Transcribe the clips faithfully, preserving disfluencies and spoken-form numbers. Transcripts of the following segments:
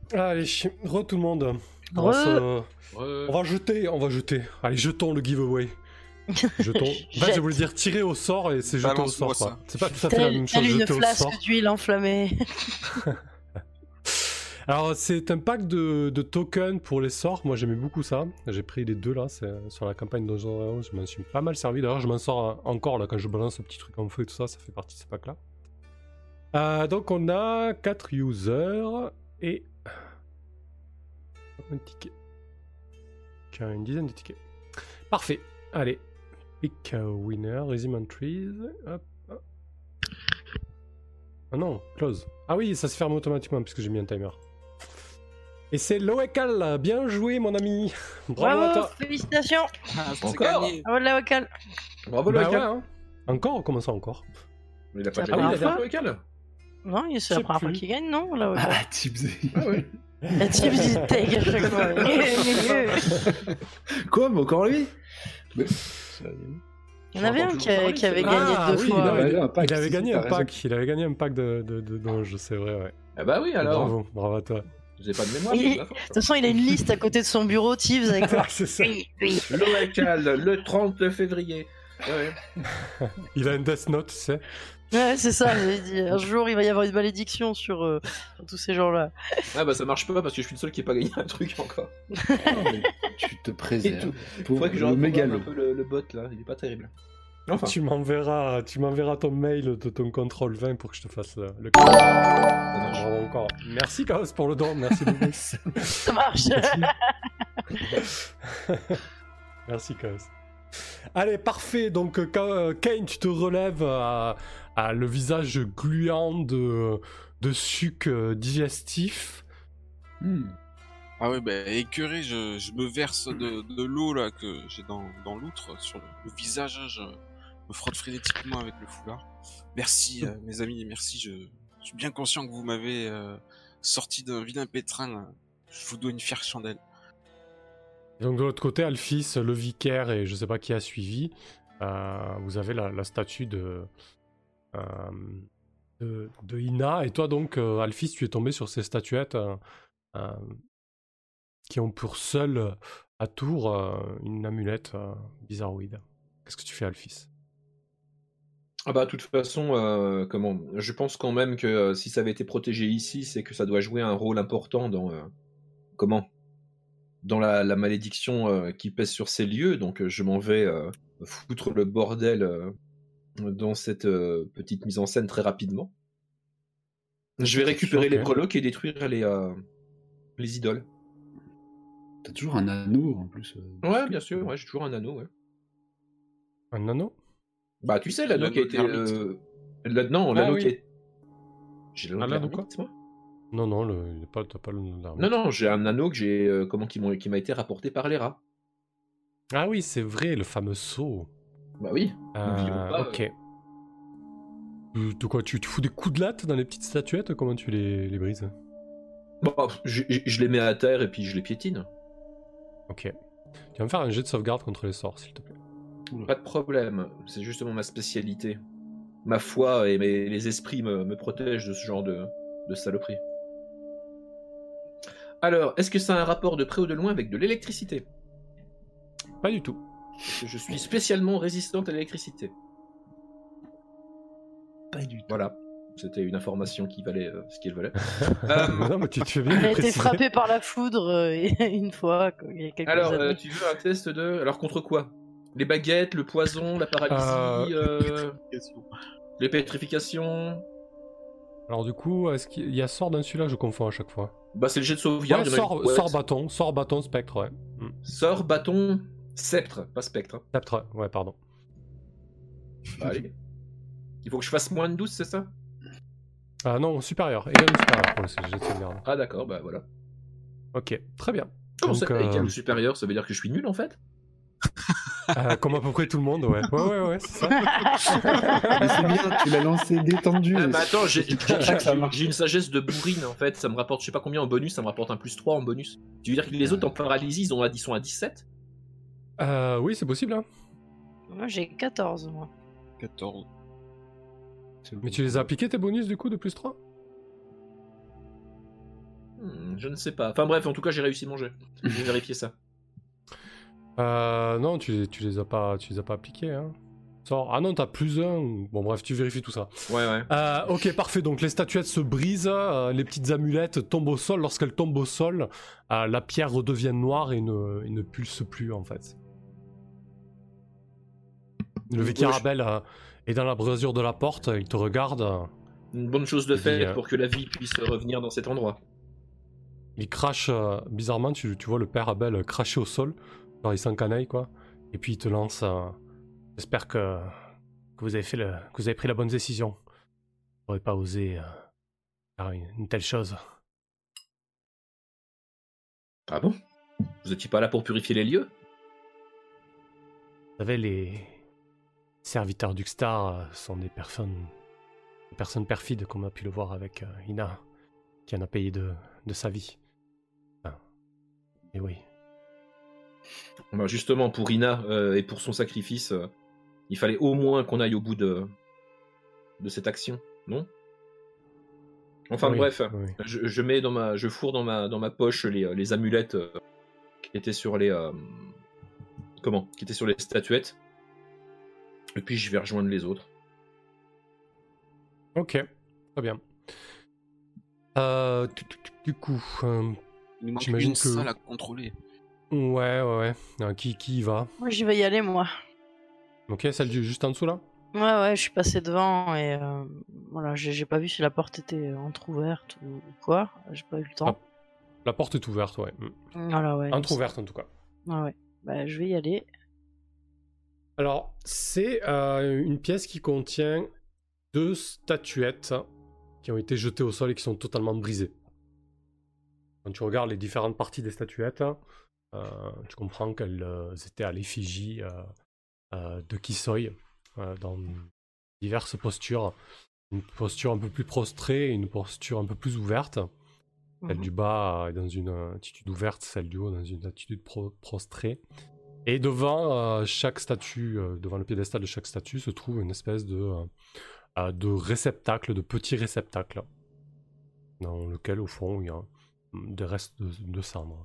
Allez, re tout le monde. On Re. va, se... Ouais. on va jeter, on va jeter. Allez, jetons le giveaway. Jetons. En fait, Jette. je voulais dire tirer au sort et c'est jeter au Balance-moi sort, quoi. ça. C'est pas tout à fait la Telle, même chose, telle une jeter au flasque sort. d'huile enflammée. Alors, c'est un pack de, de tokens pour les sorts. Moi, j'aimais beaucoup ça. J'ai pris les deux là. C'est sur la campagne Donjons et Dragons. Je m'en suis pas mal servi. D'ailleurs, je m'en sors encore là quand je balance ce petit truc en feu et tout ça. Ça fait partie de ce pack là. Euh, donc, on a quatre users et un ticket. Qui a une dizaine de tickets. Parfait. Allez. Pick a winner. Resume entries. Hop. hop. Ah non, close. Ah oui, ça se ferme automatiquement puisque j'ai mis un timer. Et c'est Loekal, bien joué mon ami. Bravo, à Bravo, toi. félicitations. Ah, c'est Encore gagné. Bravo de la vocale. Bravo, Bah le ouais, local. hein. Encore, comment ça encore? Mais il a pas C'est déjà la gagné la première dernière local. Non, c'est Je sais la première fois plus. qu'il gagne, non la vocale. Ah, Tipsy. Ah ouais. La type dit take à chaque fois. Quoi, mais encore lui? Mais- Il y en avait un J'entends qui, toujours a- parler, qui avait c'est gagné Ah, deux oui, fois. il avait, Ouais, un pack, il avait si, gagné si, un t'as pack, il avait gagné un pack de, de, de donge, c'est vrai, ouais. Ah bah oui, alors. Bravo, bravo à toi. J'ai pas de mémoire. Il- j'ai de la De force. toute façon, il a une liste à côté de son bureau, Tibbs, avec c'est ça. Oui, oui. Local, le trente février. Ouais. Il a une death note, tu sais. Ouais, c'est ça, j'avais dit. Un jour, il va y avoir une malédiction sur, euh, sur tous ces gens-là. Ah bah ça marche pas parce que je suis le seul qui ait pas gagné un truc encore. Ah, mais tu te Et préserves. tout. Pour Faudrait que je le reprogramme mégalo. un peu le, le bot là, il est pas terrible. Enfin. Tu m'enverras, tu m'enverras ton mail de ton contrôle vingt pour que je te fasse le, le marche. Bravo encore. Merci Chaos pour le don, merci beaucoup. Ça marche. Merci Chaos. Allez, parfait. Donc, euh, Ka- euh, Kane, tu te relèves à, à le visage gluant de, de suc euh, digestif. Hmm. Ah ouais, bah écœuré, je, je me verse de, de l'eau là que j'ai dans, dans l'outre sur le, le visage, je me frotte frénétiquement avec le foulard. Merci euh, mes amis, merci, je, je suis bien conscient que vous m'avez euh, sorti d'un vilain pétrin, là. Je vous dois une fière chandelle. Et donc, de l'autre côté, Alphys, le vicaire et je sais pas qui a suivi, euh, vous avez la, la statue de, euh, de, de Ina. Et toi, donc, euh, Alphys, tu es tombé sur ces statuettes euh, euh, qui ont pour seul atour euh, une amulette euh, bizarroïde. Qu'est-ce que tu fais, Alphys? Ah bah de toute façon, euh, comment je pense quand même que euh, si ça avait été protégé ici, c'est que ça doit jouer un rôle important dans euh, comment dans la, la malédiction euh, qui pèse sur ces lieux. Donc euh, je m'en vais euh, foutre le bordel euh, dans cette euh, petite mise en scène très rapidement. Je vais récupérer Ok. les breloques et détruire les euh, les idoles. T'as toujours un anneau en plus. euh, Ouais, bien sûr, ouais, j'ai toujours un anneau, ouais. Un anneau? Bah tu sais l'anneau L'anneau qui a de été l'ermite. euh, la- non, Ah l'anneau oui. qui est j'ai l'anneau Ah, de l'anneau l'ermite, moi. Non, non, le, il est pas, t'as pas le nom d'arme. Non, non, j'ai un anneau que j'ai, euh, comment, qui, m'ont- qui m'a été rapporté par les rats. Ah oui, c'est vrai, le fameux seau. Bah oui. N'oublions Euh, pas, ok. Euh, De quoi, tu, tu fous des coups de latte dans les petites statuettes? Comment tu les, les brises? Bon, je, je- je les mets à terre et puis je les piétine. Ok. Tu vas me faire un jet de sauvegarde contre les sorts, s'il te plaît. Pas de problème, c'est justement ma spécialité. Ma foi et mes, les esprits me, me protègent de ce genre de, de saloperie. Alors, est-ce que ça a un rapport de près ou de loin avec de l'électricité? Pas du tout. Parce que je suis spécialement résistante à l'électricité. Pas du tout. Voilà, c'était une information qui valait euh, ce qu'elle valait. Euh, non, mais tu, tu fais bien Il de a été préciser. frappé par la foudre euh, une fois, quoi, il y a quelques Alors, euh, années. tu veux un test de... Alors, contre quoi? Les baguettes, le poison, la paralysie, euh, les pétrifications... Alors du coup, est-ce qu'il y a sort dans celui-là? Je confonds à chaque fois. Bah, c'est le jet de Ouais, sauvegarde. il y en a sort, une- ouais, sort c'est- bâton, sort bâton, spectre, ouais. Hmm. Sort, bâton, sceptre, pas spectre. hein. Sceptre, ouais, pardon. Bah, allez. Il faut que je fasse moins de douze, c'est ça? Ah non, supérieur, égal ou supérieur pour le jet de sauvegarde. Ah, d'accord, bah voilà. Ok, très bien. Comment Donc, ça, euh, égal ou supérieur? Ça veut dire que je suis nul en fait? euh, comme à peu près tout le monde, ouais. Ouais, ouais, ouais, c'est ça. Mais c'est bien, tu l'as lancé détendu. Ah, bah attends, j'ai j'ai- Ça j'ai- marche. j'ai une sagesse de bourrine en fait. Ça me rapporte, je sais pas combien en bonus, ça me rapporte un plus trois en bonus. Tu veux dire que les autres en paralysie, ils, ont, ils sont à dix-sept? Euh, oui, c'est possible, hein. Moi j'ai quatorze, moi. quatorze. Mais tu les as appliqués tes bonus du coup de plus trois? Hmm, je ne sais pas. Enfin bref, en tout cas, j'ai réussi mon jet. Je vais vérifier ça. Euh, non, tu, tu les as pas, tu les as pas appliqués. Hein. Sors. Ah non, t'as plus un. Bon bref, tu vérifies tout ça. Ouais, ouais. Euh, ok, parfait. Donc les statuettes se brisent, euh, les petites amulettes tombent au sol. Lorsqu'elles tombent au sol, euh, la pierre redevient noire et ne, et ne pulse plus en fait. Le vicaire Abel euh, est dans la brisure de la porte. Il te regarde. euh, Une bonne chose de Il dit, faite euh, pour que la vie puisse revenir dans cet endroit. Il crache, euh, bizarrement, tu, tu vois le père Abel cracher au sol, genre il s'encanaille quoi, et puis il te lance euh, j'espère que, que, vous avez fait le, que vous avez pris la bonne décision. J'aurais pas osé euh, faire une, une telle chose. Ah bon? Vous étiez pas là pour purifier les lieux? Vous savez, les serviteurs d'Uxtar euh, sont des personnes, des personnes perfides, comme on a pu le voir avec euh, Ina, qui en a payé de, de sa vie. Enfin, et oui. Bah justement, pour Ina euh, et pour son sacrifice, euh, il fallait au moins qu'on aille au bout de, de cette action, non? Enfin Oui, bref, oui. je, je mets dans ma, je fourre dans ma, dans ma poche les, les amulettes euh, qui étaient sur les, euh, comment, qui étaient sur les statuettes, et puis je vais rejoindre les autres. Ok, très bien. Euh, tu- tu- tu- du coup, euh, Il nous manque J'imagine une que- salle à contrôler. ouais, ouais, ouais. Euh, qui, qui y va? Moi, j'y vais y aller, moi. Ok, celle du, juste en dessous là? Ouais, ouais, je suis passé devant et euh, voilà, j'ai j'ai pas vu si la porte était entrouverte ou ou quoi. J'ai pas eu le temps. La porte est ouverte, ouais. Mm. Voilà, ouais. Entrouverte en tout cas. Ouais, ouais. Bah, je vais y aller. Alors, c'est euh, une pièce qui contient deux statuettes qui ont été jetées au sol et qui sont totalement brisées. Quand tu regardes les différentes parties des statuettes, euh, tu comprends qu'elles euh, étaient à l'effigie euh, euh, de Kisoi, euh, dans diverses postures. Une posture un peu plus prostrée et une posture un peu plus ouverte. Celle Mhm. du bas est dans une attitude ouverte, celle du haut dans une attitude pro- prostrée. Et devant euh, chaque statue, euh, devant le piédestal de chaque statue, se trouve une espèce de, euh, euh, de réceptacle, de petit réceptacle, dans lequel au fond il y a mm, des restes de, de cendres.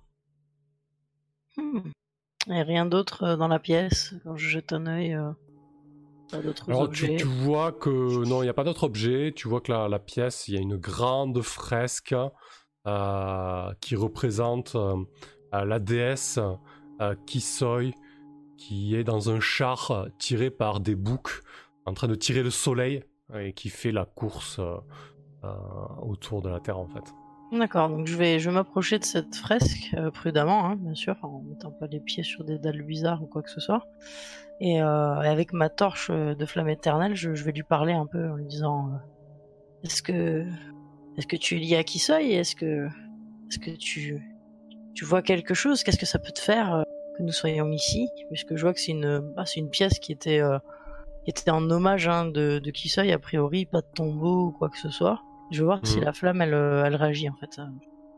Hmm. Et rien d'autre euh, dans la pièce quand je jette un œil. euh, Pas d'autres Alors tu, objets. tu vois que non, il n'y a pas d'autre objet. Tu vois que la, la pièce, il y a une grande fresque euh, qui représente euh, la déesse euh, Kisoi, qui est dans un char euh, tiré par des boucs, en train de tirer le soleil et qui fait la course euh, euh, autour de la Terre en fait. D'accord, donc je vais, je vais m'approcher de cette fresque euh, prudemment, hein, bien sûr, en mettant pas les pieds sur des dalles bizarres ou quoi que ce soit. Et, euh, et avec ma torche euh, de flamme éternelle, je, je vais lui parler un peu en lui disant euh, est-ce que, est-ce que tu es lié à Kisoi et est-ce que, est-ce que tu, tu vois quelque chose? Qu'est-ce que ça peut te faire euh, que nous soyons ici? Puisque je vois que c'est une, bah, c'est une pièce qui était, euh, qui était en hommage hein, de, de Kisoi, a priori, pas de tombeau ou quoi que ce soit. Je veux voir si Mhm. la flamme, elle, euh, elle réagit en fait.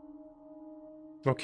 Ok.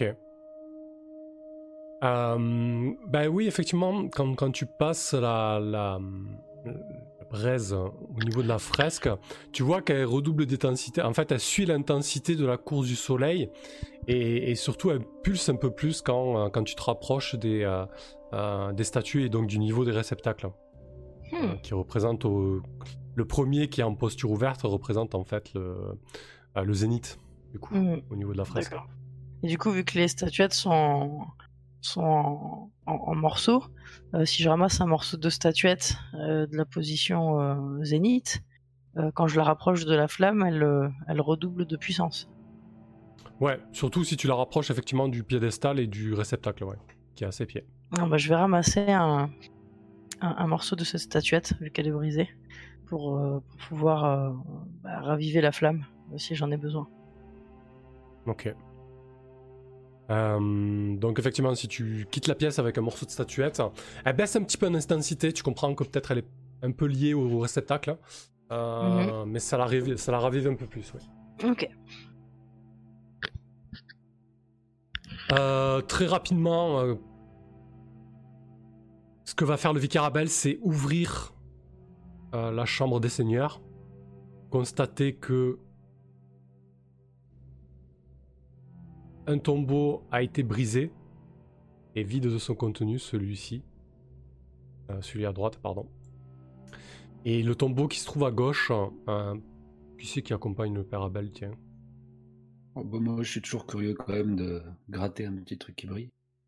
Euh, ben oui, effectivement, quand, quand tu passes la, la, la braise au niveau de la fresque, tu vois qu'elle redouble d'intensité. En fait, elle suit l'intensité de la course du soleil et, et surtout, elle pulse un peu plus quand, quand tu te rapproches des, euh, euh, des statues et donc du niveau des réceptacles. Hmm. Euh, qui représente au- le premier qui est en posture ouverte représente en fait le, euh, le zénith du coup Hmm. au niveau de la fresque. D'accord. Et du coup, vu que les statuettes sont, sont en, en- en morceaux, euh, si je ramasse un morceau de statuette euh, de la position euh, zénith, euh, quand je la rapproche de la flamme, elle, euh, elle redouble de puissance. Ouais, surtout si tu la rapproches effectivement du piédestal et du réceptacle, ouais, qui est à ses pieds. Non, bah, je vais ramasser un, un, un morceau de cette statuette, vu qu'elle est brisée, pour, euh, pour pouvoir euh, bah, raviver la flamme, euh, si j'en ai besoin. Ok. Euh, donc effectivement, si tu quittes la pièce avec un morceau de statuette, elle baisse un petit peu en intensité. Tu comprends que peut-être elle est un peu liée au réceptacle, euh, mais ça la, ravive, ça la ravive un peu plus. Ouais. Ok. Euh, très rapidement, euh, ce que va faire le vicaire Abel, c'est ouvrir euh, la chambre des seigneurs, constater que un tombeau a été brisé et vide de son contenu, celui-ci. Euh, celui à droite, pardon. Et le tombeau qui se trouve à gauche, euh, qui c'est qui accompagne le père Abel, tiens. Oh, bah, moi, je suis toujours curieux quand même de gratter un petit truc qui brille.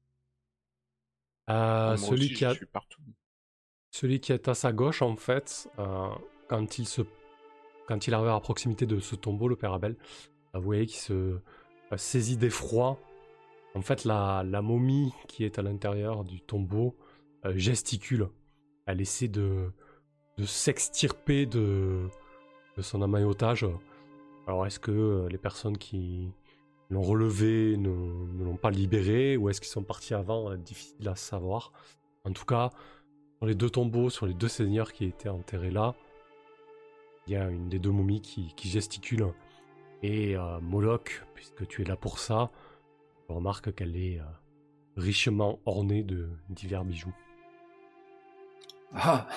Euh, Moi celui, aussi, qui je a, suis partout. celui qui est à sa gauche, en fait, euh, quand, il se, quand il arrive à proximité de ce tombeau, le père Abel, vous voyez qu'il se euh, saisit d'effroi. En fait, la, la momie qui est à l'intérieur du tombeau euh, gesticule. Elle essaie de, de s'extirper de, de son amaillotage. Alors, est-ce que euh, les personnes qui l'ont relevé ne, ne l'ont pas libéré, ou est-ce qu'ils sont partis avant? euh, Difficile à savoir. En tout cas, sur les deux tombeaux, sur les deux seigneurs qui étaient enterrés là, il y a une des deux momies qui, qui gesticule. Et euh, Moloch, puisque tu es là pour ça, je remarque qu'elle est euh, richement ornée de divers bijoux. Ah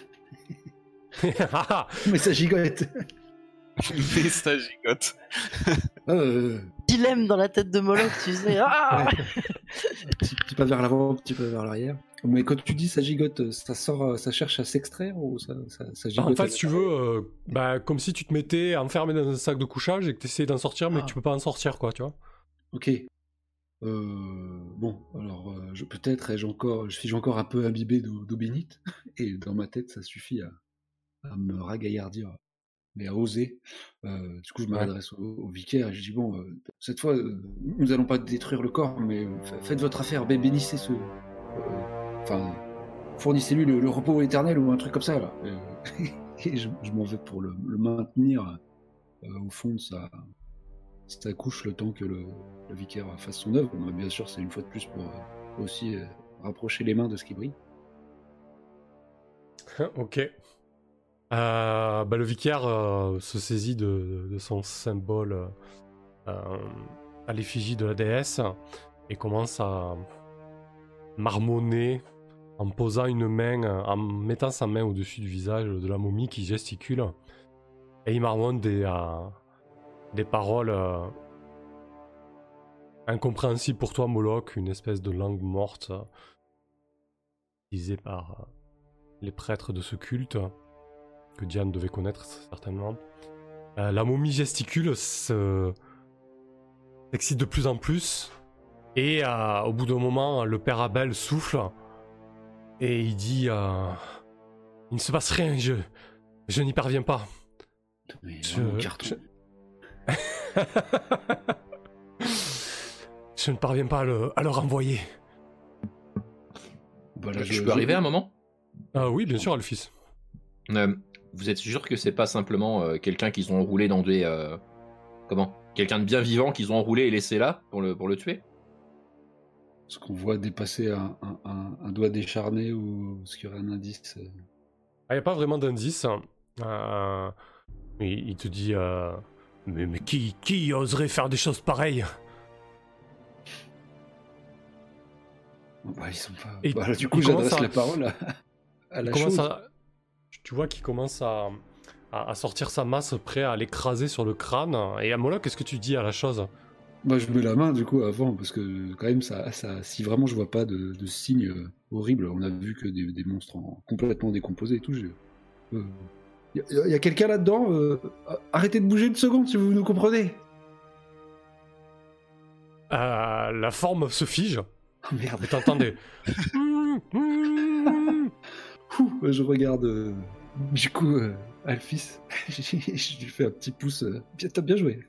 Ah mais ça gigote. Mais ça gigote. euh, Dilemme dans la tête de Moloch, tu sais. Ah petit, petit pas vers l'avant, petit pas vers l'arrière. Mais quand tu dis ça gigote, ça sort, ça cherche à s'extraire ou ça, ça, ça gigote? En fait, si tu veux, euh, bah, comme si tu te mettais enfermé dans un sac de couchage et que tu essayais d'en sortir, mais Ah. que tu peux pas en sortir, quoi, tu vois. Ok. Euh, bon, alors euh, je, peut-être ai-je encore, je suis encore un peu imbibé d'eau, d'eau bénite, et dans ma tête ça suffit à, à me ragaillardir, mais à oser. Euh, du coup, je m'adresse au, au vicaire et je dis bon, euh, cette fois, euh, nous allons pas détruire le corps, mais euh, fa- faites votre affaire, bé- bénissez ce, euh, enfin, fournissez-lui le, le repos éternel ou un truc comme ça là. Euh, et je, je m'en vais pour le, le maintenir euh, au fond de sa ça couche le temps que le, le vicaire fasse son œuvre. Mais bien sûr, c'est une fois de plus pour euh, aussi euh, rapprocher les mains de ce qui brille. Ok. Euh, bah, le vicaire euh, se saisit de, de son symbole euh, à l'effigie de la déesse et commence à marmonner en posant une main, en mettant sa main au-dessus du visage de la momie qui gesticule. Et il marmonne des, euh, des paroles euh, incompréhensibles pour toi, Moloch, une espèce de langue morte euh, utilisée par euh, les prêtres de ce culte, que Diane devait connaître certainement. Euh, la momie gesticule, se... s'excite de plus en plus, et euh, au bout d'un moment, le père Abel souffle, et il dit euh, il ne se passe rien, je, je n'y parviens pas. Mais Je- vraiment, carton. je- Je ne parviens pas à le, à le renvoyer. Bah, là, Je peux arriver un moment? Ah oui, bien sûr, Alphys. Euh, vous êtes sûr que c'est pas simplement euh, quelqu'un qu'ils ont enroulé dans des... euh, comment? Quelqu'un de bien vivant qu'ils ont enroulé et laissé là pour le, pour le tuer? Est-ce qu'on voit dépasser un, un, un, un doigt décharné ou est-ce qu'il y aurait un indice? euh Il n'y a pas vraiment d'indice. Euh, il, il te dit euh, mais, mais qui, qui oserait faire des choses pareilles? Bon, bah, ils sont pas... Et bah, là, du il coup, commence j'adresse à- la parole à, à la Il commence chose. à- Tu vois qu'il commence à, à, à sortir sa masse prêt à l'écraser sur le crâne. Et à Moloch, qu'est-ce que tu dis à la chose? Bah, je mets la main, du coup, avant, parce que quand même, ça, ça, si vraiment je vois pas de, de signes euh, horribles, on a vu que des, des monstres en- complètement décomposés et tout, je... Euh, y a, y a quelqu'un là-dedans euh, arrêtez de bouger une seconde, si vous nous comprenez. Euh, La forme se fige. Oh, merde. Et t'entendais. Ouh, je regarde, euh, du coup, euh, Alphys, je lui fais un petit pouce. euh, Bien- T'as bien joué.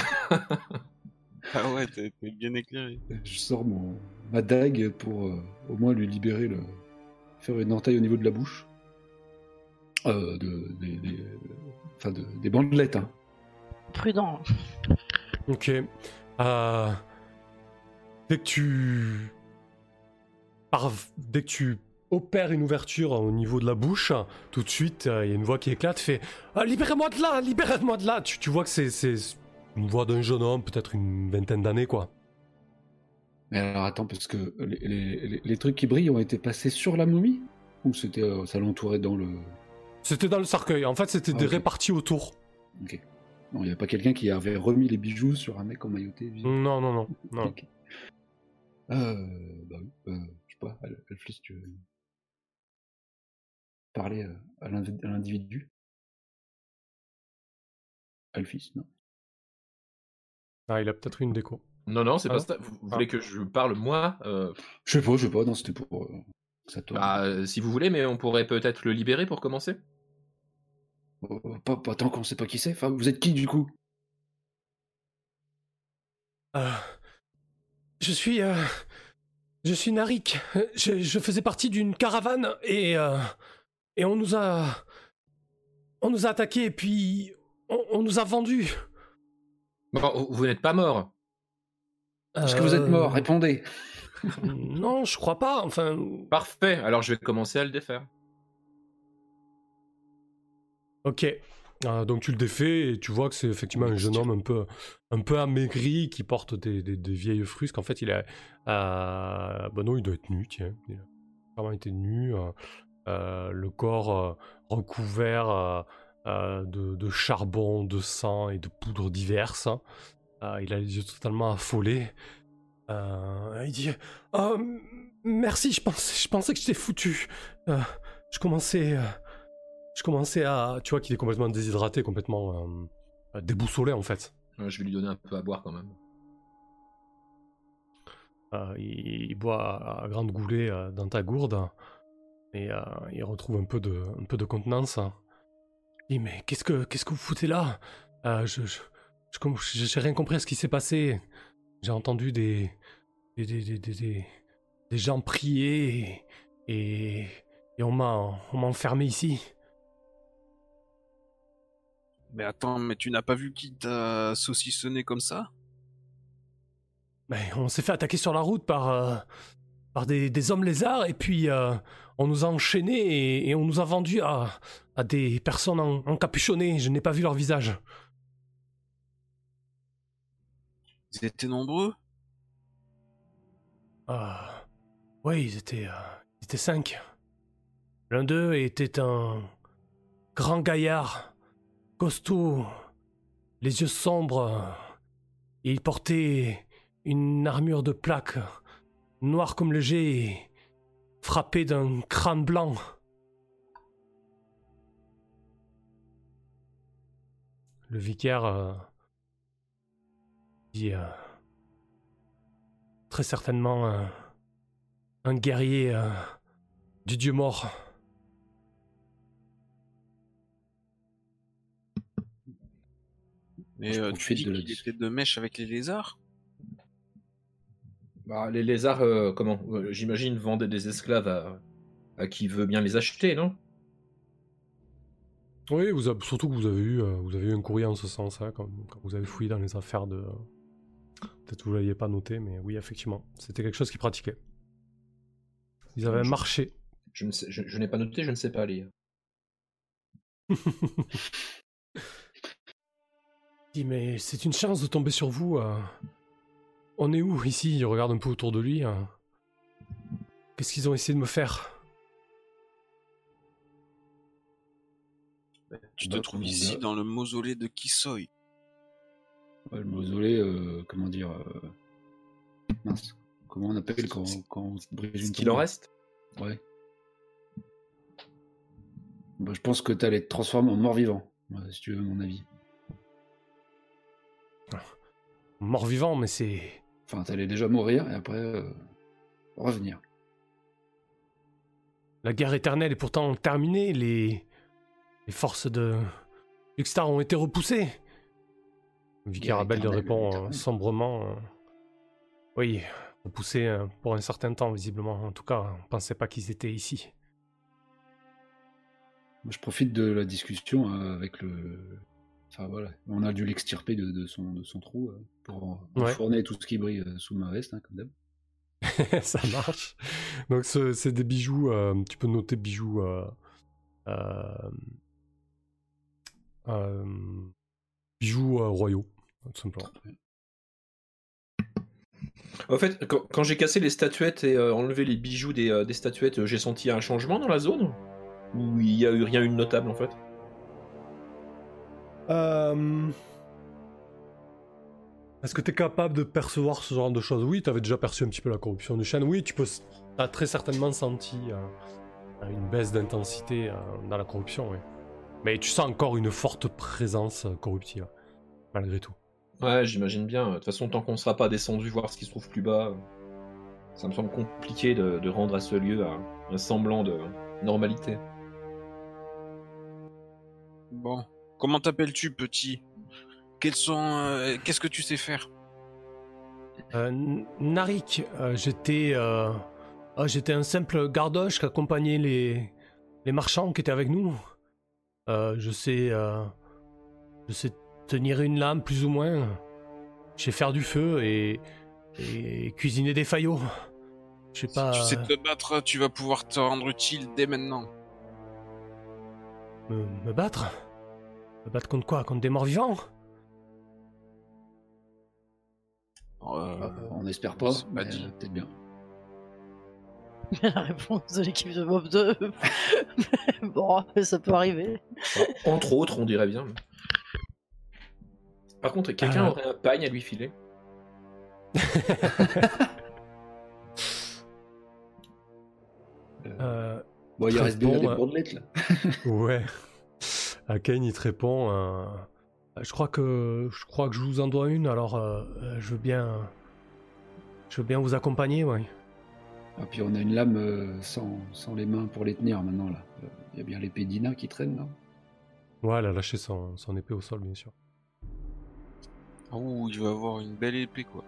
Ah ouais, t'es t'es bien éclairé. Je sors mon, ma dague pour euh, au moins lui libérer le. Faire une entaille au niveau de la bouche. Euh, de, des, des, enfin de, des bandelettes, hein. Prudent. Ok. Euh... Dès que tu... Par... Dès que tu opères une ouverture au niveau de la bouche, tout de suite, il euh, y a une voix qui éclate, fait ah, libérez-moi de là, libérez-moi de là. Tu, tu vois que c'est, c'est une voix d'un jeune homme, peut-être une vingtaine d'années, quoi. Mais alors attends, parce que les, les, les- les trucs qui brillent ont été passés sur la momie? Ou c'était, euh, ça l'entourait dans le... C'était dans le cercueil. En fait, c'était Ah, des ok. répartis autour. Ok. Non, il n'y avait pas quelqu'un qui avait remis les bijoux sur un mec emmailloté. Non, non, non. non. Ok. Euh, bah oui, euh, je sais pas, Alphys, tu veux parler euh, à l'inv- à l'individu? Alphys, non? Ah, il a peut-être une déco. Non, non, c'est Ah pas non ça. Vous, vous Ah. voulez que je parle moi euh, Je sais pas, je sais pas, non, c'était pour euh, que ça tourne. bah, euh, si vous voulez, mais on pourrait peut-être le libérer pour commencer. Euh, pas, pas tant qu'on sait pas qui c'est. Enfin, vous êtes qui du coup? Euh, je suis... euh, je suis Narik. Je, je faisais partie d'une caravane et... euh, et on nous a... On nous a attaqués et puis... On, on nous a vendus. Bon, vous n'êtes pas mort. Est-ce que vous êtes mort? Euh, Répondez. Non, je crois pas. Enfin... Parfait, alors je vais commencer à le défaire. Ok. Euh, donc tu le défais et tu vois que c'est effectivement un jeune homme un peu, un peu amaigri qui porte des, des, des vieilles frusques. En fait, il a... Euh... Bah non, il doit être nu, tiens. Il a vraiment été nu. Euh, euh, le corps euh, recouvert euh, euh, de, de charbon, de sang et de poudres diverses. Hein. Euh, il a les yeux totalement affolés. Euh, il dit oh, m- merci, je pensais, je pensais que j'étais foutu. Euh, je commençais, euh, je commençais à, tu vois qu'il est complètement déshydraté, complètement euh, déboussolé en fait. Euh, Je vais lui donner un peu à boire quand même. Euh, il, il boit à, à grande goulée euh, dans ta gourde et euh, il retrouve un peu de, un peu de contenance. Il dit mais qu'est-ce que, qu'est-ce que vous foutez là? euh, Je, je, je, com- j'ai rien compris à ce qui s'est passé. J'ai entendu des, des, des, des, des, des- des gens prier et, et, et on m'a, on m'a enfermé ici. Mais attends, mais tu n'as pas vu qui t'a saucissonné comme ça? Ben, on s'est fait attaquer sur la route par, euh, par des, des hommes lézards et puis euh, on nous a enchaînés et, et on nous a vendus à, à des personnes en, encapuchonnées. Je n'ai pas vu leur visage. Ils étaient nombreux? Ah, oui, ils étaient, euh, ils étaient cinq. L'un d'eux était un grand gaillard, costaud, les yeux sombres, et il portait une armure de plaques, noire comme le jet, et frappée d'un crâne blanc. Le vicaire euh, dit euh, très certainement euh, un guerrier euh, du dieu mort. Mais Je euh, tu profite dis de la qu'il dis- était de mèche avec les lézards? Bah, les lézards, euh, comment euh, j'imagine, vendaient des esclaves à, à qui veut bien les acheter, non? Oui, vous avez- surtout que vous avez eu, euh, vous avez eu un courrier en ce sens, hein, quand, quand vous avez fouillé dans les affaires de... Peut-être que vous ne l'aviez pas noté, mais oui, effectivement, c'était quelque chose qu'ils pratiquaient. Ils avaient un Je- marché. Je, ne sais- je, je n'ai pas noté, je ne sais pas lire. Il dit, mais c'est une chance de tomber sur vous. euh. On est où ici? Il regarde un peu autour de lui. hein. Qu'est-ce qu'ils ont essayé de me faire? Tu Bah, te trouves comment ici dire dans le mausolée de Kisoi. Ouais, le mausolée, euh, comment dire... euh, Mince. Comment on appelle quand, quand on se brise Ce une qu'il en tombe? reste? Ouais. Bah, je pense que t'allais te transformer en mort-vivant, ouais, si tu veux mon avis. Mort-vivant, mais c'est... Enfin, t'allais déjà mourir et après euh, revenir. La guerre éternelle est pourtant terminée. Les, les forces de Luxstar ont été repoussées. Le vicaire Guerre Abel éternelle, répond euh, éternelle. sombrement. euh, Oui, repoussées euh, pour un certain temps, visiblement. En tout cas, on ne pensait pas qu'ils étaient ici. Moi, je profite de la discussion euh, avec le... Enfin voilà, on a dû l'extirper de, de, son, de son trou euh, pour Ouais. fourner tout ce qui brille euh, sous ma veste, hein, comme d'hab. Ça marche. Donc ce- c'est des bijoux, euh, tu peux noter bijoux... euh, euh, euh, bijoux euh, royaux, tout simplement. En fait, quand, quand j'ai cassé les statuettes et euh, enlevé les bijoux des, euh, des statuettes, euh, j'ai senti un changement dans la zone? Ou il y a eu rien eu de notable en fait? Euh, Est-ce que tu es capable de percevoir ce genre de choses? Oui, tu avais déjà perçu un petit peu la corruption du chêne. Oui, tu peux, as très certainement senti euh, une baisse d'intensité euh, dans la corruption, oui. Mais tu sens encore une forte présence euh, corruptive, malgré tout. Ouais, j'imagine bien. De toute façon, tant qu'on sera pas descendu voir ce qui se trouve plus bas, ça me semble compliqué de, de rendre à ce lieu un, un semblant de normalité. Bon, comment t'appelles-tu, petit? Quels sont, euh, qu'est-ce que tu sais faire? Euh, N- Narik, euh, j'étais, euh, ah, j'étais un simple gardoche qui accompagnait les, les marchands qui étaient avec nous. Euh, je sais, euh, je sais tenir une lame plus ou moins. Je sais faire du feu et, et cuisiner des faillots. Je sais Si pas. tu sais euh, te battre, tu vas pouvoir te rendre utile dès maintenant. me, me battre. Me battre contre quoi? Contre des morts vivants? Euh, Ah, on espère pas, c'est pas mais dit. euh, peut-être bien. La réponse de l'équipe de Mob deux. Bon, ça peut arriver. Entre autres, on dirait bien. Par contre, quelqu'un Euh. aurait un pagne à lui filer? Euh, Bon, il Très reste déjà bon, des hein. bandelettes là. ouais. Akane, il te répond. euh, je crois que je crois que je vous en dois une. Alors, euh, euh, je veux bien, je veux bien vous accompagner, ouais. Ah, puis on a une lame euh, sans, sans les mains pour les tenir maintenant là. Il y a bien l'épée d'Ina qui traîne là. Ouais, elle a lâché son, son épée au sol, bien sûr. Ouh, il va avoir une belle épée, quoi.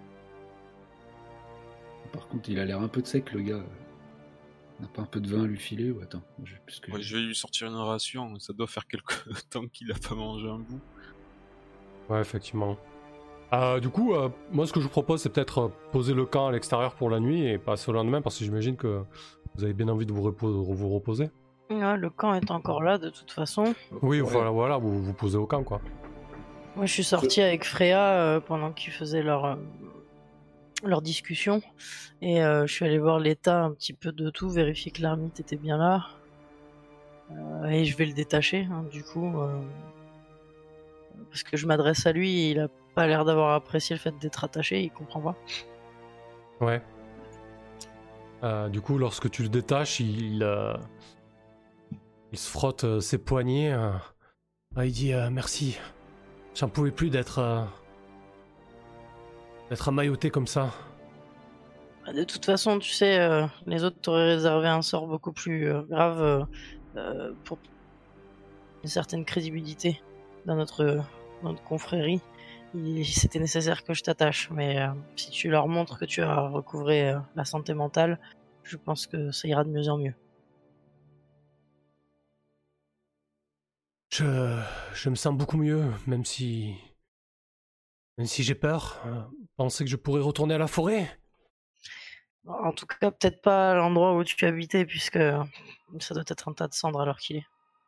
Par contre, il a l'air un peu de sec le gars. On n'a pas un peu de vin à lui filer ou attends je, parce que... Ouais, je vais lui sortir une ration, ça doit faire quelque temps qu'il a pas mangé un bout. Ouais, effectivement. Euh, du coup, euh, moi, ce que je vous propose, c'est peut-être euh, poser le camp à l'extérieur pour la nuit et passer au lendemain, parce que j'imagine que vous avez bien envie de vous, repo- vous reposer. Ouais, le camp est encore là de toute façon. Oui, Ouais. voilà, voilà, vous vous posez au camp, quoi. Moi, je suis sortie avec Freya euh, pendant qu'ils faisaient leur, euh, leur discussion. Et euh, je suis allée voir l'état un petit peu de tout, vérifier que l'ermite était bien là. Euh, et je vais le détacher, hein, du coup. euh, parce que je m'adresse à lui et il a pas l'air d'avoir apprécié le fait d'être attaché, il comprend pas. Ouais. Euh, du coup, lorsque tu le détaches, il, il, euh, il se frotte euh, ses poignets. euh, ah, il dit euh, merci. J'en pouvais plus d'être euh, d'être amailloté comme ça. De toute façon, tu sais, euh, les autres t'auraient réservé un sort beaucoup plus euh, grave euh, euh, pour une certaine crédibilité dans notre, dans notre confrérie. Il- C'était nécessaire que je t'attache, mais euh, si tu leur montres que tu as recouvré euh, la santé mentale, je pense que ça ira de mieux en mieux. Je, je me sens beaucoup mieux, même si même si j'ai peur. Euh, pensez que je pourrais retourner à la forêt. En tout cas, peut-être pas à l'endroit où tu habitais, puisque ça doit être un tas de cendres alors qu'il est.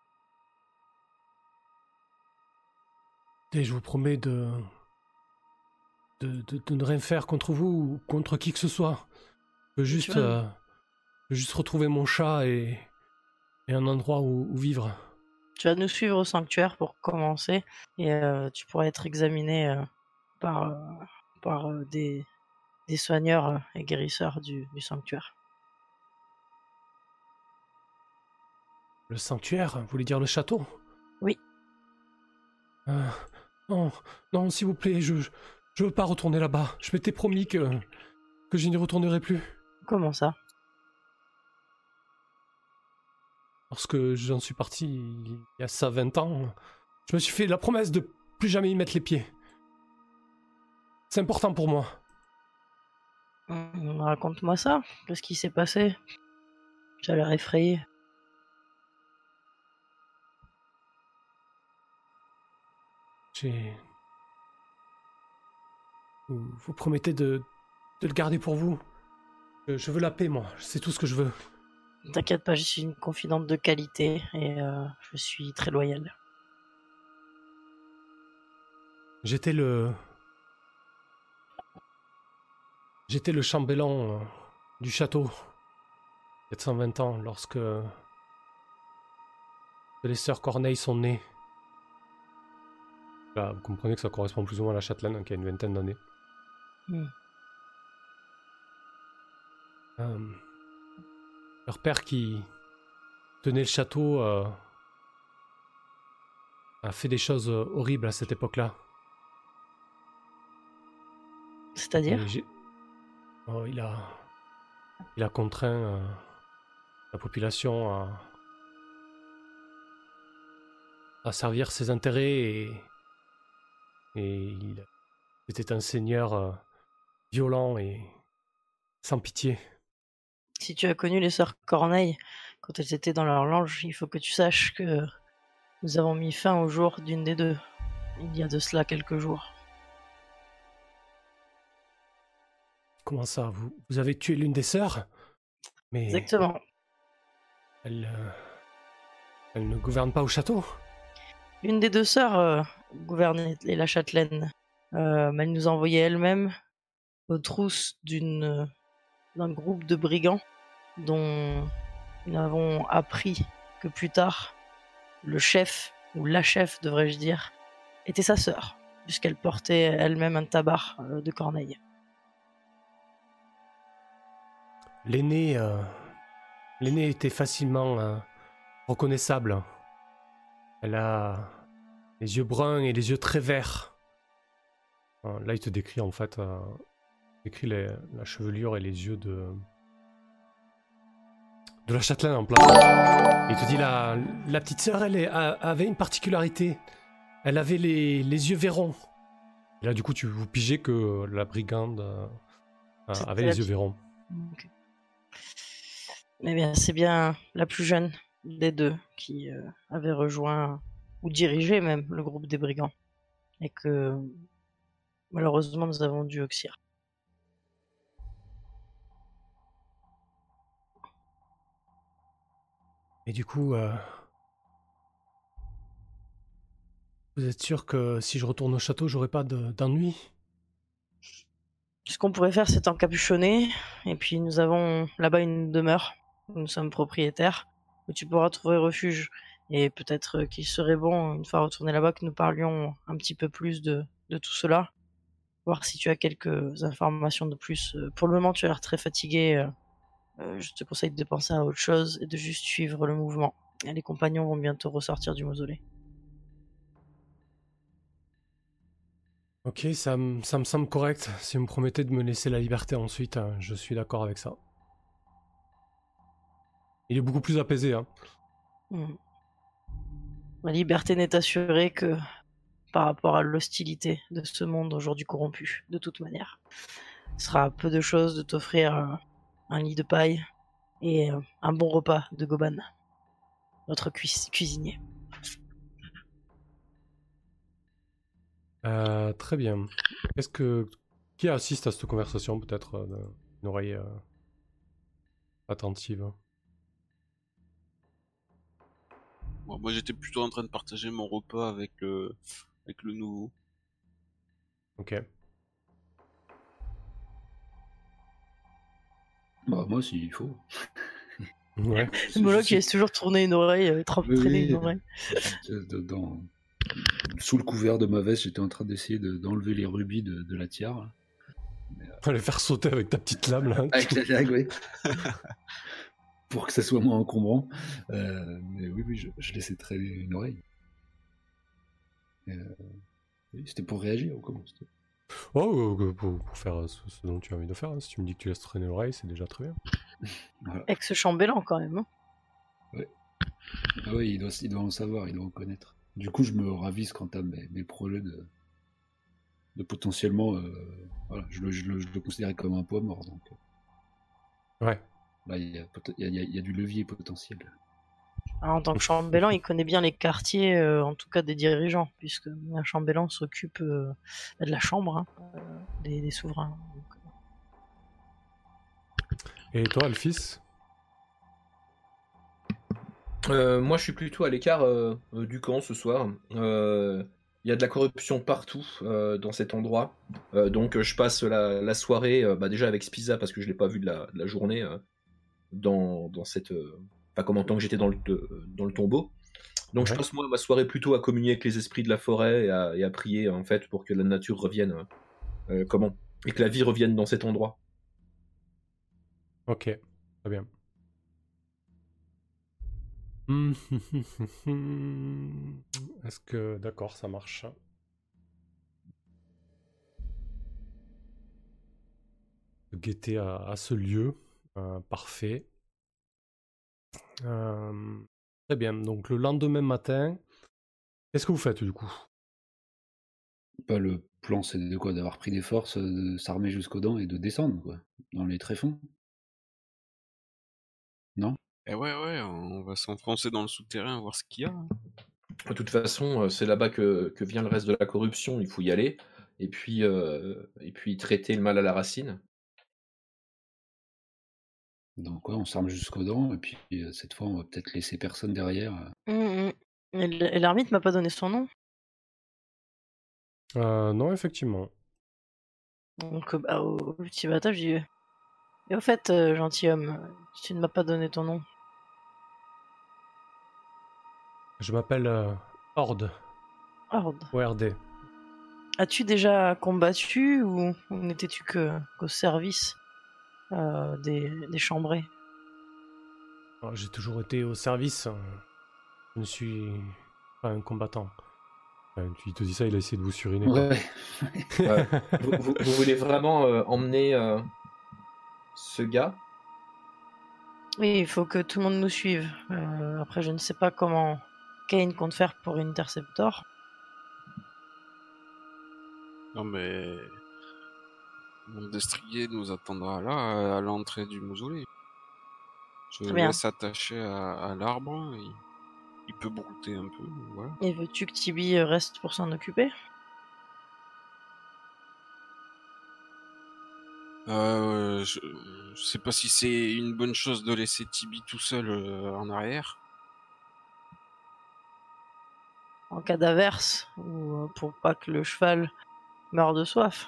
Et je vous promets de de, de, de ne rien faire contre vous ou contre qui que ce soit. Je veux juste, vas- euh, je veux juste retrouver mon chat et, et un endroit où, où vivre. Tu vas nous suivre au sanctuaire pour commencer, et euh, tu pourras être examiné euh, par, euh, par euh, des, des soigneurs euh, et guérisseurs du, du sanctuaire. Le sanctuaire, vous voulez dire le château? Oui. Euh, non, non, s'il vous plaît, je, je, je veux pas retourner là-bas. Je m'étais promis que, que je n'y retournerai plus. Comment ça? Lorsque j'en suis parti il y a ça vingt ans, je me suis fait la promesse de plus jamais y mettre les pieds. C'est important pour moi. Hum, Raconte-moi ça. Qu'est-ce qui s'est passé? Tu as l'air effrayé. J'ai... Vous, vous promettez de, de le garder pour vous. Je, je veux la paix, moi. C'est tout ce que je veux. T'inquiète pas, je suis une confidente de qualité et euh, je suis très loyale. J'étais le... J'étais le chambellan euh, du château. Il y a de cent vingt ans, lorsque... que les sœurs Corneille sont nées. Là, vous comprenez que ça correspond plus ou moins à la châtelaine, hein, qui a une vingtaine d'années. Mm. Euh, leur père qui tenait le château euh, a fait des choses horribles à cette époque-là. C'est-à-dire Et j'ai- oh, il a, il a contraint euh, la population à, à servir ses intérêts et, et il était un seigneur euh, violent et sans pitié. Si tu as connu les sœurs Corneille quand elles étaient dans leur loge, il faut que tu saches que nous avons mis fin au jour d'une des deux, il y a de cela quelques jours. Comment ça, vous, vous avez tué l'une des sœurs? Mais Exactement. elle, euh, elle ne gouverne pas au château? L'une des deux sœurs euh, gouvernait la châtelaine, euh, mais elle nous a envoyé elle-même aux trousses d'une, euh, d'un groupe de brigands dont nous avons appris que plus tard, le chef, ou la chef devrais-je dire, était sa sœur, puisqu'elle portait elle-même un tabard euh, de Corneille. L'aîné, euh, l'aîné était facilement euh, reconnaissable. Elle a les yeux bruns et les yeux très verts. Euh, Là, il te décrit en fait, euh, il décrit les- la chevelure et les yeux de de la châtelaine en place. Et il te dit la, la petite sœur, elle est- a- avait une particularité. Elle avait les, les yeux verrons. Et là, du coup, tu vous pigez que la brigande euh, C'était avait la les yeux petite- verrons. Ok. Eh bien, c'est bien la plus jeune des deux qui euh, avait rejoint, ou dirigé même, le groupe des brigands. Et que, malheureusement, nous avons dû oxyre. Et du coup, euh, vous êtes sûr que si je retourne au château, j'aurai pas de- d'ennui? Ce qu'on pourrait faire, c'est encapuchonner. Et puis, nous avons là-bas une demeure. Nous sommes propriétaires. Où tu pourras trouver refuge. Et peut-être qu'il serait bon, une fois retourné là-bas, que nous parlions un petit peu plus de, de tout cela. Voir si tu as quelques informations de plus. Euh, Pour le moment, tu as l'air très fatigué. euh, euh, je te conseille de penser à autre chose et de juste suivre le mouvement. Et les compagnons vont bientôt ressortir du mausolée. Ok, ça, me- ça me semble correct. Si vous me promettez de me laisser la liberté ensuite, hein, je suis d'accord avec ça. Il est beaucoup plus apaisé, hein. Hmm. La liberté n'est assurée que par rapport à l'hostilité de ce monde aujourd'hui corrompu, de toute manière. Ce sera peu de choses de t'offrir euh, un lit de paille et euh, un bon repas de Goban, notre cuis- cuisinier. Euh, très bien. Est-ce que... Qui assiste à cette conversation, peut-être, euh, d'une oreille euh, attentive? Bon, moi, j'étais plutôt en train de partager mon repas avec le, avec le nouveau. Ok. Bah, moi, s'il faut. Ouais. C'est- Moloch, je il sais- laisse toujours tourner une oreille, euh, tra- Oui, traîner oui. une oreille. Euh, de- dans- Sous le couvert de ma veste, j'étais en train d'essayer de- d'enlever les rubis de, de la tiare. là. On va les faire sauter avec ta petite lame, là. Avec la dague, oui. Pour que ça soit moins encombrant. Euh, mais oui, oui, je, je laissais traîner une oreille. Euh, oui, c'était pour réagir ou comment c'était Oh, euh, pour, pour faire euh, ce, ce dont tu as envie de faire. hein. Si tu me dis que tu laisses traîner l'oreille, c'est déjà très bien. Voilà. Ex-chambellan, quand même. hein. Ah oui, il doit, il doit en savoir, il doit en connaître. Du coup, je me ravise quant à mes, mes projets de, de potentiellement. euh, voilà, je le, je, le, je le considérais comme un poids mort. Donc Ouais. là, il y a, pot- il y a- il y a du levier potentiel. Alors, en tant que chambellan, il connaît bien les quartiers, euh, en tout cas des dirigeants, puisque un chambellan s'occupe euh, de la chambre hein, euh, des, des souverains. Donc, Et toi, le fils? Euh, moi, je suis plutôt à l'écart euh, euh, du camp ce soir. Euh, Il y a de la corruption partout euh, dans cet endroit. Euh, donc, euh, je passe la, la soirée euh, bah, déjà avec Spiza parce que je l'ai pas vu de la, de la journée euh, dans, dans cette. euh, Enfin, comme en tant que j'étais dans le, de- dans le tombeau. Donc je Ouais. passe moi ma soirée plutôt à communier avec les esprits de la forêt et à, et à prier en fait pour que la nature revienne. euh, comment Et que la vie revienne dans cet endroit. Ok, très bien. Hmm, Est-ce que... D'accord, ça marche. Guetter à, à ce lieu. Euh, parfait. Euh, Très bien, donc le lendemain matin, qu'est-ce que vous faites du coup? Pas le plan, c'est de quoi? D'avoir pris des forces, euh, de s'armer jusqu'aux dents et de descendre, quoi. Dans les tréfonds. Non? Eh ouais, ouais, on va s'enfoncer dans le souterrain, voir ce qu'il y a. De toute façon, euh, c'est là-bas que, que vient le reste de la corruption. Il faut y aller et puis euh, et puis traiter le mal à la racine. Donc ouais, on s'arme jusqu'aux dents, et puis euh, cette fois, on va peut-être laisser personne derrière. euh. Hum, hum. Et l- et l'ermite m'a pas donné son nom. Euh, non, effectivement. Donc, euh, bah, au, au petit bâtard, je dis et au fait, euh, gentilhomme, tu ne m'as pas donné ton nom. Je m'appelle euh, Horde, Horde. O R D. As-tu déjà combattu ou ou n'étais-tu que qu'au service euh, des, des chambrés? Alors, j'ai toujours été au service. euh, Je ne suis pas un combattant. Enfin, tu- il te dit ça, il a essayé de vous suriner. quoi. Ouais. Ouais. vous, vous- vous voulez vraiment euh, emmener euh, ce gars? Oui, il faut que tout le monde nous suive. Euh, après, je ne sais pas comment Kane compte faire pour Interceptor. Non, mais. Mon destrier nous attendra là, à l'entrée du mausolée. Je Très le bien. laisse attaché à, à l'arbre. Il, il peut brouter un peu, voilà. Et veux-tu que Tibi reste pour s'en occuper? Euh, je, je sais pas si c'est une bonne chose de laisser Tibi tout seul euh, en arrière. En cas d'averse, ou euh, pour pas que le cheval meure de soif.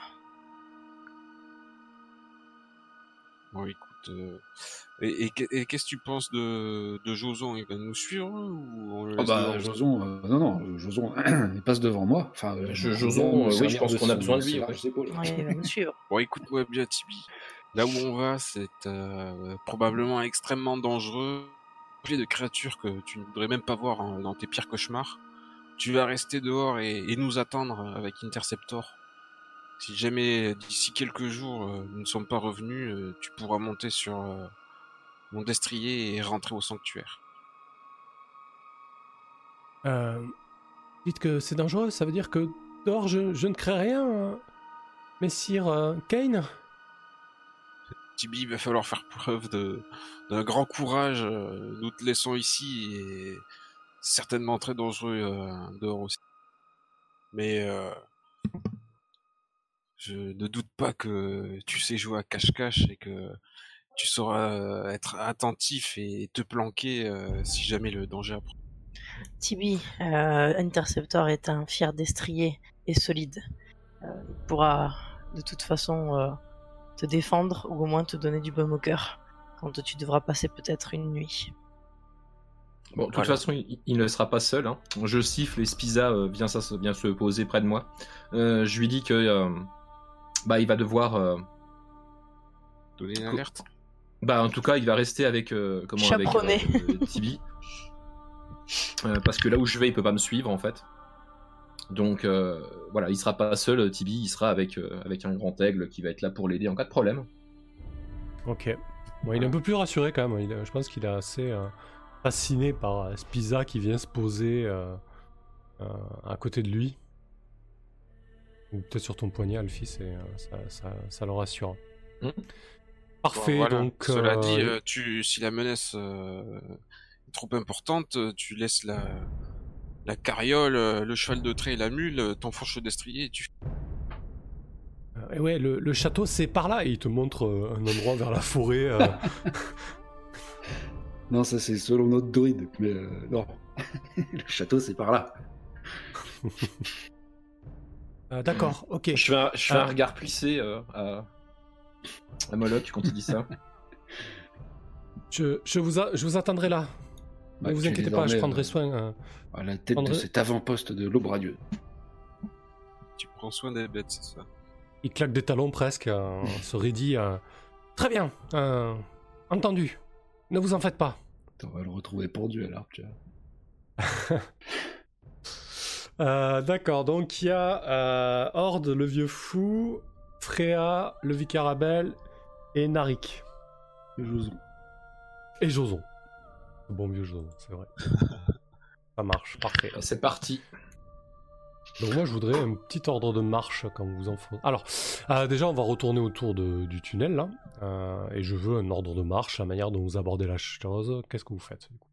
Bon, écoute. euh, Et, et, qu'est- et qu'est-ce que tu penses de, de Joson? Il va nous suivre ou on le Oh laisse bah, dehors? Joson, euh, non, non, Joson, il passe devant moi. Enfin, euh, Je- je Joson, viens me euh, oui, je servir pense de qu'on a son- besoin de ses lui, larges épaules. Oui, il va nous suivre. Bon, écoute-moi bien, Tibi. Là où on va, c'est euh, probablement extrêmement dangereux. Plein de créatures que tu ne voudrais même pas voir hein, dans tes pires cauchemars. Tu vas rester dehors et, et nous attendre avec Interceptor. Si jamais d'ici quelques jours euh, nous ne sommes pas revenus, euh, tu pourras monter sur euh, mon destrier et rentrer au sanctuaire. Euh, dites que c'est dangereux, ça veut dire que dehors je, je ne crée rien, euh, messire euh, Kane? Tibi, il va falloir faire preuve de d'un grand courage. euh, Nous te laissons ici et certainement très dangereux euh, dehors aussi. Mais euh, je ne doute pas que tu sais jouer à cache-cache et que tu sauras euh, être attentif et te planquer euh, si jamais le danger approche. Tibi, euh, Interceptor est un fier destrier et solide. Euh, il pourra de toute façon euh, te défendre ou au moins te donner du baume au cœur quand tu devras passer peut-être une nuit. Bon, de toute Voilà. façon, il, il ne sera pas seul. Hein. Je siffle et Spiza euh, vient, ça, vient se poser près de moi. Euh, je lui dis que euh, bah, il va devoir. euh, Donner une Co- alerte. Bah, en tout cas, il va rester avec euh, comment avec Chaperonné. euh, Tibi. Euh, parce que là où je vais, il peut pas me suivre en fait. Donc euh, voilà, il sera pas seul, Tibi, il sera avec, euh, avec un grand aigle qui va être là pour l'aider en cas de problème. Ok. Bon, il est un peu plus rassuré quand même. Il- je pense qu'il est assez euh, fasciné par euh, Spiza qui vient se poser euh, euh, à côté de lui. Ou peut-être sur ton poignet, Alphys, et euh, ça, ça, ça le rassure. Mm. Parfait, Bon, voilà. donc. Cela euh, dit, euh, tu, si la menace euh, est trop importante, euh, tu laisses la, la carriole, euh, le cheval de trait et la mule, euh, t'enfourches le destrier et tu... euh, et ouais, le, le château c'est par là, et il te montre euh, un endroit vers la forêt. euh. Non, ça c'est selon notre druide, mais euh, non. Le château, c'est par là. Euh, D'accord, ok. Je fais un, je fais Ah. un regard plissé euh, à, à Moloch quand il dit ça. Je, je, vous a- je vous attendrai là. Ne Bah, vous tu es inquiétez pas, je désormais, prendrai euh, soin. euh, à la tête André- de cet avant-poste de l'aube radieuse. Tu prends soin des bêtes, c'est ça. Il claque des talons presque, euh, se raidit. euh, Très bien, euh, entendu. Ne vous en faites pas. On va le retrouver pendu à l'arbre, tu vois. Euh, D'accord, donc il y a euh, Horde, le vieux fou, Freya, le vicaire Abel et Narik. Et Joson. Et Joson. Le bon vieux Joson, c'est vrai. Ça marche, parfait. C'est parti. Donc moi je voudrais un petit ordre de marche quand vous en faut. Alors, euh, déjà on va retourner autour de- du tunnel là. Euh, et je veux un ordre de marche, la manière dont vous abordez la chose. Qu'est-ce que vous faites du coup?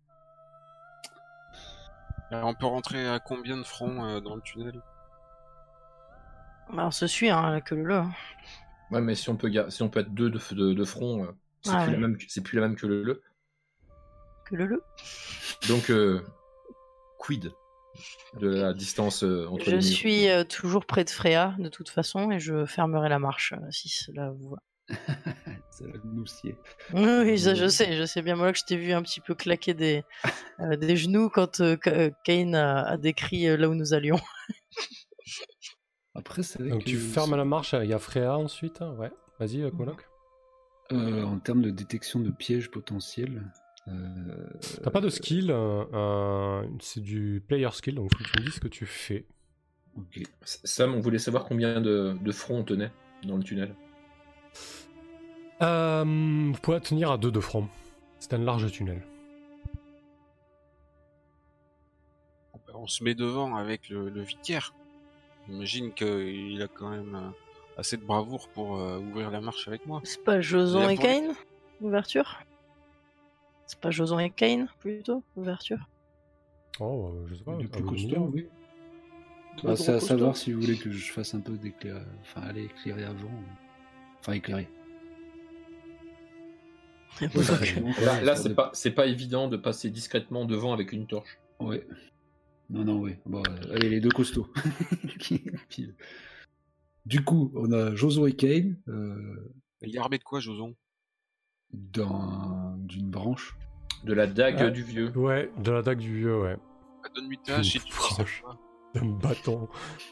Alors, on peut rentrer à combien de fronts euh, dans le tunnel? Bah, on se suit, hein, la queue leu leu, hein. Ouais, mais si on peut, ga- si on peut être deux de, de, de front, euh, c'est Ah plus, ouais. la même que- c'est plus la même que le le. Queue leu leu. Donc, euh, quid de la distance euh, entre Je les murs. suis euh, toujours près de Freya, de toute façon, et je fermerai la marche, euh, si cela vous va. Ça va nous scier. Oui, oui, ça, je sais, je sais bien. Moi, que je t'ai vu un petit peu claquer des, euh, des genoux quand euh, Ka- euh, Kane a, a décrit euh, là où nous allions. Après, c'est vrai Donc que... tu fermes la marche, il y a Freya ensuite. hein, Ouais, vas-y, euh, Moloch. Euh, en termes de détection de pièges potentiels... Euh... T'as pas de skill, euh, euh, c'est du player skill, donc faut que tu me dises ce que tu fais. Ok. Sam, on voulait savoir combien de, de fronts on tenait dans le tunnel. Euh, vous pouvez tenir à deux de front. C'est un large tunnel. On se met devant avec le, le vicaire. J'imagine qu'il a quand même euh, assez de bravoure pour euh, ouvrir la marche avec moi. C'est pas Joson Mais et pour les- Kane, ouverture? C'est pas Joson et Kane, plutôt, ouverture? Oh, euh, je sais pas. Du à plus vous de me costaud, dire. oui. Deux Bah, gros c'est à costauds. savoir si vous voulez que je fasse un peu d'éclairage. Enfin, aller éclairer avant. Enfin, éclairer. Là, là c'est pas, c'est pas évident de passer discrètement devant avec une torche. Ouais. Non, non, oui. Bon, euh, allez, les deux costauds. Qui- qui- Du coup, on a Joson et Kane euh, Il est armé de quoi, Joson? dans d'une branche. De la dague Ouais. du vieux. Ouais, de la dague du vieux, ouais. Bah, donne-lui ta hache et tu Franche. sais pas. Un bâton.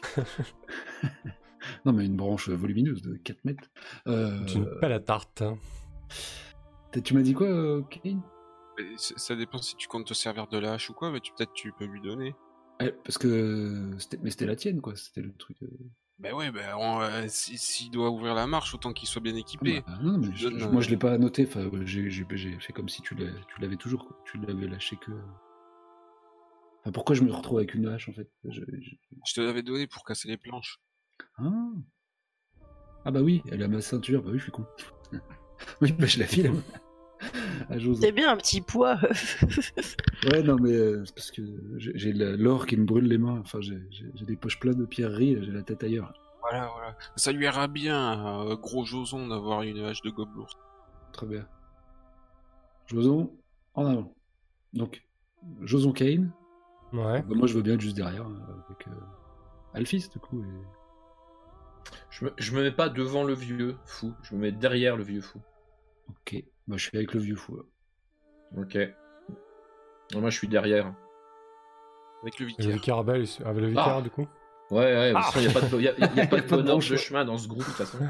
Non, mais une branche volumineuse de quatre mètres. Euh, Tu une pelle à tarte. hein. t'as- Tu m'as dit quoi, euh, Kane? Mais c- Ça dépend si tu comptes te servir de la hache ou quoi, mais tu- peut-être tu peux lui donner. Ouais, parce que c'était, mais c'était la tienne, quoi. C'était le truc. euh. Bah ouais, bah, on, euh, si- s'il doit ouvrir la marche, autant qu'il soit bien équipé. Bah, non, mais Tu je- donnes, je- euh, moi je l'ai pas noté. Enfin, ouais, j'ai, j'ai, j'ai fait comme si tu l'avais, tu l'avais toujours. Quoi. Tu l'avais lâché que. Enfin, pourquoi je me retrouve avec une hache en fait? Je- je- Je te l'avais donné pour casser les planches. Ah. Ah bah oui, elle a ma ceinture. Bah oui, je suis con. Oui, bah je la file à Joson. C'est bien un petit poids. Ouais, non, mais euh, c'est parce que j'ai, j'ai la- l'or qui me brûle les mains. Enfin, j'ai, j'ai, j'ai des poches pleines de pierreries. J'ai la tête ailleurs. Voilà, voilà. Ça lui ira bien, euh, gros Joson, d'avoir une hache de gobelour. Très bien. Joson, en avant. Donc, Joson Kane. Ouais. Bah, moi, je veux bien être juste derrière, hein, avec euh, Alphys, du coup. Et... Je me, je me mets pas devant le vieux fou, je me mets derrière le vieux fou. Ok, bah, je suis avec le vieux fou. là. Ok. Non, moi je suis derrière. Avec le Et le vicaire. vicaire Abel, avec le vicaire Ah. du coup. Ouais, ouais, de toute façon, il n'y a pas de, y a, y a pas de Y a pas de bonheur branche, de ouais. chemin dans ce groupe, de toute façon.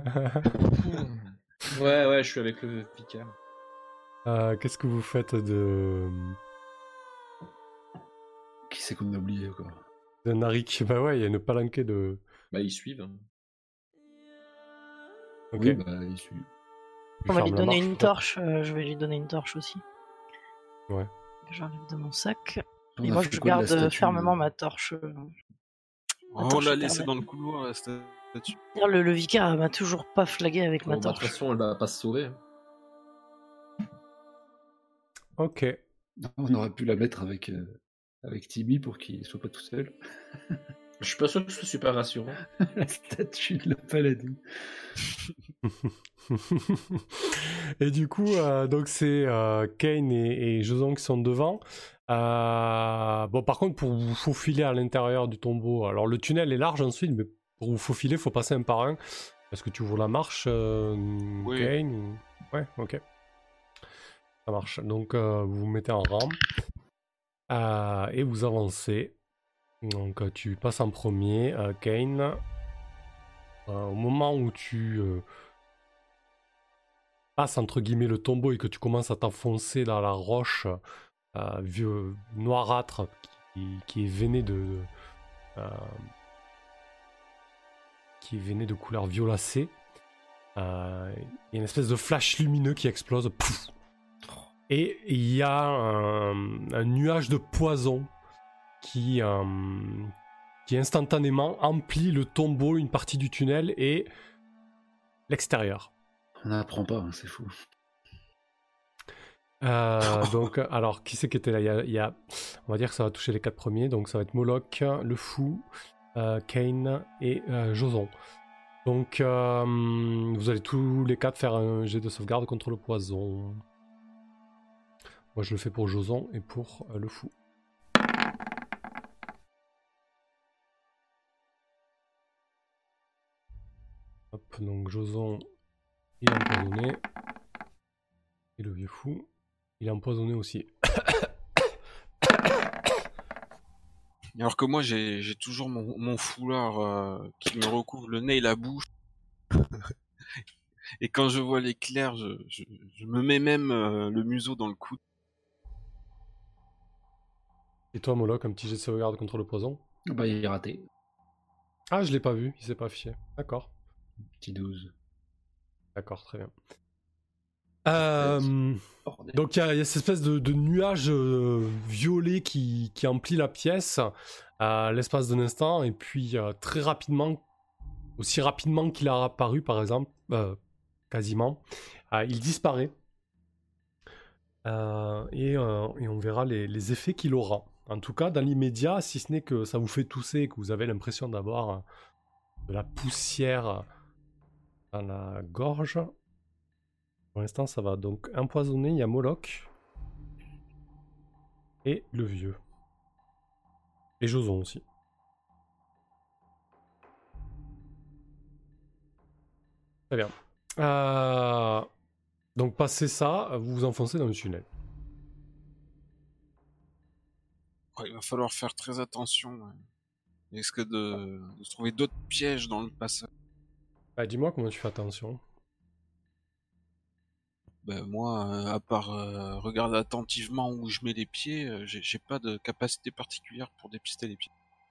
Ouais, ouais, je suis avec le vicaire. Euh, Qu'est-ce que vous faites de, Qui c'est qu'on a oublié encore? de Narik? Bah ouais, il y a une palanquée de. Bah, ils suivent. Ok. Oui, bah, il suit. Tu On va lui fermes la donner marche, une toi. torche. euh, je vais lui donner une torche aussi. Ouais. J'enlève de mon sac. On Et a moi, fait je quoi de la garde euh, statue, fermement euh ma torche. euh. Oh, Attends, on je l'a te laissé permets. dans le couloir, la statue. D'ailleurs, Le, le vicaire m'a toujours pas flagué avec ma Bon, bah, de toute torche. façon, elle va pas se sauver. Ok. On aurait pu la mettre avec, euh, avec Tibi pour qu'il soit pas tout seul. Je suis pas sûr que ce soit super rassurant. La statue de la paladine. Et du coup, euh, donc c'est euh, Kane et, et Joson qui sont devant. Euh, bon, par contre, pour vous faufiler à l'intérieur du tombeau, alors le tunnel est large ensuite, mais pour vous faufiler, il faut passer un par un. Est-ce que tu ouvres la marche, euh, Oui. Kane ou... Ouais, ok. Ça marche. Donc, euh, vous vous mettez en rang. Euh, et vous avancez. Donc euh, tu passes en premier, euh, Kane. Euh, au moment où tu euh, passes entre guillemets le tombeau et que tu commences à t'enfoncer dans la roche euh, vieux, noirâtre qui, qui est veinée de, de euh, qui est veinée de couleur violacée. Euh, il y a une espèce de flash lumineux qui explose. Pouf. Et il y a un, un nuage de poison qui, euh, qui instantanément emplit le tombeau, une partie du tunnel et l'extérieur. On n'apprend pas, hein, c'est fou. Euh, donc, alors, qui c'est qui était là? il y, a, il y a, on va dire que ça va toucher les quatre premiers. Donc, ça va être Moloch, le Fou, euh, Kane et euh, Joson. Donc, euh, vous allez tous les quatre faire un jet de sauvegarde contre le poison. Moi, je le fais pour Joson et pour euh, le Fou. Hop, donc Joson, il est empoisonné. Et le vieux Fou, il est empoisonné aussi. Alors que moi, j'ai, j'ai toujours mon, mon foulard euh, qui me recouvre le nez et la bouche. Et quand je vois l'éclair, je, je, je me mets même euh, le museau dans le coude. Et toi, Moloch, un petit jet de sauvegarde contre le poison? Bah, il est raté. Ah, je l'ai pas vu, il s'est pas affiché. D'accord. Petit douze. D'accord, très bien. Euh, donc il y, y a cette espèce de, de nuage euh, violet qui, qui emplit la pièce à l'espace d'un instant, et puis euh, très rapidement, aussi rapidement qu'il a apparu par exemple, euh, quasiment, euh, il disparaît. Euh, et, euh, et on verra les, les effets qu'il aura. En tout cas, dans l'immédiat, si ce n'est que ça vous fait tousser et que vous avez l'impression d'avoir de la poussière dans la gorge. Pour l'instant, ça va. Donc, empoisonné, il y a Moloch. Et le vieux. Et Joson aussi. Très bien. Euh... Donc, passé ça, vous vous enfoncez dans le tunnel. Ouais, il va falloir faire très attention. Ouais. Il risque de, de se trouver d'autres pièges dans le passage. Bah, dis-moi comment tu fais attention. Ben moi, euh, à part euh, regarder attentivement où je mets les pieds, euh, j'ai, j'ai pas de capacité particulière pour dépister les pieds.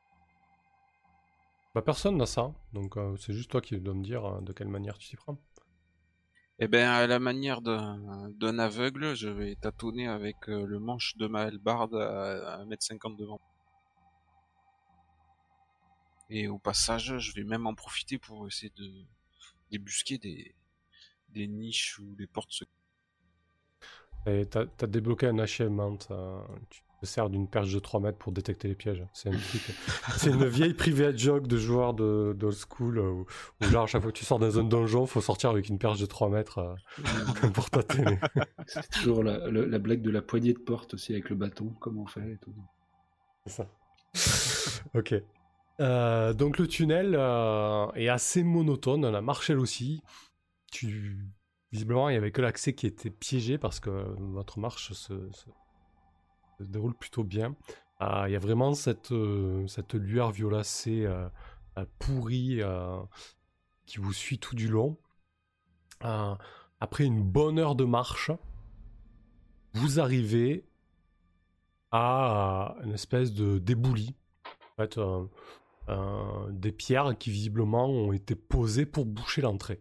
Bah, personne n'a ça. Donc, euh, c'est juste toi qui dois me dire euh, de quelle manière tu t'y prends. Eh ben, à la manière d'un, d'un aveugle, je vais tâtonner avec euh, le manche de ma hallebarde à, à un mètre cinquante devant. Et au passage, je vais même en profiter pour essayer de débusquer des, des niches ou des portes secrètes. Et t'as, t'as débloqué un achievement. Tu te sers d'une perche de trois mètres pour détecter les pièges. C'est un truc. C'est une vieille private joke de joueurs de, d'old school où, où genre à chaque fois que tu sors dans un donjon, faut sortir avec une perche de trois mètres euh, pour tâtonner. C'est toujours la, la, la blague de la poignée de porte aussi avec le bâton, comment on fait et tout. C'est ça. Ok. Euh, donc le tunnel euh, est assez monotone, la marche elle aussi. Tu... Visiblement, il n'y avait que l'accès qui était piégé parce que votre marche se, se, se déroule plutôt bien. Euh, il y a vraiment cette, euh, cette lueur violacée euh, euh, pourrie euh, qui vous suit tout du long. Euh, après une bonne heure de marche, vous arrivez à une espèce de d'éboulis. En fait, euh, euh, des pierres qui visiblement ont été posées pour boucher l'entrée.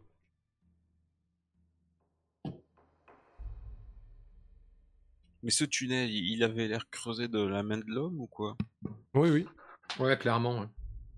Mais ce tunnel, il avait l'air creusé de la main de l'homme ou quoi? Oui, oui. Ouais, clairement. Ouais.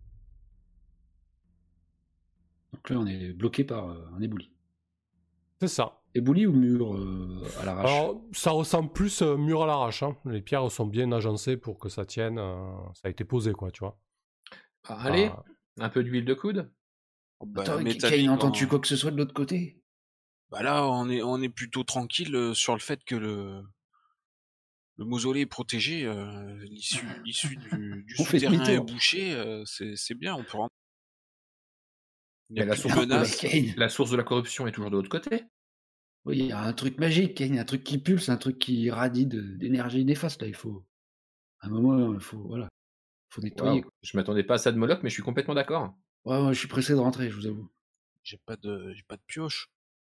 Donc là, on est bloqué par euh, un éboulis. C'est ça. Éboulis ou mur euh, à l'arrache? Alors, ça ressemble plus euh, mur à l'arrache. Hein. Les pierres sont bien agencées pour que ça tienne. Euh, ça a été posé, quoi, tu vois. Ah, allez, Ah. un peu d'huile de coude. Oh, bah, Attends, métallique, Kane, entends-tu en- quoi que ce soit de l'autre côté? Bah là, on est, on est plutôt tranquille euh, sur le fait que le, le mausolée est protégé. Euh, l'issue, l'issue du, du On fait souterrain est demi-tour. bouchée. Euh, c'est, c'est bien, on peut rentrer. Il n'y a Mais la plus de source, menace. Kane. la source de la corruption est toujours de l'autre côté. Oui, il y a un truc magique, Kane, un truc qui pulse, un truc qui radie de- d'énergie néfaste, là, il faut À un moment, il faut, voilà, faut nettoyer. Waouh, je m'attendais pas à ça de Moloch, mais je suis complètement d'accord. Ouais, ouais, je suis pressé de rentrer, je vous avoue. J'ai pas de, j'ai pas de pioche.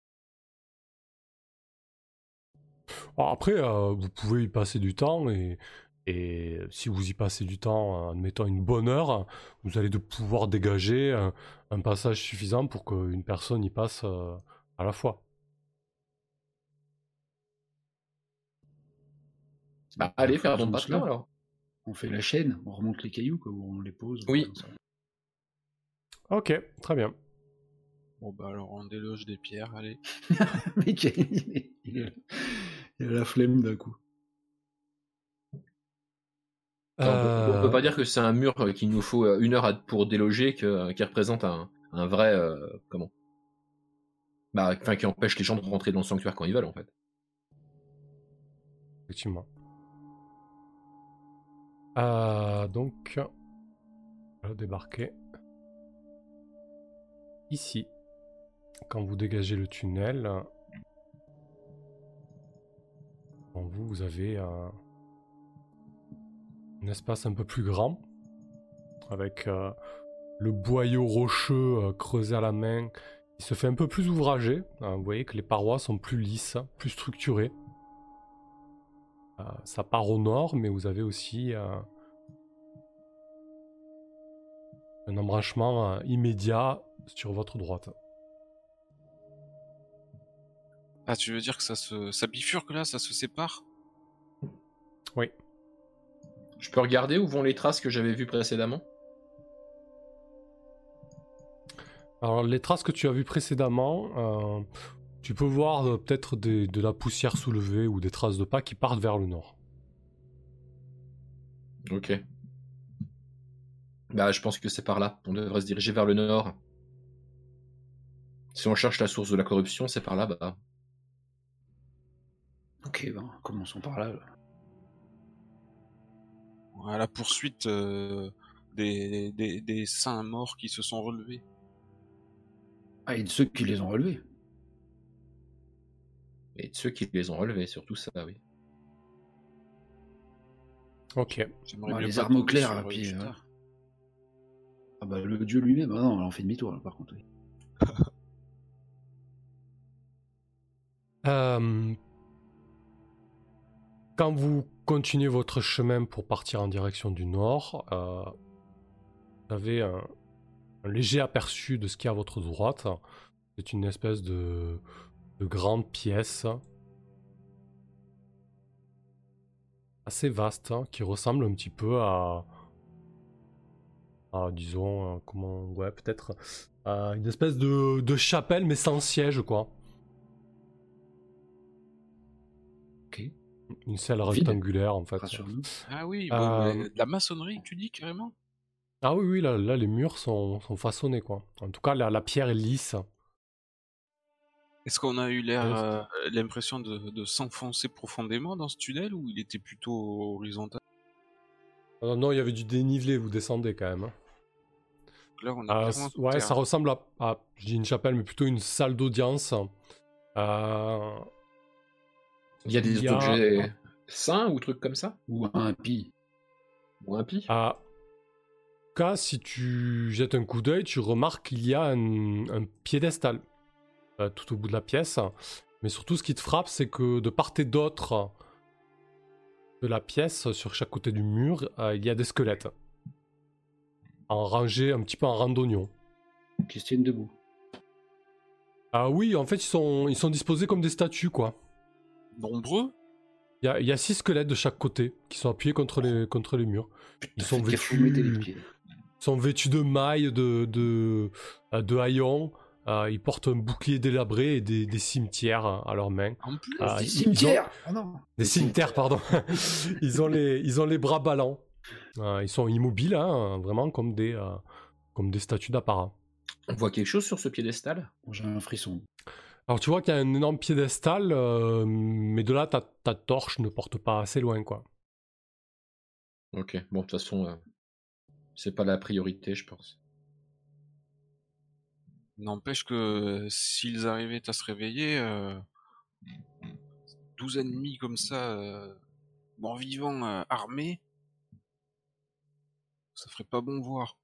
Alors après, euh, vous pouvez y passer du temps et, et si vous y passez du temps, en mettant une bonne heure, vous allez de pouvoir dégager un, un passage suffisant pour qu'une personne y passe euh, à la fois. Bah, allez, Faisons perdons pas de cela. temps alors. On fait la chaîne, on remonte les cailloux, quoi, ou on les pose. Oui. Ok, très bien. Bon bah alors on déloge des pierres, allez. Mais il, il, a, il a la flemme d'un coup. Enfin, on, peut, on peut Euh, pas dire que c'est un mur euh, qu'il nous faut euh, une heure à- pour déloger que, euh, qui représente un, un vrai euh, comment bah, enfin qui empêche les gens de rentrer dans le sanctuaire quand ils veulent en fait. Effectivement. Euh, donc, on va débarquer ici. Quand vous dégagez le tunnel, en vous, vous avez euh, un espace un peu plus grand, avec euh, le boyau rocheux euh, creusé à la main. Il se fait un peu plus ouvragé. Hein, vous voyez que les parois sont plus lisses, plus structurées. Euh, ça part au nord, mais vous avez aussi euh, un embranchement euh, immédiat sur votre droite. Ah, tu veux dire que ça se, ça bifurque là, ça se sépare? Oui. Je peux regarder où vont les traces que j'avais vues précédemment? Alors les traces que tu as vues précédemment, euh, tu peux voir euh, peut-être des- de la poussière soulevée ou des traces de pas qui partent vers le nord. Ok. Bah, je pense que c'est par là. On devrait se diriger vers le nord. Si on cherche la source de la corruption, c'est par là. Bah. Ok, ben, commençons par là. là. À la poursuite euh, des, des, des saints morts qui se sont relevés. Ah, et de ceux qui les ont relevés. Et de ceux qui les ont relevés, surtout ça, oui. Ok. J'aimerais Bah, bien les pas armes au tomber clair, sur, là, euh, puis, plus euh, tard. Ah bah le dieu lui-même, ah non, là on fait demi-tour là, par contre, oui. Euh, Quand vous continuez votre chemin pour partir en direction du nord, euh, vous avez un, un léger aperçu de ce qu'il y a à votre droite. C'est une espèce de, de grande pièce assez vaste hein, qui ressemble un petit peu à, à disons, euh, comment, ouais, peut-être à une espèce de, de chapelle mais sans siège quoi. Ok, Une salle Vide. rectangulaire en fait. rassure-nous. Ah oui, Euh, bon, mais de la maçonnerie, tu dis carrément? Ah oui, oui, là, là les murs sont, sont façonnés quoi. En tout cas, la, la pierre est lisse. Est-ce qu'on a eu l'air, Yes. euh, l'impression de, de s'enfoncer profondément dans ce tunnel ou il était plutôt horizontal? Euh, non, il y avait du dénivelé, vous descendez quand même. hein. Là, on est Euh, clairement c- sous ouais, terre. ça ressemble à, à- je dis une chapelle, mais plutôt une salle d'audience. Euh, Il y a il des y a, objets saints ou trucs comme ça? Ou un pis. Ou impie? à cas, si tu jettes un coup d'œil, tu remarques qu'il y a un, un piédestal euh, tout au bout de la pièce. Mais surtout, ce qui te frappe, c'est que de part et d'autre de la pièce, sur chaque côté du mur, euh, il y a des squelettes. En rangée, un petit peu en randonnion. Qui se tiennent debout. Ah oui, en fait, ils sont, ils sont disposés comme des statues, quoi. Nombreux? Il y a, il y a six squelettes de chaque côté qui sont appuyés contre les, contre les murs. Ils sont Faites gaffe, vous mettez les vêtus, pieds. ils sont vêtus de mailles, de, de, euh, de haillons. Euh, ils portent un bouclier délabré et des, des cimetières à leurs mains. En plus? Ah, Des ils- cimetières ils ont- Ah non Des cimetières, pardon. ils, ont les, ils ont les bras ballants. Euh, ils sont immobiles, hein, vraiment comme des, euh, comme des statues d'apparat. On voit quelque chose sur ce piédestal? Bon, j'ai un frisson. Alors tu vois qu'il y a un énorme piédestal, euh, mais de là, ta, ta torche ne porte pas assez loin, quoi. Ok, bon, de toute façon, euh, c'est pas la priorité, je pense. N'empêche que s'ils arrivaient à se réveiller, euh, douze ennemis comme ça, euh, morts vivants, euh, armés, ça ferait pas bon voir.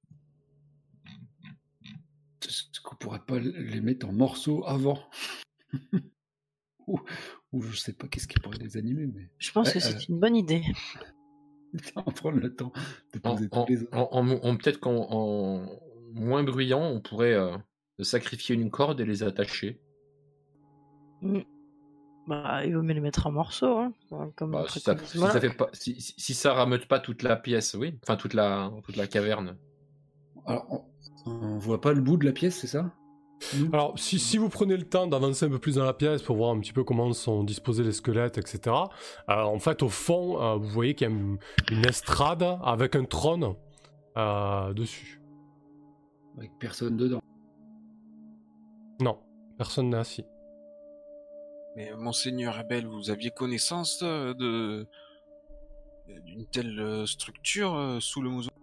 Est-ce qu'on pourrait pas les mettre en morceaux avant? ou, ou je sais pas qu'est-ce qui pourrait les animer, mais... Je pense Ouais, que c'est euh, une bonne idée. on prend le temps de En, poser en- tous les en- en- en- peut-être qu'en en moins bruyant, on pourrait euh, sacrifier une corde et les attacher. Mm. Bah, il vaut mieux les mettre en morceaux, hein, comme Bah, si, ça, préconise si, Moloch. ça fait pas, si, si- si ça rameute pas toute la pièce, oui. Enfin, toute la, toute la caverne. Alors, on, on voit pas le bout de la pièce, c'est ça? Nous Alors, si, si vous prenez le temps d'avancer un peu plus dans la pièce pour voir un petit peu comment sont disposés les squelettes, et cetera, euh, en fait, au fond, euh, vous voyez qu'il y a une, une estrade avec un trône euh, dessus. Avec personne dedans. Non, personne n'est assis. Mais monseigneur Abel, vous aviez connaissance euh, de d'une telle euh, structure euh, sous le mausolée?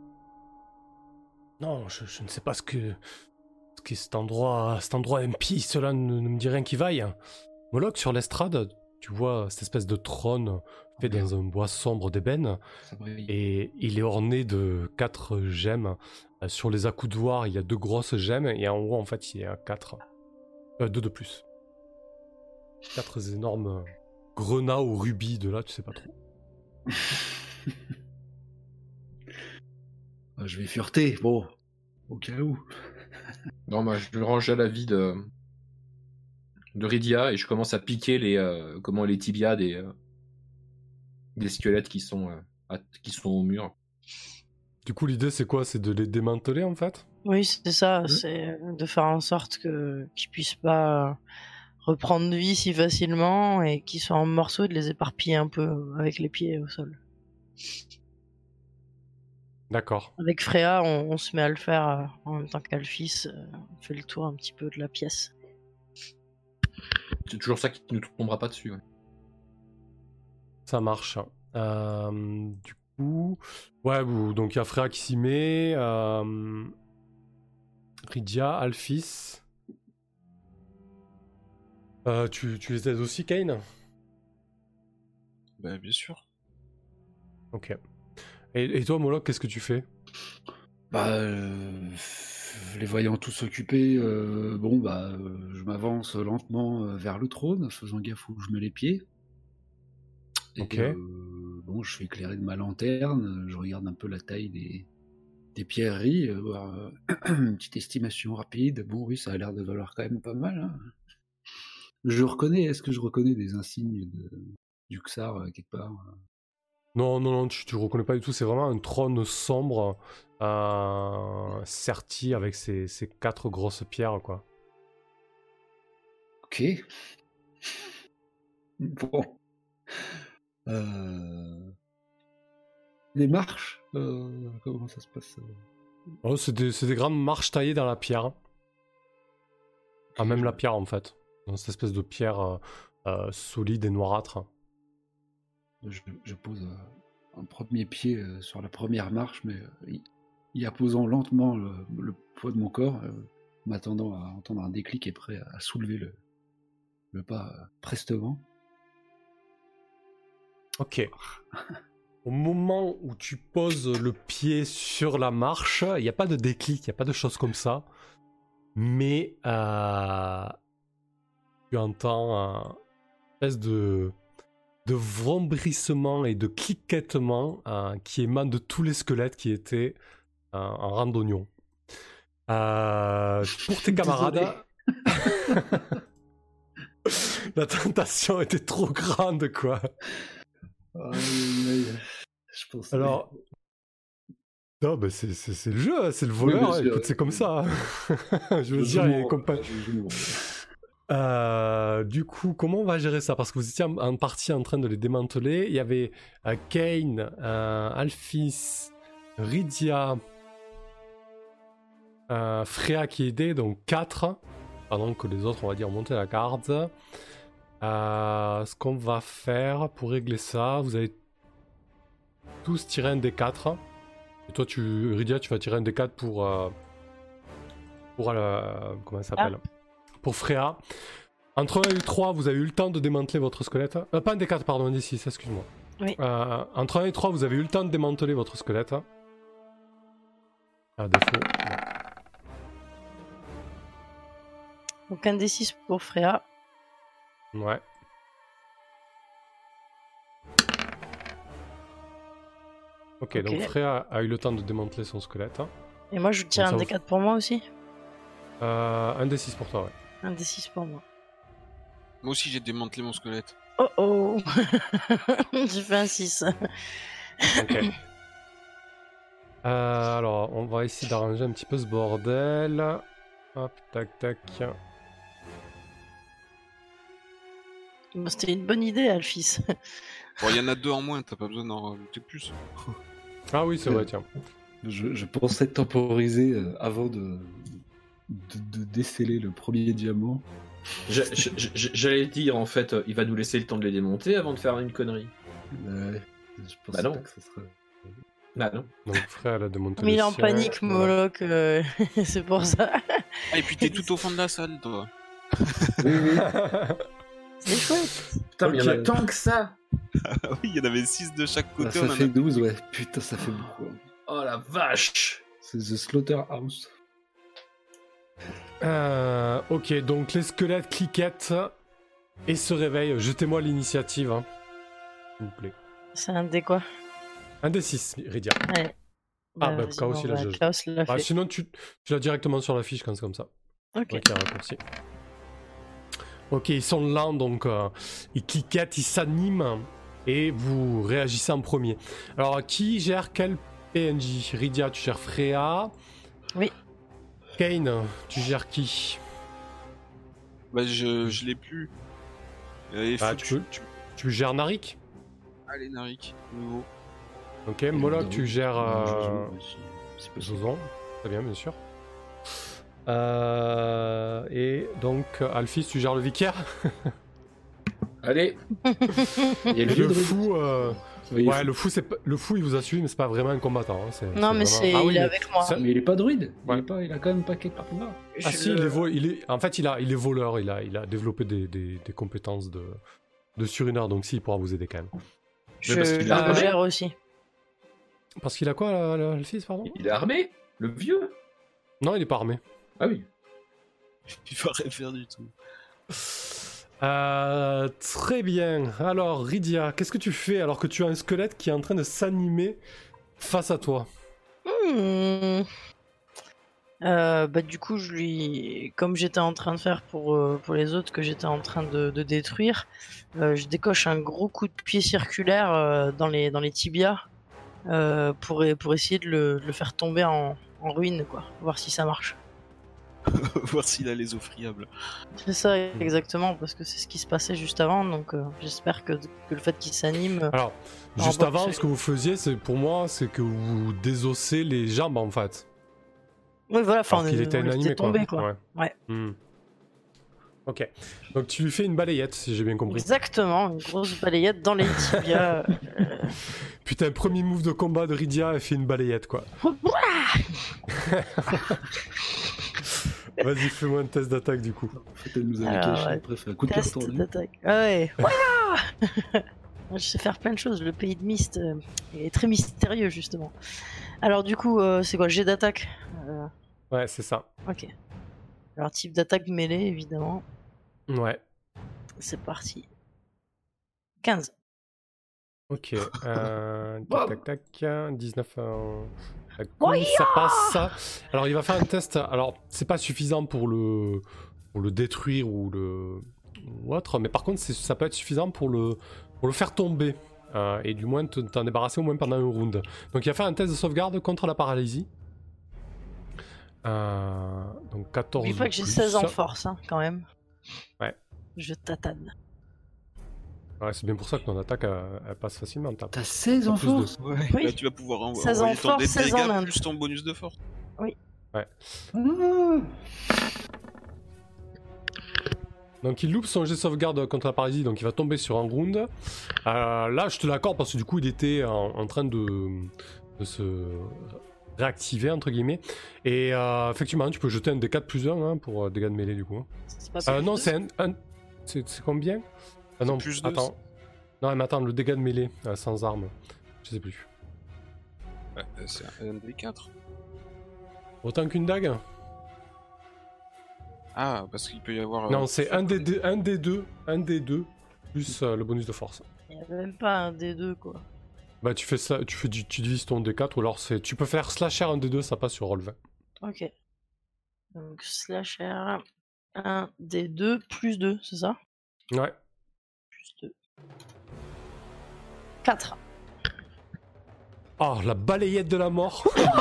Non, je, je ne sais pas ce que, ce que cet endroit, cet endroit impie, cela ne, ne me dit rien qui vaille. Moloch, sur l'estrade, tu vois cette espèce de trône fait dans un bois sombre d'ébène, Ça brille. et il est orné de quatre gemmes. Euh, Sur les accoudoirs, il y a deux grosses gemmes, et en haut, en fait, il y a quatre. Euh, deux de plus. Quatre énormes grenats au rubis de là, tu sais pas trop. Ah, je vais fureter, bon, au cas où. Non, moi, je range à la vie de, de Rydia et je commence à piquer les, euh, comment, les tibias des, euh, des squelettes qui sont, euh, à- qui sont au mur. Du coup, l'idée, c'est quoi? C'est de les démanteler, en fait? Oui, c'est ça, Hmm. c'est de faire en sorte que qu'ils puissent pas reprendre vie si facilement et qu'ils soient en morceaux et de les éparpiller un peu avec les pieds au sol. D'accord. Avec Freya, on, on se met à le faire euh, en même temps qu'Alphys, euh, on fait le tour un petit peu de la pièce. C'est toujours ça qui ne nous tombera pas dessus. Ouais. Ça marche. Euh, du coup... Ouais, vous- donc il y a Freya qui s'y met. Euh... Rydia, Alphys... Euh, tu, tu les aides aussi, Kane? Bah bien sûr. Ok. Et, et toi, Moloch, qu'est-ce que tu fais? Bah, euh, les voyant tous occupés, euh, bon, bah, euh, je m'avance lentement euh, vers le trône, faisant gaffe où je mets les pieds. Et, Ok. euh, bon, je fais éclairer de ma lanterne, je regarde un peu la taille des, des pierreries, euh, voir, euh, une petite estimation rapide. Bon, oui, ça a l'air de valoir quand même pas mal. Hein. Je reconnais, est-ce que je reconnais des insignes de, du Xar euh, quelque part? Non, non, non, tu, tu reconnais pas du tout. C'est vraiment un trône sombre, euh, serti avec ses, ses quatre grosses pierres, quoi. Ok. Bon. Euh... Les marches, euh, comment ça se passe? Oh, c'est des, c'est des grandes marches taillées dans la pierre. Ah, même la pierre, en fait. Dans cette espèce de pierre euh, euh, solide et noirâtre. Je, je pose euh, un premier pied euh, sur la première marche, mais euh, y, y apposant lentement le, le poids de mon corps, euh, m'attendant à entendre un déclic et prêt à, à soulever le, le pas euh, prestement. Ok. Au moment où tu poses le pied sur la marche, il n'y a pas de déclic, il n'y a pas de choses comme ça. Mais euh, tu entends un espèce de, de vrombrissement et de cliquettement euh, qui émane de tous les squelettes qui étaient euh, en randonnion. Euh, pour tes camarades, la tentation était trop grande, quoi. Aïe, aïe, aïe. Je pense. Alors, non, bah c'est, c'est, c'est le jeu, c'est le voleur, bien sûr. écoute, c'est comme ça. Je veux Je dire, joue il y a mon- compa- je joue mon- Euh, du coup, comment on va gérer ça? Parce que vous étiez en, en partie en train de les démanteler. Il y avait euh, Kane, euh, Alphys, Rydia, euh, Freya qui aidait, donc quatre. Pendant que les autres, on va dire, montaient la garde. Euh, ce qu'on va faire pour régler ça, vous allez tous tirer un des quatre. Et toi, tu, Rydia, tu vas tirer un des quatre pour... Euh, pour euh, comment ça s'appelle Pour Freya. Entre un et trois, vous avez eu le temps de démanteler votre squelette. Euh, pas un des quatre, pardon, un des six, excuse-moi. Oui. Euh, entre un et trois, vous avez eu le temps de démanteler votre squelette. À défaut. Donc un D six pour Freya. non. Ouais. Ok, Ok. donc Freya a eu le temps de démanteler son squelette. hein. Et moi je tire Donc un ça D quatre pour moi aussi. Euh, un D six pour toi, ouais. Un D six pour moi. Moi aussi, j'ai démantelé mon squelette. Oh oh. J'ai fait un six. Ok. Euh, alors, on va essayer d'arranger un petit peu ce bordel. Hop, tac, tac. Bon, c'était une bonne idée, Alphys. Bon, il y en a deux en moins, t'as pas besoin d'en rajouter plus. Ah oui, c'est Euh, vrai, tiens. Je, je pensais temporiser euh, avant de, de, de déceler le premier diamant. Je- je- je- J'allais dire, en fait, euh, il va nous laisser le temps de les démonter avant de faire une connerie. Ouais, je Bah pensais non. pas que ça serait... Bah non. Donc, Freya, elle a démonté Mais le il est en sien, panique, voilà. Moloch. euh, c'est pour ça. Ah, et puis t'es tout au fond de la salle, toi. Oui, oui. C'est chouette. Putain, mais il y en a Ok. tant que ça. Ah oui, il y en avait six de chaque Bah, côté. ça on en fait a... douze, ouais. Putain, ça fait beaucoup. hein. Oh la vache. C'est The Slaughterhouse. Euh, ok, donc les squelettes cliquettent et se réveillent. Jetez-moi l'initiative, hein, s'il vous plaît. C'est un D quoi? Un D six, Ridia. Allez. Ah, bah, vas-y, Chaos, on il a va- déjà- Chaos l'a Ah, fait. sinon, tu, tu l'as directement sur la fiche quand c'est comme ça. Ok. Ok, raccourci. Ok, ils sont lents, donc euh, ils cliquettent, ils s'animent et vous réagissez en premier. Alors, qui gère quel P N J? Ridia, tu gères Freya. Oui. Kane, tu gères qui? Bah, je, je l'ai plus. Allez, Bah, foutu. tu, peux, tu, tu gères Narik. Allez, Narik, nouveau. Ok, Moloch, tu gères euh, C'est possible. Zozon. Très bien, bien sûr. Euh, et donc, Alphys, tu gères le vicaire. Allez. Il y a Et le le vieux fou, euh, Oui, il ouais, faut- le fou, c'est pas- le fou, il vous a suivi, mais c'est pas vraiment un combattant. hein, c'est- Non, mais vraiment- c'est Ah oui, il est mais avec moi. ça- Mais il est pas druide. Il, Ouais. est pas, il a quand même pas quelques pouvoirs. Ah Je si, le- il est, vo- il est... en fait, il, a, il est voleur, il a, il a développé des, des, des compétences de, de surineur, donc si, il pourra vous aider quand même. Je, parce qu'il je a- le gère aussi. Parce qu'il a quoi, là, là, le fils, pardon? Il est armé. Le vieux. Non, il est pas armé. Ah oui. Il va rien faire du tout. Euh, très bien. Alors, Ridia, qu'est-ce que tu fais alors que tu as un squelette qui est en train de s'animer face à toi? Hmm. Euh, bah du coup je lui, comme j'étais en train de faire pour euh, pour les autres que j'étais en train de, de détruire, euh, je décoche un gros coup de pied circulaire euh, dans les dans les tibias euh, pour pour essayer de le, de le faire tomber en, en ruine quoi, voir si ça marche. Voir s'il a les eaux friables. C'est ça exactement parce que c'est ce qui se passait juste avant donc euh, j'espère que, que le fait qu'il s'anime. euh, Alors, En juste bas, avant, c'est- ce que vous faisiez, c'est pour moi, c'est que vous désossez les jambes en fait. Oui voilà, enfin Alors on, qu'il est- était on était inanimé, quoi. tombé quoi. Ouais. Ouais. Hmm. Ok. Donc tu lui fais une balayette, si j'ai bien compris. Exactement, une grosse balayette dans les tibias. euh, Putain, premier move de combat de Ridia, elle fait une balayette, quoi. Vas-y, fais-moi un test d'attaque, du coup. En fait, elle nous avait Alors, caché. ouais. Après, elle fait un coup de pied Test retourné. d'attaque. Ah ouais. Voilà. Je sais faire plein de choses. Le pays de Mist euh, est très mystérieux justement. Alors du coup, euh, c'est quoi le jet d'attaque? Euh, Ouais, c'est ça. Ok. Alors type d'attaque mêlée évidemment. Ouais. C'est parti. quinze. Ok. Euh... Wow. Tac, tac, tac. dix-neuf. Euh... tac, cool, ça passe, ça. Alors, il va faire un test. Alors, c'est pas suffisant pour le, pour le détruire ou le ou autre, mais par contre, c'est- ça peut être suffisant pour le, pour le faire tomber. Euh, et du moins te- t'en débarrasser au moins pendant un round. Donc, il va faire un test de sauvegarde contre la paralysie. Euh... Donc, quatorze. N'oublie pas que j'ai plus. seize en force hein, quand même. Ouais. Je tatane. Ouais, c'est bien pour ça que ton attaque, elle, elle passe facilement. T'as T'as seize en plus de- force. Ouais, Oui. là tu vas pouvoir envo- seize en envoyer ton force, dé- seize en dégâts inde. plus ton bonus de force. Ah. Donc il loupe son jet de sauvegarde contre la paralysie, donc il va tomber sur un round. Euh, là, je te l'accorde parce que du coup, il était en, en train de, de se réactiver, entre guillemets. Et euh, effectivement, tu peux jeter un D quatre plus un hein, pour euh, dégâts de mêlée, du coup. C'est pas Euh, plus non, de- c'est un... un- c'est c'est combien? Ah non, plus deux, attends. Non, mais attends, le dégât de mêlée, euh, sans arme. Je sais plus. Ouais, euh, c'est un D quatre. Autant qu'une dague? Ah, parce qu'il peut y avoir... euh, Non, c'est un des deux, un des deux, un des deux, plus euh, le bonus de force. Il n'y a même pas un D deux, quoi. Bah tu fais ça, tu, fais du, tu divises ton D quatre, ou alors c'est, tu peux faire slasher un D deux, ça passe sur roll vingt. Ok. Donc, slasher, un D deux, plus deux, c'est ça? Ouais. Plus deux. quatre. Oh, la balayette de la mort.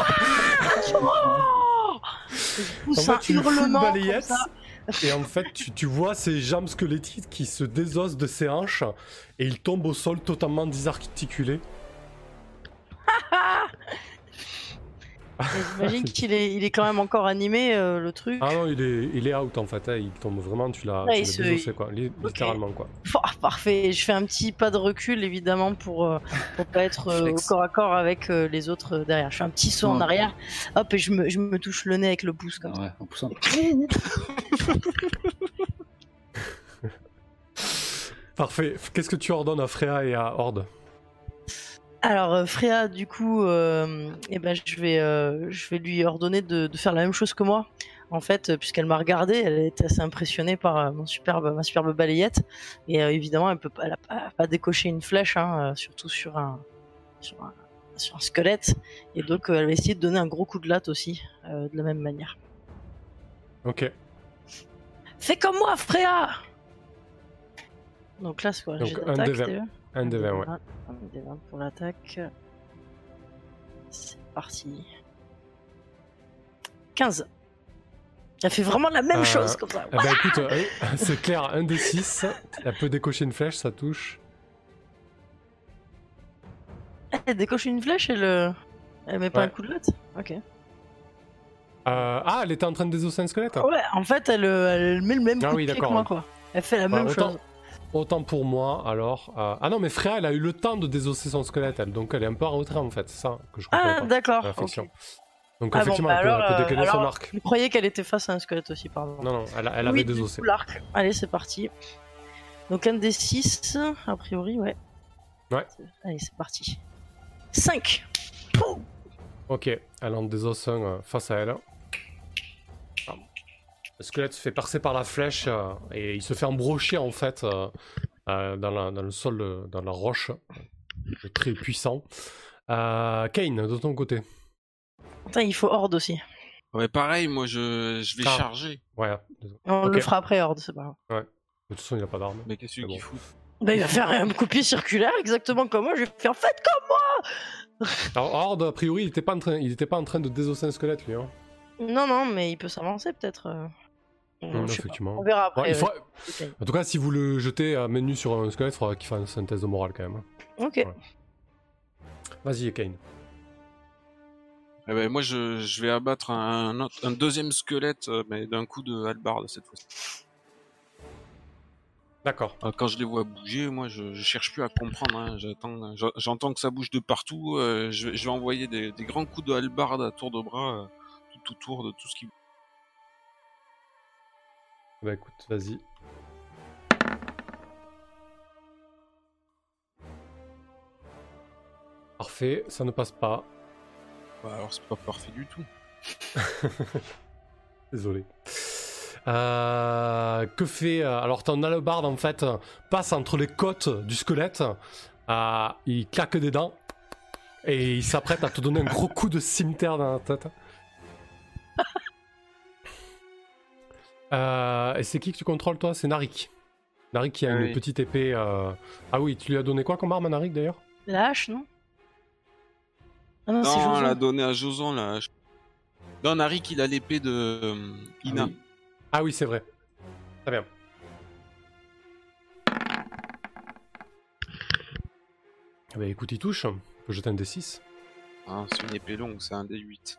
Oh, pousse En un fait, tu lui fous une hurlement comme balayette, ça. et en fait, tu, tu vois ses jambes squelettiques qui se désossent de ses hanches, et il tombe au sol totalement désarticulé. Et J'imagine qu'il est, il est quand même encore animé, euh, le truc. Ah non, il est, il est out en fait, hein, il tombe vraiment, tu l'as, Ouais, tu il l'as se- désossé quoi, li- Ok. littéralement quoi. Ah, parfait, je fais un petit pas de recul évidemment pour, euh, pour pas être euh, au Flex. corps à corps avec euh, les autres euh, derrière. Je fais un petit saut en Ouais. arrière, hop, et je me, je me touche le nez avec le pouce comme ça. Ouais, en poussant. Parfait, qu'est-ce que tu ordonnes à Freya et à Horde? Alors euh, Freya, du coup, euh, eh ben, je, vais, euh, je vais lui ordonner de, de faire la même chose que moi. En fait, euh, puisqu'elle m'a regardé, elle était assez impressionnée par euh, mon superbe, ma superbe balayette. Et euh, évidemment, elle peut pas, elle a pas, pas décoché une flèche, hein, euh, surtout sur un, sur, un, sur un squelette. Et donc, euh, elle va essayer de donner un gros coup de latte aussi, euh, de la même manière. Ok, Fais comme moi, Freya! Donc là, c'est quoi? Donc, J'ai un d'attaque, des vingt. déjà un des vingt, ouais. Un des vingt pour l'attaque. C'est parti. quinze. Elle fait vraiment la même Euh, chose comme ça. Eh ben écoute, euh, c'est clair, un des six, elle peut décocher une flèche, ça touche. Elle décoche une flèche et le... elle met pas Ouais. un coup de latte? Ok. Euh, ah, elle était en train de désosser un squelette? Ouais, en fait, elle, euh, elle met le même Ah coup oui, de pied que d'accord. moi, quoi. Elle fait la Bah, même autant, chose. autant pour moi, alors. euh, Ah non, mais Freya, elle a eu le temps de désosser son squelette, elle, donc elle est un peu en retrait en fait, c'est ça que je comprends Ah, pas. d'accord. la fiction. ok. Donc Ah bon, effectivement, bah elle peut, alors, elle peut euh, dégainer son alors, arc. Je croyais qu'elle était face à un squelette aussi, pardon. Non, non, elle, elle Oui, avait du désossé. coup, l'arc. Allez, c'est parti. Donc un des six, a priori, ouais. Ouais. Allez, c'est parti. cinq. Ok, elle en désosse un euh, face à elle. Ah. Le squelette se fait percer par la flèche euh, et il se fait embrocher en fait euh, euh, dans, la, dans le sol, euh, dans la roche. Euh, Très puissant. Euh, Kane, de ton côté. Attends, il faut Horde aussi. Ouais, pareil, moi je, je vais Ah. charger. Ouais, désolé. On Ok. le fera après Horde, c'est pas grave. De toute façon, il n'a pas d'arme. Mais qu'est-ce C'est qu'il bon. fout? Bah, il va faire un copier circulaire exactement comme moi. Je vais faire faites comme moi. Alors, Horde, a priori, il était pas en train, il était pas en train de désosser un squelette, lui. Hein. Non, non, mais il peut s'avancer peut-être. euh. Non, Je sais pas. effectivement. On verra après. Ouais, il ouais. faut- Ok. En tout cas, si vous le jetez à main nue sur un squelette, il faudra qu'il fasse une thèse de morale quand même. Ok. Ouais. Vas-y, Kane. Eh ben, moi je, je vais abattre un, autre- un deuxième squelette, euh, mais d'un coup de hallebarde cette fois-ci. D'accord. Euh, Quand je les vois bouger, moi je, je cherche plus à comprendre. Hein. J'attends, j'en- j'entends que ça bouge de partout. euh, je, vais- je vais envoyer des, des grands coups de hallebarde à tour de bras, euh, tout autour de tout ce qui. Bah écoute, vas-y. Parfait, ça ne passe pas. Bah, alors c'est pas parfait du tout. Désolé. Euh, que fait... euh, alors ton hallebarde en fait euh, passe entre les côtes du squelette. Euh, il claque des dents. Et il s'apprête à te donner un gros coup de cimetière dans la tête. Euh, et c'est qui que tu contrôles toi? C'est Narik. Narik qui a Ah une oui. petite épée... euh, Ah oui, tu lui as donné quoi comme arme à Narik d'ailleurs? La hache, non? Ah non, c'est Non, on Joson. l'a donné à Joson là. Non, Narik il a l'épée de euh, Ina. Ah oui. Ah oui, c'est vrai. Très bien. Bah écoute, il touche. On peut jeter un D six. Ah, c'est une épée longue, c'est un D huit.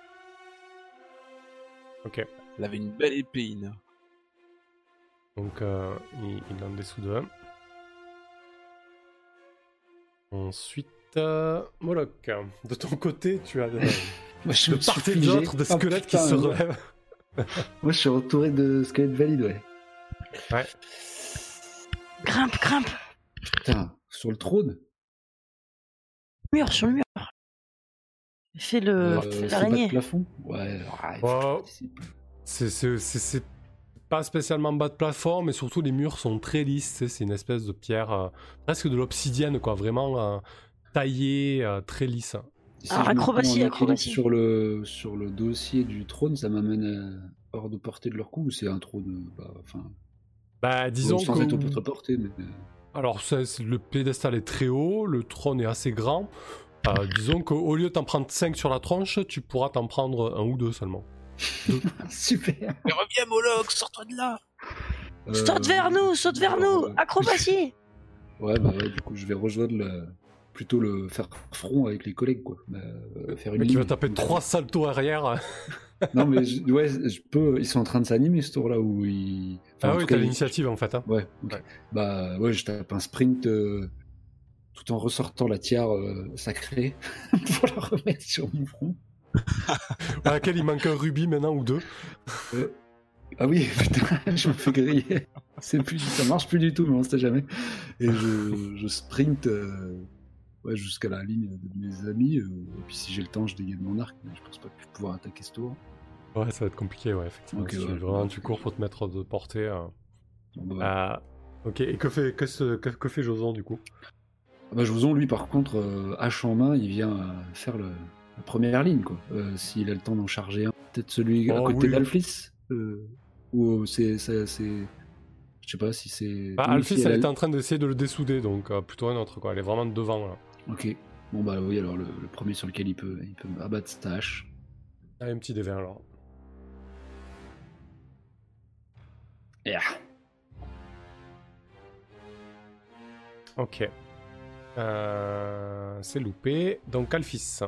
Ok. Elle avait une belle épée, Ina. Donc euh, il, il en dessout de un. Ensuite, euh, Moloch. De ton côté, tu as euh, Moi, je de me suis part et figé. d'autre des Oh, squelettes qui putain, se ouais. relèvent. Moi, je suis entouré de squelettes valides, ouais. Ouais. Grimpe, grimpe. Putain, sur le trône. Mur, sur le mur. Fais le Euh, fais c'est bas de l'araignée. plafond. Ouais, ah, il faut que je Oh. participe. C'est, c'est, c'est, c'est pas spécialement bas de plafond, mais surtout les murs sont très lisses. tu sais, C'est une espèce de pierre, euh, presque de l'obsidienne, quoi, vraiment euh, taillée, euh, très lisse. Si Ah, je me prends acrobatie, en équilibre acrobatie. sur le, sur le dossier du trône, ça m'amène euh, hors de portée de leur coup ou c'est un trône bah, enfin, Bah, disons sans que. être autre portée, mais. Alors, ça, c'est- le piédestal est très haut, le trône est assez grand. Euh, disons qu'au lieu de t'en prendre cinq sur la tronche, tu pourras t'en prendre un ou deux seulement. Super. Mais reviens, Moloch, sors-toi de là. Saute vers nous, saute vers alors, nous, euh, acrobatie. Ouais, bah ouais, du coup, je vais rejoindre le... plutôt le faire front avec les collègues, quoi. Bah, euh, faire une Mais tu vas ligne. taper trois saltos arrière. Non, mais je... ouais, je peux. Ils sont en train de s'animer ce tour-là où ils. Enfin, Ah en oui, tout t'as cas, ils- l'initiative en fait. Hein. Ouais, ok. Ouais. Bah ouais, je tape un sprint euh, tout en ressortant la tiare euh, sacrée pour la remettre sur mon front. À laquelle il manque un rubis maintenant ou deux. Euh, Ah oui, putain, je me fais griller. C'est plus, ça marche plus du tout, mais on sait jamais. Et je, je sprint euh, ouais, jusqu'à la ligne de mes amis. euh, et puis si j'ai le temps, je dégaine mon arc. Mais je pense pas que je vais pouvoir attaquer ce tour. Ouais, ça va être compliqué, ouais, effectivement. Ok, si tu, ouais, vraiment, ouais. tu cours pour te mettre de portée. euh. Bon, bah, Euh, ok, et que fait, que, ce- que, que fait Joson du coup? ah bah, Joson, lui, par contre, euh, hache en main, il vient euh, faire le, la première ligne, quoi. Euh, S'il a le temps d'en charger un. Peut-être celui à Oh, côté oui. d'Alflis. Euh, ou c'est, c'est, c'est- je sais pas si c'est. Bah, oui, Alphys, si elle a- était en train d'essayer de le dessouder, donc euh, plutôt un autre, quoi. Elle est vraiment devant, là. Ok. Bon bah oui, alors le, le premier sur lequel il peut, il peut abattre sa hache. Allez, un petit D vingt, alors. Yeah. Ok. Euh, c'est loupé. Donc, Alphys.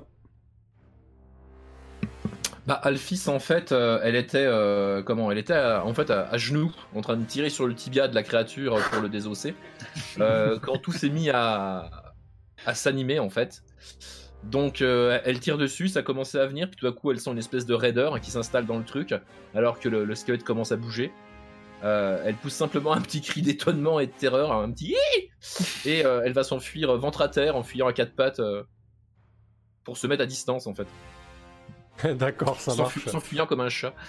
Bah, Alphys, en fait, euh, elle était, euh, comment, elle était à- en fait à, à genoux, en train de tirer sur le tibia de la créature euh, pour le désosser, euh, quand tout s'est mis à, à s'animer, en fait. Donc, euh, elle tire dessus, ça commençait à venir, puis tout à coup, elle sent une espèce de raideur qui s'installe dans le truc, alors que le, le squelette commence à bouger. Euh, elle pousse simplement un petit cri d'étonnement et de terreur, un petit hi, et euh, elle va s'enfuir ventre à terre, en fuyant à quatre pattes, euh, pour se mettre à distance, en fait. D'accord, ça S'enfu- marche. S'enfuyant comme un chat.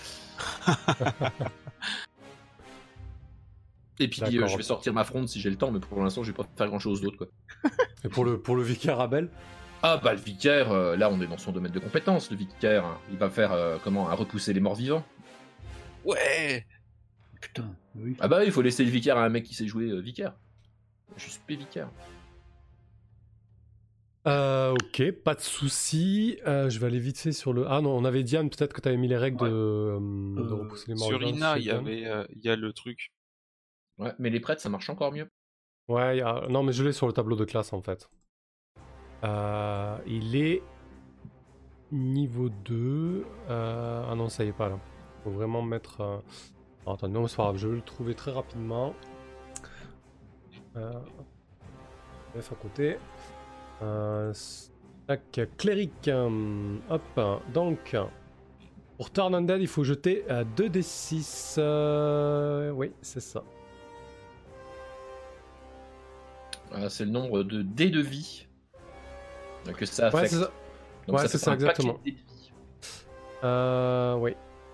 Et puis euh, D'accord. je vais sortir ma fronde si j'ai le temps, mais pour l'instant je vais pas faire grand chose d'autre, quoi. Et pour le, pour le vicaire Abel? Ah bah le vicaire, euh, là on est dans son domaine de compétence, le vicaire, hein. Il va faire euh, comment, à repousser les morts vivants. Ouais. Putain, oui. Ah bah il faut laisser le vicaire à un mec qui sait jouer euh, vicaire. Je suis spé vicaire. Euh, ok, pas de souci. Euh, je vais aller vite fait sur le. Ah non, on avait Diane, peut-être que tu avais mis les règles Ouais. de, euh, de Euh, repousser les morts Sur vivants, Ina, c'est il y Diane. avait, euh, il y a le truc. Ouais, mais les prêtres ça marche encore mieux. Ouais, il y a- non, mais je l'ai sur le tableau de classe en fait. Euh, il est niveau deux. Euh, Ah non, ça y est pas là. Faut vraiment mettre. euh, Oh, attends, non, mais c'est pas grave, je vais le trouver très rapidement. Euh... F à côté. Euh... Tac, cléric. hum, Hop, donc. Pour Turn Undead, il faut jeter euh, deux d six. euh, Oui, c'est ça. Ah, c'est le nombre de dés de vie euh, que ça Ouais, affecte. c'est ça. Donc Ouais, ça c'est fait ça, un paquet exactement. de dés de vie. Euh, oui.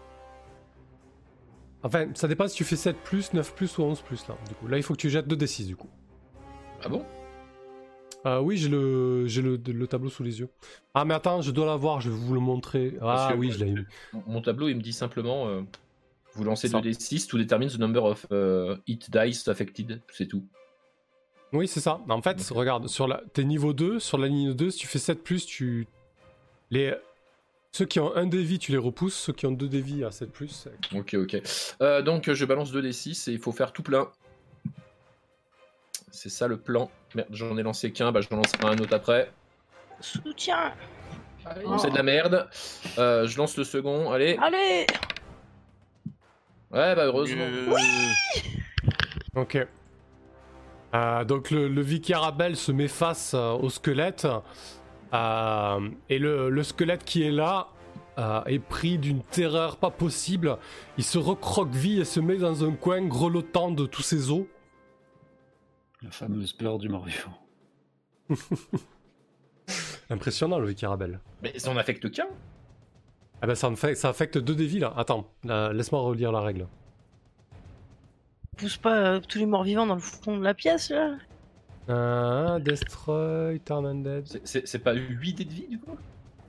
Enfin, ça dépend si tu fais sept plus, neuf plus ou onze plus là. Du coup, là, il faut que tu jettes deux d six du coup. Ah bon? Euh, oui, j'ai le, j'ai le, le tableau sous les yeux. Ah, mais attends, je dois l'avoir, je vais vous le montrer. Parce Ah que oui, moi, je l'ai eu. Mon, mon tableau il me dit simplement euh, vous lancez Ça. deux d six, to determine the number of euh, hit dice affected, c'est tout. Oui, c'est ça. En fait, regarde, sur la... t'es niveau deux, sur la ligne deux, si tu fais sept plus, tu. Les... Ceux qui ont un dé vie, tu les repousses. Ceux qui ont deux dé vie à sept plus. c'est- Ok, ok. Euh, donc je balance deux d six et il faut faire tout plein. C'est ça le plan. Merde, j'en ai lancé qu'un, bah j'en lancerai un autre après. Soutien. Bon, c'est de la merde. Euh, je lance le second, allez. Allez. Ouais, bah heureusement. Euh, Ok. Euh, donc le, le vicaire Abel se met face euh, au squelette. Euh, et le, le squelette qui est là euh, est pris d'une terreur pas possible. Il se recroqueville et se met dans un coin grelottant de tous ses os. La fameuse peur du mort-vivant. Impressionnant le vicaire Abel. Mais ça en affecte qu'un. Ah ben ça, me fait, ça affecte deux dévis là. Attends, là, laisse-moi relire la règle. Pousse pas euh, tous les morts vivants dans le fond de la pièce là. Euh, destroy, turn undead. C'est- C'est c'est pas huit dés de vie du coup?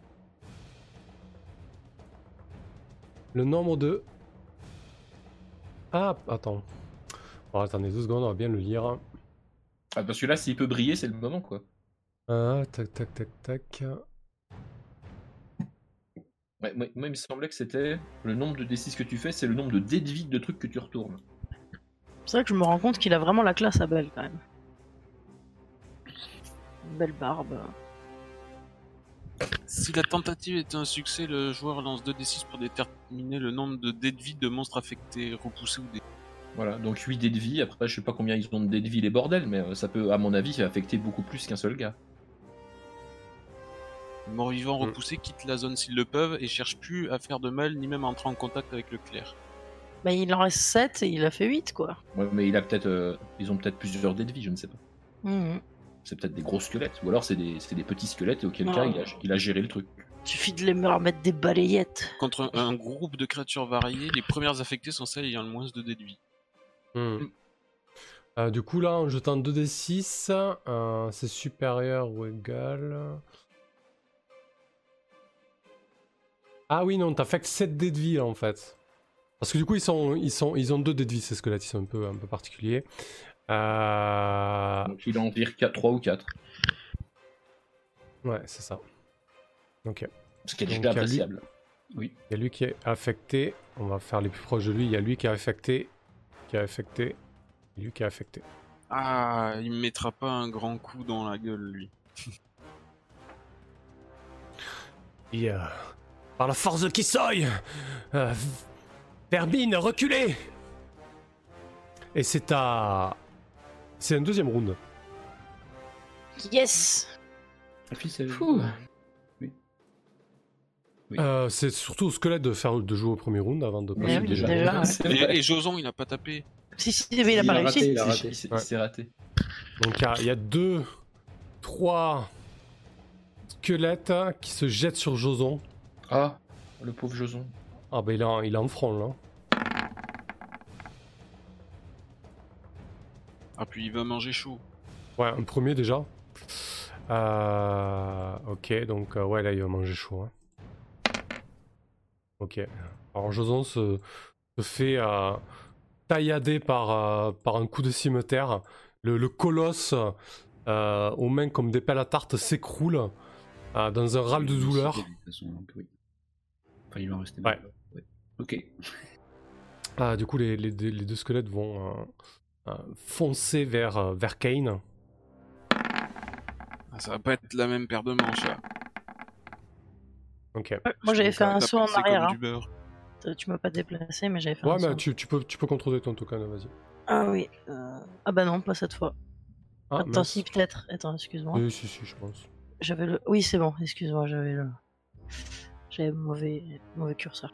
Le nombre de... Ah, attends. Bon, attendez deux secondes, on va bien le lire. Ah, parce que là, s'il peut briller, c'est le moment quoi. Ah, tac, tac, tac, tac. Ouais, moi, moi, il me semblait que c'était le nombre de D six que tu fais, c'est le nombre de dés de vie de trucs que tu retournes. C'est vrai que je me rends compte qu'il a vraiment la classe Abel quand même. Une belle barbe. Si la tentative est un succès, le joueur lance deux d six pour déterminer le nombre de dés de vie de monstres affectés, repoussés ou dé. Voilà, donc huit dés de vie. Après, je sais pas combien ils ont de dés de vie les bordels, mais euh, ça peut, à mon avis, affecter beaucoup plus qu'un seul gars. Les morts vivants Mm. repoussés quittent la zone s'ils le peuvent et cherchent plus à faire de mal ni même à entrer en contact avec le clerc. Bah il en reste sept et il a fait huit quoi. Ouais, mais il a peut-être, euh, ils ont peut-être plusieurs dés de vie, je ne sais pas. Mhm. C'est peut-être des gros squelettes, ou alors c'est des, c'est des petits squelettes, et auquel Ah. cas il a, il a géré le truc. Suffit de les leur mettre des balayettes. Contre un, un groupe de créatures variées, les premières affectées sont celles ayant le moins de dés de vie. Hmm. Euh, du coup, là, en jetant deux d six, euh, c'est supérieur ou égal. Ah oui, non, t'affectes sept dés de vie, là, en fait. Parce que du coup, ils, sont, ils, sont, ils ont deux dés de vie, ces squelettes, ils sont un peu, un peu particuliers. Euh... Donc il en vire trois ou quatre. Ouais, c'est ça. Ok. Ce qui est Donc, déjà il y a lui- appréciable. Oui. Il y a lui qui est affecté. On va faire les plus proches de lui. Il y a lui qui est affecté. Qui est affecté. Et lui qui est affecté. Ah, il me mettra pas un grand coup dans la gueule, lui. Et euh, par la force de Kissoy, euh, Vermine, reculez. Et c'est à... C'est un deuxième round. Yes. Alphys, elle- Pouh. Oui. Oui. Euh, c'est surtout au squelette de, faire, de jouer au premier round avant de passer Mais au oui, deuxième. déjà, ouais. C'est vrai. Et, et Joson, il a pas tapé. Si, si, mais il a Il pas a réussi. raté, il a Il raté. s'est- Ouais. il s'est raté. Donc il y a- il y, a deux, trois squelettes qui se jettent sur Joson. Ah, le pauvre Joson. Ah bah il est en, il est en front là. Ah, puis il va manger chaud. Ouais, un premier déjà. Euh, ok, donc euh, ouais, là il va manger chaud. Hein. Ok. Alors Joson se, se fait euh, taillader par, euh, par un coup de cimetière. Le, le colosse euh, aux mains comme des pelles à tarte s'écroule euh, dans un râle de Il est douleur. cité, de toute façon, donc oui. Enfin, il va en rester Ouais. deux. Ouais. Ok. Ah, du coup, les, les deux, les deux squelettes vont euh, euh, foncer vers, euh, vers Kane. Ah, ça va pas être la même paire de manches, là. Ok. Ouais, Moi j'avais fait un saut en arrière. Hein. Du beurre. Tu m'as pas déplacé, mais j'avais fait Ouais, un saut. mais tu, tu, peux, tu peux contrôler ton token, vas-y. Ah oui. euh, Ah bah non, pas cette fois. Ah, Attends, mince. si, peut-être. Attends, excuse-moi. Oui, si, si, je pense. J'avais le. Oui, c'est bon, excuse-moi, j'avais le. J'avais le mauvais, mauvais curseur.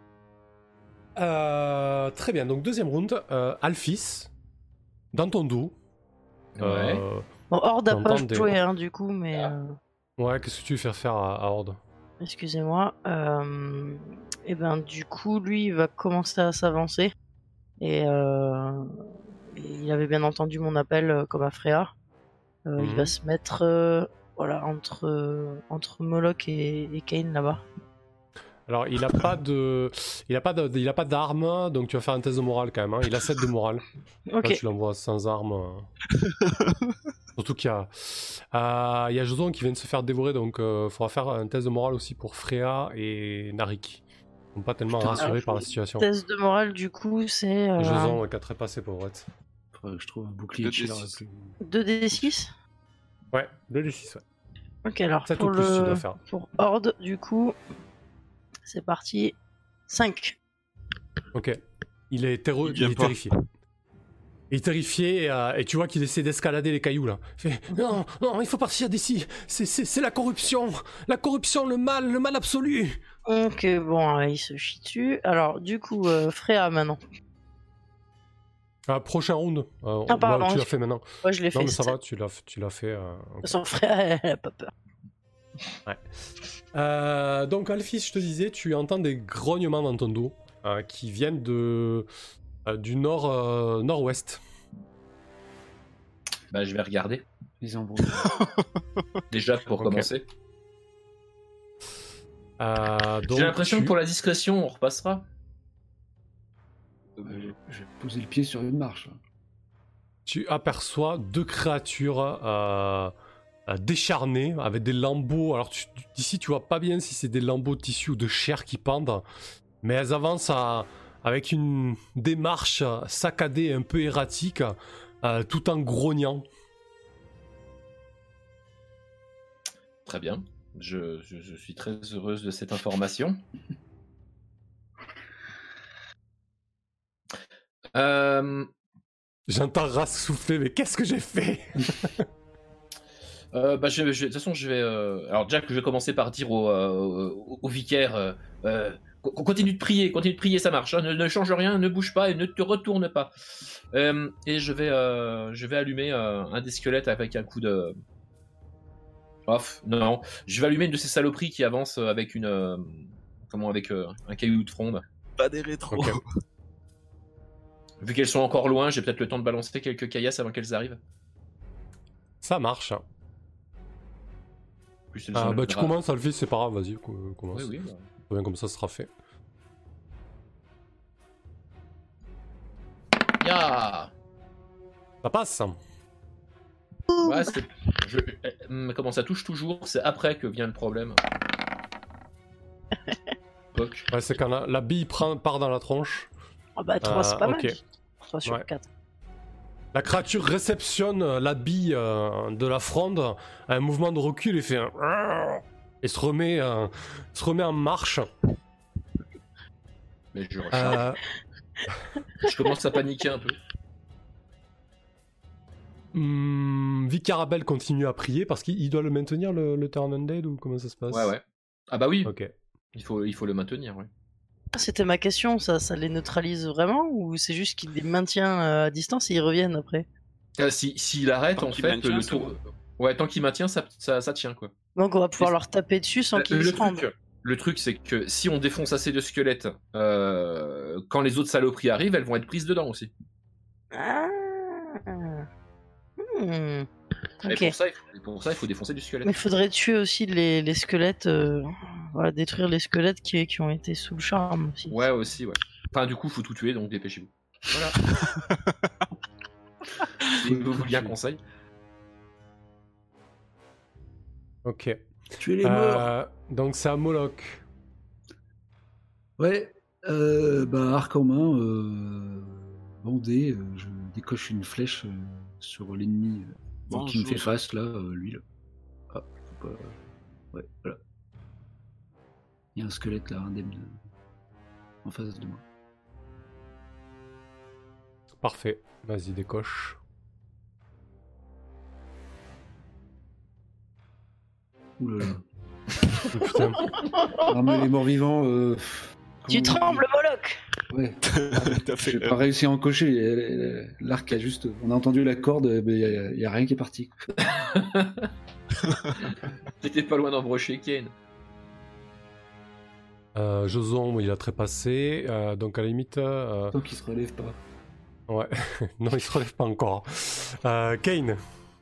Euh, très bien, donc deuxième round. Euh, Alphys, dans ton dos. Ouais. Euh, Bon, Horde a pas J'entends des- joué, hein, du coup, mais. Ah. euh, ouais, qu'est-ce que tu veux faire faire à, à Horde? Excusez-moi. Euh... Et ben, du coup, lui, il va commencer à s'avancer. Et, euh... et il avait bien entendu mon appel euh, comme à Freya. Euh, Il Mhm. va se mettre euh, voilà, entre, euh, entre Moloch et, et Kane là-bas. Alors, il a pas de, il a pas de, il a pas d'arme, donc tu vas faire un test de morale quand même. Hein. Il a sept de morale. Ok. Là, tu l'envoies sans arme. euh. Surtout qu'il y a, euh, il y a Joson qui vient de se faire dévorer, donc il euh, faudra faire un test de morale aussi pour Freya et Narik. Ils sont pas tellement Putain, rassurés alors, par la situation. Test de morale, du coup, c'est euh, Joson, ouais, qui a trépassé pauvrettes. Faudrait que je trouve un bouclier de deux d Schiller six. plus. deux d six. Ouais, deux d six, ouais. Ok, alors sept pour, ou plus, tu le... dois faire. pour Horde, du coup, c'est parti. cinq. Ok. Il est, terro- Il il vient est pas. terrifié. Il est terrifié et, euh, et tu vois qu'il essaie d'escalader les cailloux là. Il fait non, non, il faut partir d'ici. C'est, c'est, c'est la corruption. La corruption, le mal, le mal absolu. Ok, bon, euh, il se chie dessus. Alors, du coup, euh, Freya maintenant. Ah, prochain round. Euh, Ah, pardon, bah, tu l'as excuse- fait maintenant. Ouais, je l'ai fait. Non, mais ça c'est- va, tu l'as, tu l'as fait. euh, ok. De toute façon, Freya, elle a pas peur. Ouais. Euh, donc, Alphys, je te disais, tu entends des grognements dans ton dos euh, qui viennent de, euh, du nord, euh, nord-ouest. Bah, je vais regarder. Les embrouilles. Déjà, pour Ok. commencer. Euh, donc, J'ai l'impression tu... que pour la discrétion, on repassera. Euh, je vais poser le pied sur une marche. là. tu aperçois deux créatures euh, euh, décharnées avec des lambeaux. Alors tu- d'ici tu vois pas bien si c'est des lambeaux de tissu ou de chair qui pendent, mais elles avancent à- avec une démarche saccadée et un peu erratique, euh, tout en grognant. Très bien. Je, je, je suis très heureuse de cette information. Euh, J'entends Rask souffler, mais qu'est-ce que j'ai fait? euh, bah, je, je- de toute façon, je vais. euh, Alors, Jack, je vais commencer par dire au, euh, au, au vicaire euh, euh, co- continue de prier, continue de prier, ça marche. hein, ne, ne change rien, ne bouge pas et ne te retourne pas. Euh, et je vais, euh, je vais allumer euh, un des squelettes avec un coup de. Off, non, non. Je vais allumer une de ces saloperies qui avance avec une. euh, Comment, avec euh, un caillou de fronde. Pas des rétros. Ok. Vu qu'elles sont encore loin, j'ai peut-être le temps de balancer quelques caillasses avant qu'elles arrivent. Ça marche. En plus, elles Ah, ont bah le tu bras. commences, Alphys, c'est pas grave, vas-y, co- commence. Oui, oui. bah. Très bien, comme ça, ce sera fait. Ya Ça passe. Ouais, c'est. Je... euh, Comment ça touche toujours, c'est après que vient le problème. Poc. Ouais, c'est quand la, la bille prend, part dans la tronche. Ah bah trois, c'est Euh, pas ok. mal. trois sur Ouais. quatre. La créature réceptionne la bille euh, de la fronde, un mouvement de recul et fait un... et se remet, euh, se remet en marche. Mais je recharge. Euh, Je commence à paniquer un peu. hum, Vicarabel continue à prier parce qu'il il doit le maintenir le, le turn undead ou comment ça se passe? Ouais, ouais. Ah bah oui, Ok. il, faut, il faut le maintenir, ouais. C'était ma question, ça, ça les neutralise vraiment ou c'est juste qu'il les maintient euh, à distance et ils reviennent après? Euh, si, s'il arrête, Tant en qu'il fait, maintient, le c'est tour. Ouais, tant qu'il maintient, ça, ça, ça tient, quoi. Donc on va pouvoir Mais- leur taper dessus sans qu'ils le, se rendent. truc, le truc, c'est que si on défonce assez de squelettes, euh, quand les autres saloperies arrivent, elles vont être prises dedans aussi. Ah. Hmm. Et Ok. pour ça, il faut, pour ça, il faut défoncer du squelette. Mais faudrait tuer aussi les, les squelettes, euh, voilà, détruire les squelettes qui, qui ont été sous le charme aussi. Ouais, aussi, ouais. Enfin, du coup, faut tout tuer, donc dépêchez-vous. Voilà. Si vous vouliez un conseil. Ok. Tuer les morts. Euh, donc c'est à Moloch. Ouais. Euh, bah, arc en main, euh, bandé, euh, je décoche une flèche euh, sur l'ennemi euh, bon, qui me fait Bonjour. face, là, euh, lui, là. Ah, faut pas... Ouais, voilà. Il y a un squelette, là, indemne, euh, en face de moi. Parfait. Vas-y, décoche. Ouh là là. Oh, putain. Ah, mais les morts vivants... Euh... Tu comment- trembles, Moloch! Ouais. T'as fait J'ai pas réussi à en cocher. L'arc a juste. On a entendu la corde, mais il n'y a, a rien qui est parti. T'étais pas loin d'embrocher Kane. Euh, Joson, il a trépassé. Euh, donc à la limite. euh, Tant qu'il se relève pas. Ouais. Non, il se relève pas encore. Euh, Kane.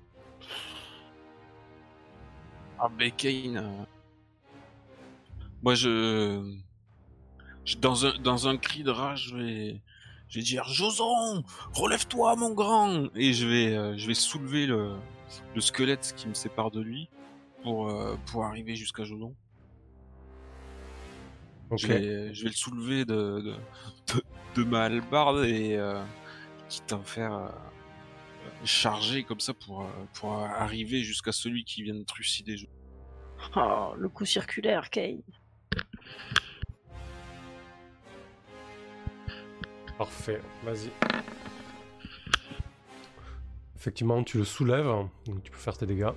Ah, ben Kane. euh, Moi, je... je- Dans un, dans un cri de rage, je vais, je vais dire Joson, relève-toi, mon grand! Et je vais, euh, je vais soulever le, le squelette qui me sépare de lui pour, euh, pour arriver jusqu'à Joson. Ok. Je, vais, je vais le soulever de, de, de, de ma hallebarde et euh, quitte à me faire euh, charger comme ça pour, euh, pour arriver jusqu'à celui qui vient de trucider Joson. Oh, le coup circulaire, Kane. Parfait. Vas-y. Effectivement, tu le soulèves. Donc tu peux faire tes dégâts.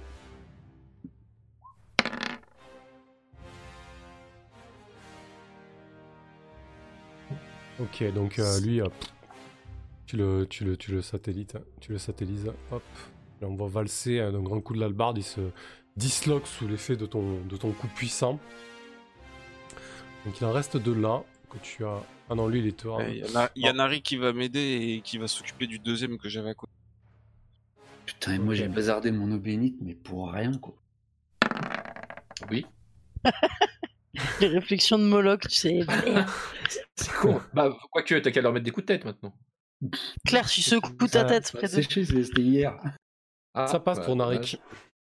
Ok, donc euh, lui, hop, tu le, tu le, tu le satellites, tu le satellises, hop. Et on voit valser euh, d'un grand coup de l'hallebarde, il se disloque sous l'effet de ton, de ton coup puissant. Donc il en reste deux là, que tu as... Ah non, lui il est toi. Il y, a, y a Nari qui va m'aider et qui va s'occuper du deuxième que j'avais à côté. Putain, et moi Ok. j'ai bazardé mon eau bénite, mais pour rien, quoi. Oui. Les réflexions de Moloch, tu sais. Merde. C'est con. Bah, quoique, t'as qu'à leur mettre des coups de tête maintenant. Claire, tu secoues ta Ça- tête Ça près a de... séché, c'est- c'était hier. Ah, Ça passe bah, pour Narik. dommage.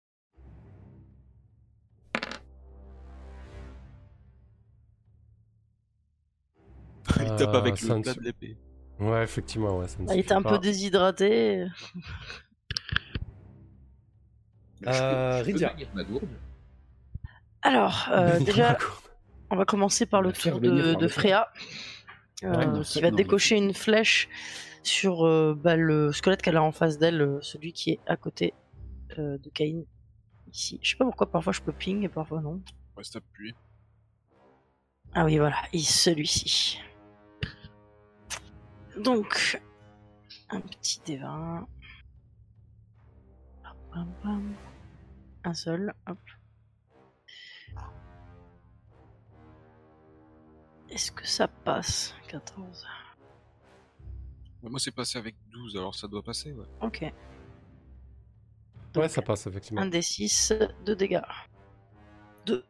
Il tape Euh, avec ça le ne plat su- de l'épée. Ouais, effectivement, ouais, ça ne Ah, il suffit était un pas. peu déshydraté. Je peux- Euh, je peux Rydia. bannir ma gourde. Alors, euh, déjà, on va commencer par On le va faire tour bénir de, par de le Freya, euh, Ouais, non, qui ça, va non, décocher mais- une flèche sur euh, bah, le squelette qu'elle a en face d'elle, euh, celui qui est à côté euh, de Caïn, ici. Je sais pas pourquoi, parfois je peux ping et parfois non. Reste appuyé. Ah oui, voilà, et celui-ci. Donc, un petit D vingt. Pam, pam, pam. Un seul, hop. Est-ce que ça passe? quatorze. Moi, c'est passé avec douze, alors ça doit passer, ouais. Ok. Ouais, Donc, ça passe, effectivement. un D six, deux dégâts. deux.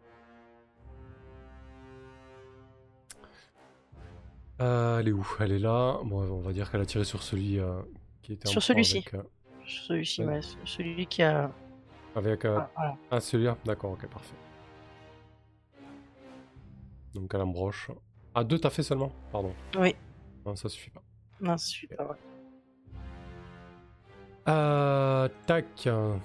Euh, elle est où? Elle est là. Bon, on va dire qu'elle a tiré sur celui euh, qui était en Sur proie celui-ci. Avec, euh, Celui-ci, Ouais. ouais, celui qui a. avec euh, Ah, voilà. ah, celui-là. D'accord, ok, parfait. Donc elle embroche. Ah, deux t'as fait seulement? Pardon. Oui. Non, ça suffit pas. Non, ça suffit pas, ouais. Euh, tac.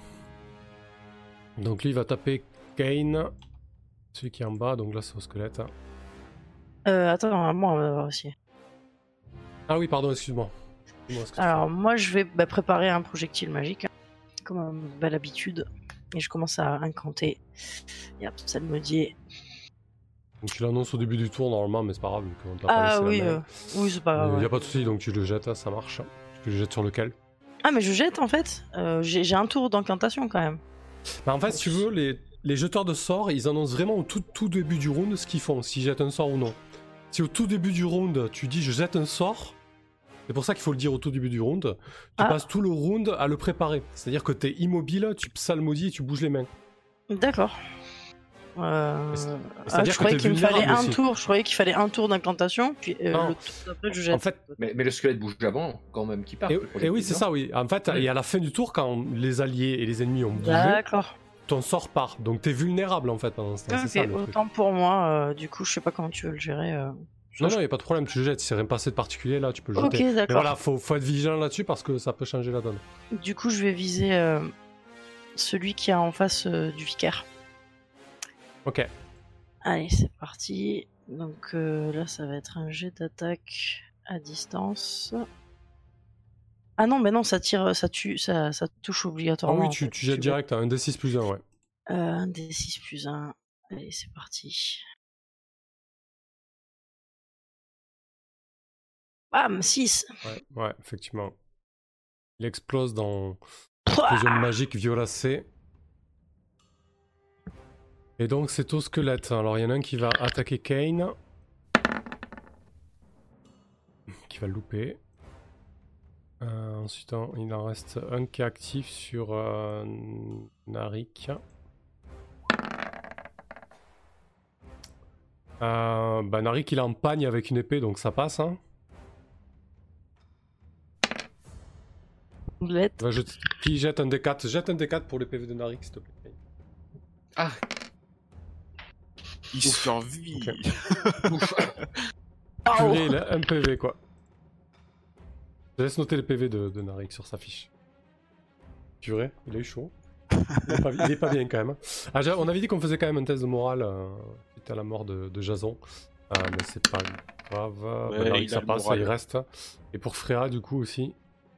Donc lui, il va taper Kane. Celui qui est en bas, donc là, c'est au squelette. Euh, attends, moi, on va voir aussi. Ah oui, pardon, excuse-moi. Excuse-moi, est-ce que tu Alors, moi, je vais bah, préparer un projectile magique, hein, comme à ma belle habitude. Et je commence à incanter. Et hop, ça me dit. Donc tu l'annonces au début du tour normalement, mais c'est pas grave, vu qu'on t'a pas Ah laissé oui, la main. euh, oui, c'est pas Il grave. n'y ouais. a pas de souci, donc tu le jettes, ça marche. Tu le jettes sur lequel? Ah, mais je jette en fait. Euh, J'ai j'ai un tour d'encantation quand même. Bah en fait, si tu veux, les, les jeteurs de sorts, ils annoncent vraiment au tout, tout début du round ce qu'ils font, s'ils jettent un sort ou non. Si au tout début du round, tu dis je jette un sort, c'est pour ça qu'il faut le dire au tout début du round, tu Ah. passes tout le round à le préparer. C'est-à-dire que t'es immobile, tu psalmodies et tu bouges les mains. D'accord. Euh... Et c'est- Ah, c'est-à-dire je que croyais t'es qu'il me fallait vulnérable un aussi. tour. Je croyais qu'il fallait un tour d'incantation, puis euh, Non. le tour d'après je jette. En fait, Mais, mais le squelette bouge avant, quand même, qui part. et, le et oui, projectile, c'est non ça, oui. En fait, Ouais. et à la fin du tour, quand les alliés et les ennemis ont bougé, D'accord. ton sort part. Donc t'es vulnérable en fait pendant ce temps. C'est Ok, ça le truc. autant pour moi. euh, du coup, je sais pas comment tu veux le gérer. euh. Non, non, il n'y a pas de problème, tu le jettes. Si c'est rien passé de particulier, là, tu peux le Ok, jeter. Mais d'accord. voilà, faut, faut être vigilant là-dessus parce que ça peut changer la donne. Du coup, je vais viser euh, celui qui est en face euh, du vicaire. Ok. Allez, c'est parti. Donc euh, là, ça va être un jet d'attaque à distance. Ah non, mais non, ça tire, ça tue, ça, ça touche Ah obligatoirement. oui, en tu, fait. tu jettes vais- direct à un D six plus un, ouais. Euh, un D six plus un. Allez, c'est parti. Bam, six. Ouais, ouais, effectivement. Il explose dans Pouah. l'explosion magique violacée. Et donc, c'est au squelette. Alors, il y en a un qui va attaquer Kane. Qui va le louper. Euh, ensuite, en- il en reste un qui est actif sur euh, Narik. Euh, bah, Narik, il est en pagne avec une épée, donc ça passe. Hein. Boulette. Va jeter- Qui jette un D quatre? Jette un D quatre pour les P V de Narik, s'il te plaît. Ah, Il survit. Ok. Oh. Purée, il a un P V, quoi. Je laisse noter les P V de, de Narik sur sa fiche. Purée, il a eu chaud. Il est pas, il est pas bien, quand même. hein. Ah, j'ai- on avait dit qu'on faisait quand même un test de morale euh, suite à la mort de, de Jason. Ah, mais c'est pas grave. Ouais, Bah, Narik, il a ça le passe, moral. il reste. Et pour Freya, du coup, aussi.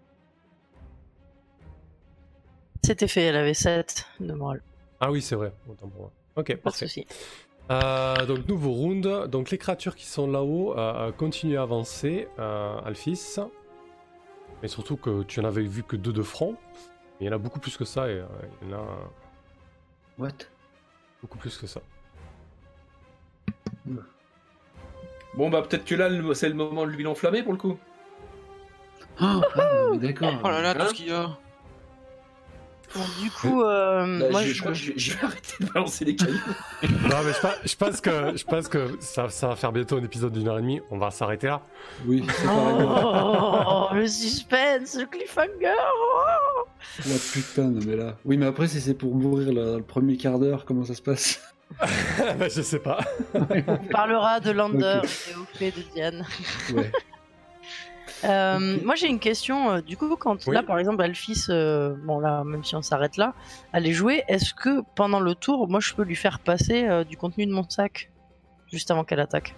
C'était fait, elle avait sept de morale. Ah oui, c'est vrai. Autant pour moi. Ok, Pas de parfait. soucis. Euh, donc nouveau round, donc les créatures qui sont là-haut euh, continuent à avancer, euh, Alphys, mais surtout que tu n'avais vu que deux de front. Il y en a beaucoup plus que ça, et euh, il y en a euh, What? beaucoup plus que ça. Bon, bah, peut-être que là, le- c'est le moment de l'huile enflammée pour le coup. Ah, ah, mais d'accord. Oh là là, tout Hein ce qu'il y a. Bon, du coup, euh, Bah, moi, je, je, je crois que je, je vais arrêter de balancer les cailloux. Non, mais je, pa- je pense que, je pense que ça, ça va faire bientôt un épisode d'une heure et demie. On va s'arrêter là. Oui, c'est pareil. Oh, le suspense, le cliffhanger. Oh. La putain, non, mais là. Oui, mais après, si c'est pour mourir là, le premier quart d'heure, comment ça se passe? Bah, je sais pas. On parlera de Lander Ok. et des hauts de Diane. Ouais. Euh, Ok. Moi j'ai une question, euh, du coup quand Oui. là par exemple Alphys, euh, bon là même si on s'arrête là, elle est jouée, est-ce que pendant le tour moi je peux lui faire passer euh, du contenu de mon sac juste avant qu'elle attaque?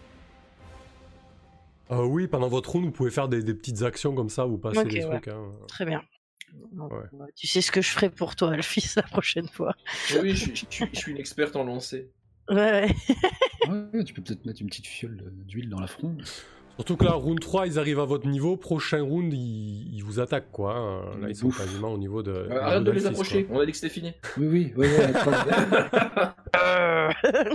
Euh, oui, pendant votre round, vous pouvez faire des, des petites actions comme ça, vous passez Ok, des ouais. trucs. Hein. Très bien. Donc, Ouais. ouais, tu sais ce que je ferai pour toi Alphys la prochaine fois. Oui, oui, je, suis- je suis- je suis une experte en lancer. Ouais, ouais. Ouais, tu peux peut-être mettre une petite fiole de- d'huile dans la fronde. Surtout que là, round trois, ils arrivent à votre niveau. Prochain round, ils, ils vous attaquent, quoi. hein. Là, ils sont Ouf. quasiment au niveau de. Euh, au niveau arrête de les d'Alphys, approcher, on a dit que c'était fini. Oui, oui, ouais, ouais. attends. Euh.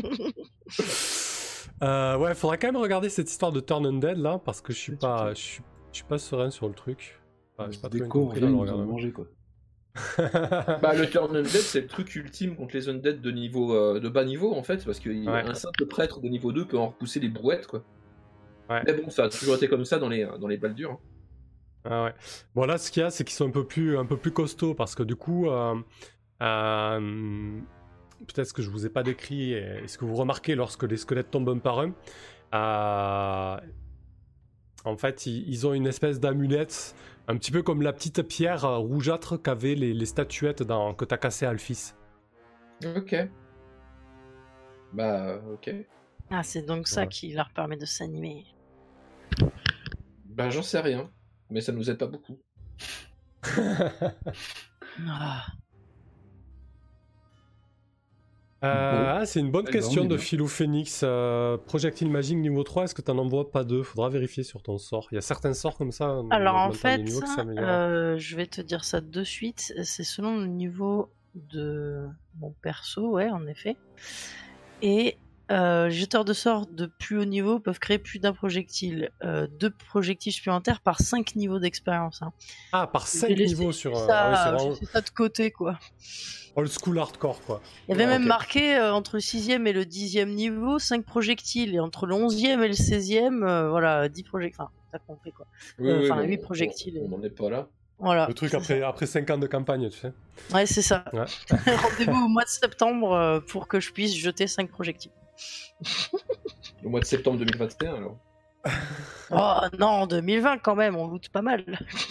Euh, ouais, faudra quand même regarder cette histoire de Turn Undead là, parce que je suis Ouais, pas, tu je suis, je suis pas serein sur le truc. Enfin, j'ai pas très bien Déco, compris rien, dans ils le nous ont regard. mangé, quoi. Bah, le Turn Undead, c'est le truc ultime contre les Undead de, niveau, euh, de bas niveau, en fait, parce qu'un Ouais. simple prêtre de niveau deux peut en repousser les brouettes, quoi. Ouais. Mais bon, ça a toujours été comme ça dans les, dans les Baldur. Hein. Ah ouais. Bon là, ce qu'il y a, c'est qu'ils sont un peu plus, un peu plus costauds parce que du coup, euh, euh, peut-être que je vous ai pas décrit, et ce que vous remarquez lorsque les squelettes tombent un par un, euh, en fait, ils, ils ont une espèce d'amulette, un petit peu comme la petite pierre euh, rougeâtre qu'avaient les, les statuettes dans, que t'as cassé à Alphys. Ok. Bah, ok. Ah c'est donc ça Ouais. qui leur permet de s'animer. Bah, j'en sais rien, mais ça nous aide pas beaucoup. Ah. Euh, ah, c'est une bonne Eh ben, question on est de bien. Philou Phoenix. Euh, projectile magique niveau trois, est-ce que t'en envoies pas deux? Faudra vérifier sur ton sort. Il y a certains sorts comme ça. Alors en augmentant fait, les niveaux, qui s'améliorent. euh, je vais te dire ça de suite, c'est selon le niveau de mon perso, ouais, en effet. Et euh, les jeteurs de sorts de plus haut niveau peuvent créer plus d'un projectile, euh, deux projectiles supplémentaires par cinq niveaux d'expérience. Hein. Ah, par J'ai cinq laissé niveaux sur. euh, ça, ah ouais, c'est j'ai vraiment fait ça de côté, quoi. old school hardcore, quoi. Il y avait Ah, même ok. marqué euh, entre le sixième et le dixième niveau, cinq projectiles, et entre le onzième et le seizième, euh, voilà, dix projectiles. Enfin, t'as compris, quoi. Oui, Euh, oui, enfin, mais huit on- projectiles. On n'en est pas là. Voilà. Le truc c'est après, après cinq ans de campagne, tu sais. ça. Ouais, c'est ça. Ouais. Rendez-vous au mois de septembre euh, pour que je puisse jeter cinq projectiles. Au mois de septembre deux mille vingt et un, alors. Oh non, deux mille vingt quand même, on loot pas mal.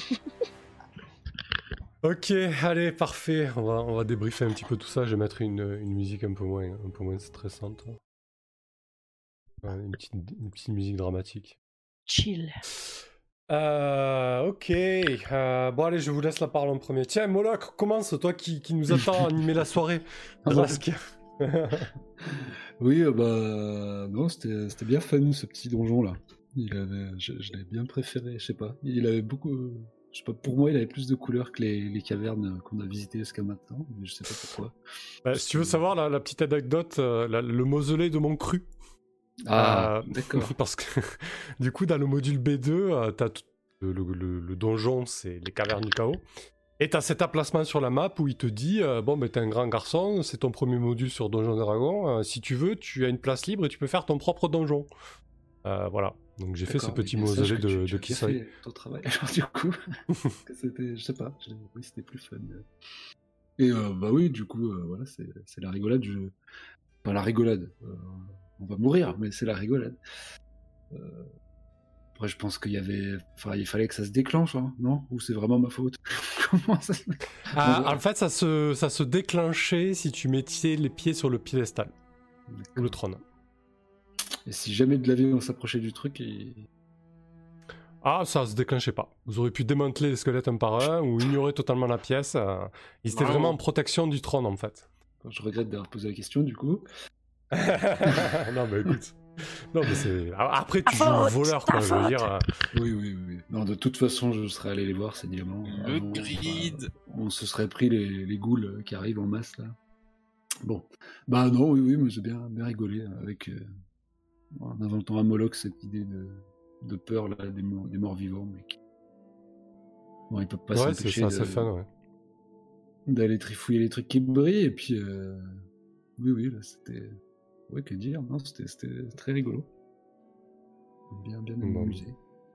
Ok, allez, parfait. On va, on va débriefer un petit peu tout ça. Je vais mettre une, une musique un peu moins, un peu moins stressante. Ouais, une, petite, une petite musique dramatique. Chill. Euh, ok. Euh, bon, allez, je vous laisse la parole en premier. Tiens, Moloch, commence, toi qui, qui nous attend à animer la soirée. Ah Voilà bon. ce qu'il y a. Oui, euh, bah non, c'était c'était bien fun ce petit donjon là. Il avait, je, je l'avais bien préféré, je sais pas. Il avait beaucoup, euh, je sais pas, pour moi il avait plus de couleurs que les, les cavernes qu'on a visitées jusqu'à maintenant, mais je sais pas pourquoi. Bah, si tu veux savoir la, la petite anecdote, euh, la- le mausolée de mon cru. Ah, Euh, d'accord. Parce que du coup, dans le module B deux, euh, t'as tout- le, le- le- le donjon, c'est les cavernes du chaos. Et t'as cet emplacement sur la map où il te dit euh, bon, ben t'es un grand garçon, c'est ton premier module sur Donjon Dragon. euh, si tu veux, tu as une place libre et tu peux faire ton propre donjon. Euh, voilà. Donc j'ai fait ce D'accord, petit mais bien, mausolée sache que de, tu- de tu as bien Kisai. fait ton travail, alors, du coup. que c'était, je sais pas, je l'ai- oui, c'était plus fun. Et euh, bah oui, du coup, euh, voilà, c'est c'est la rigolade du jeu. Pas la rigolade. euh, on va mourir, mais c'est la rigolade. Euh, Après, je pense qu'il y avait, enfin, il fallait que ça se déclenche, hein, non? Ou c'est vraiment ma faute? Comment ça se... Ah, Voilà. en fait, ça se, ça se déclenchait si tu mettais les pieds sur le piédestal ou le trône. Et si jamais de la vie on s'approchait du truc, et... Ah, ça se déclenchait pas. Vous auriez pu démanteler les squelettes un par un ou ignorer totalement la pièce. euh, Ils étaient Bravo. vraiment en protection du trône en fait. je regrette d'avoir posé la question, du coup. Non, mais écoute. Non, mais c'est. Après, tu Ta joues le faute, voleur, ta quoi. Je veux faute. dire. euh, Oui, oui, oui. Non, de toute façon, je serais allé les voir, ces diamants. Le Avant, grid. enfin, on se serait pris les, les ghouls qui arrivent en masse, là. Bon. Bah non, oui, oui, mais j'ai bien, bien rigolé avec... euh, en inventant à Moloch cette idée de, de peur, là, des morts, des morts vivants, mais qui... Bon, ils peuvent pas Ouais, c'est s'empêcher ça, de- c'est fun, ouais. d'aller trifouiller les trucs qui brillent, et puis... euh, Oui, oui, là, c'était... Ouais, que dire, non, c'était c'était très rigolo. Bien, bien Bon. amusé.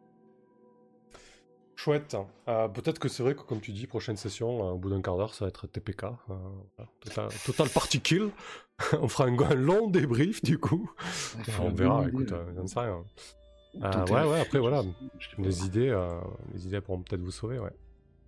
Chouette. Euh, Peut-être que c'est vrai que, comme tu dis, prochaine session, euh, au bout d'un quart d'heure, ça va être T P K. euh, voilà. total, total Party Kill. On fera un, un long débrief, du coup. Ouais, Euh, faut on la verra, demander, écoute, là. euh, j'en sais rien. Ou Euh, tenter ouais, la ouais, fuite, après, je voilà. sais- je sais pas. Les idées, euh, les idées pourront peut-être vous sauver, ouais.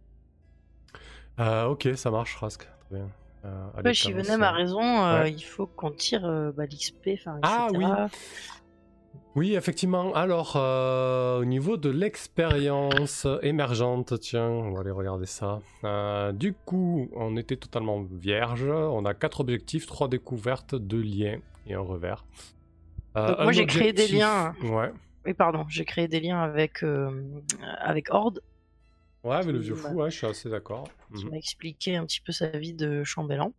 Euh, ok, ça marche, Rask. Très bien. Euh, allez, Ouais, Shivenem commence, a euh, raison, euh, ouais. il faut qu'on tire euh, bah, l'X P, enfin, et cetera. Ah oui. Oui, effectivement. Alors, euh, au niveau de l'expérience émergente, tiens, on va aller regarder ça. Euh, du coup, on était totalement vierge. On a quatre objectifs, trois découvertes, deux liens et un revers. Euh, Donc un moi, j'ai créé des objectif- liens. Ouais. Oui, pardon, j'ai créé des liens avec, euh, avec Horde, Ouais, avec le Qui vieux m'a- fou, ouais, je suis assez d'accord. qui Mhm. m'a expliqué un petit peu sa vie de chambellan.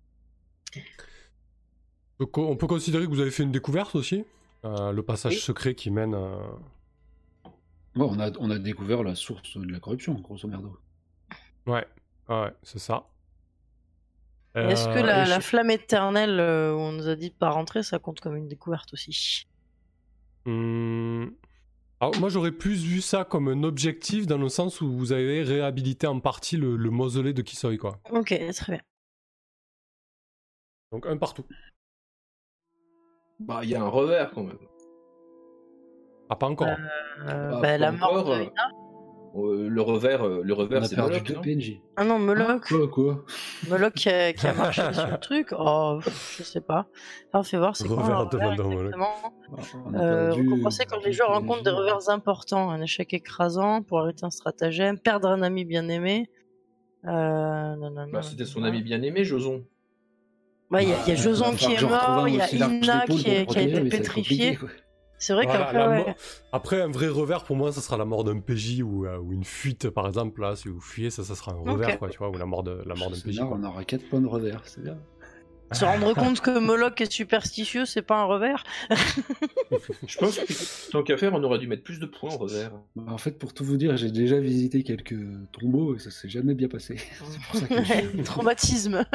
On peut- On peut considérer que vous avez fait une découverte aussi. Euh, le passage Oui. secret qui mène. euh, Ouais, on, a, on a découvert la source de la corruption, grosso merdo. Ouais, ouais, c'est ça. Et Est-ce que Euh, la, et la je- flamme éternelle, euh, où on nous a dit de pas rentrer, ça compte comme une découverte aussi? Hmm. Alors, moi, j'aurais plus vu ça comme un objectif dans le sens où vous avez réhabilité en partie le, le mausolée de Kisoi, quoi. Ok, très bien. Donc, un partout. Bah, il y a un revers quand même. Ah, pas encore. Euh, Bah, bah, la pas mort encore, de euh, Ina. Euh, le revers, euh, le On revers, a c'est perdu Moloch, deux non P N J. Ah non, Moloch. Quoi, quoi Moloch qui a, qui a marché sur le truc. Oh, pff, je sais pas. Enfin, fais voir, c'est quoi Revers un de revers Madame Moloch. exactement? On a Euh, perdu récompenser quand les deux joueurs P N J. rencontrent des revers importants, un échec écrasant pour arrêter un stratagème, perdre un ami bien aimé. Euh, non, non, Bah, non, c'était non, son non. ami bien aimé, Joson. Ouais, il y a, il y a Bah, Joson va qui est falloir que je retrouve mort, un il y a aussi large Ina d'épaule qui, pour est- le qui a été protéger, mais ça va être pétrifiée. compliqué, quoi. C'est vrai Voilà, qu'après, la ouais. mort- Après, un vrai revers pour moi, ça sera la mort d'un P J ou, euh, ou une fuite, par exemple. Là, si vous fuyez, ça, ça sera un revers, Ok. quoi, tu vois, ou la mort de la mort d'un C'est P J. bien, Quoi. on aura quatre points de revers, c'est bien. Se rendre compte que Moloch est superstitieux, c'est pas un revers. Je pense que tant qu'à faire, on aurait dû mettre plus de points en revers. Bah, en fait, pour tout vous dire, j'ai déjà visité quelques tombeaux et ça s'est jamais bien passé. C'est pour ça que je- Traumatisme.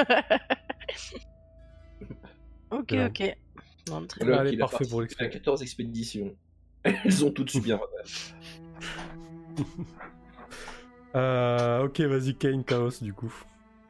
Ok, Bien. ok. Non, très Moloch, Allez, il a parfait pour participé à l'expérience. quatorze expéditions. Elles ont toutes subi un revers. Euh, ok, vas-y, Kane, Chaos, du coup.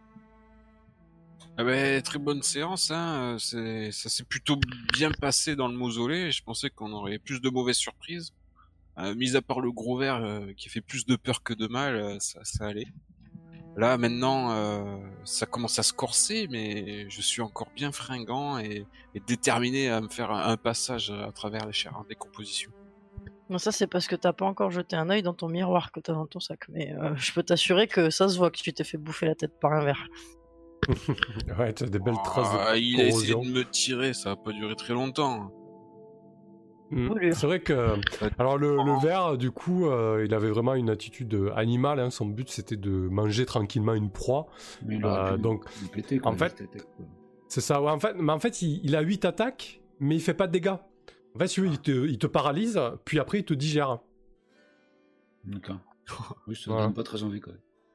Ah ben, très bonne séance, hein. C'est, ça s'est plutôt bien passé dans le mausolée. Je pensais qu'on aurait plus de mauvaises surprises. Euh, mis à part le gros verre euh, qui fait plus de peur que de mal, euh, ça, ça allait. Là, maintenant, euh, ça commence à se corser, mais je suis encore bien fringant et, et déterminé à me faire un, un passage à travers les chairs en décomposition. Non, ça c'est parce que t'as pas encore jeté un œil dans ton miroir que t'as dans ton sac. Mais euh, je peux t'assurer que ça se voit que tu t'es fait bouffer la tête par un verre. Ouais, tu as des belles traces Ah, de il a essayé corrosion. de me tirer, ça a pas duré très longtemps. Mm. Brûlure. C'est vrai que. Alors, le, le ver, du coup, euh, il avait vraiment une attitude animale. Hein. Son but, c'était de manger tranquillement une proie. Mais il aurait Euh, pu donc, nous péter, quoi, en fait- cette attaque, quoi. C'est ça, ouais, en fait, mais en fait, il, il a huit attaques, mais il fait pas de dégâts. En fait, si tu veux, il te, il te paralyse, puis après, il te digère. D'accord. Oui, ça Voilà. donne pas très envie, quoi.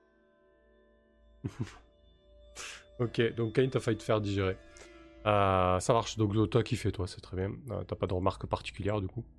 Ok, donc Kane, t'as failli te faire digérer. Euh, ça marche, donc toi qui fais, toi, c'est très bien. Euh, t'as pas de remarques particulières, du coup.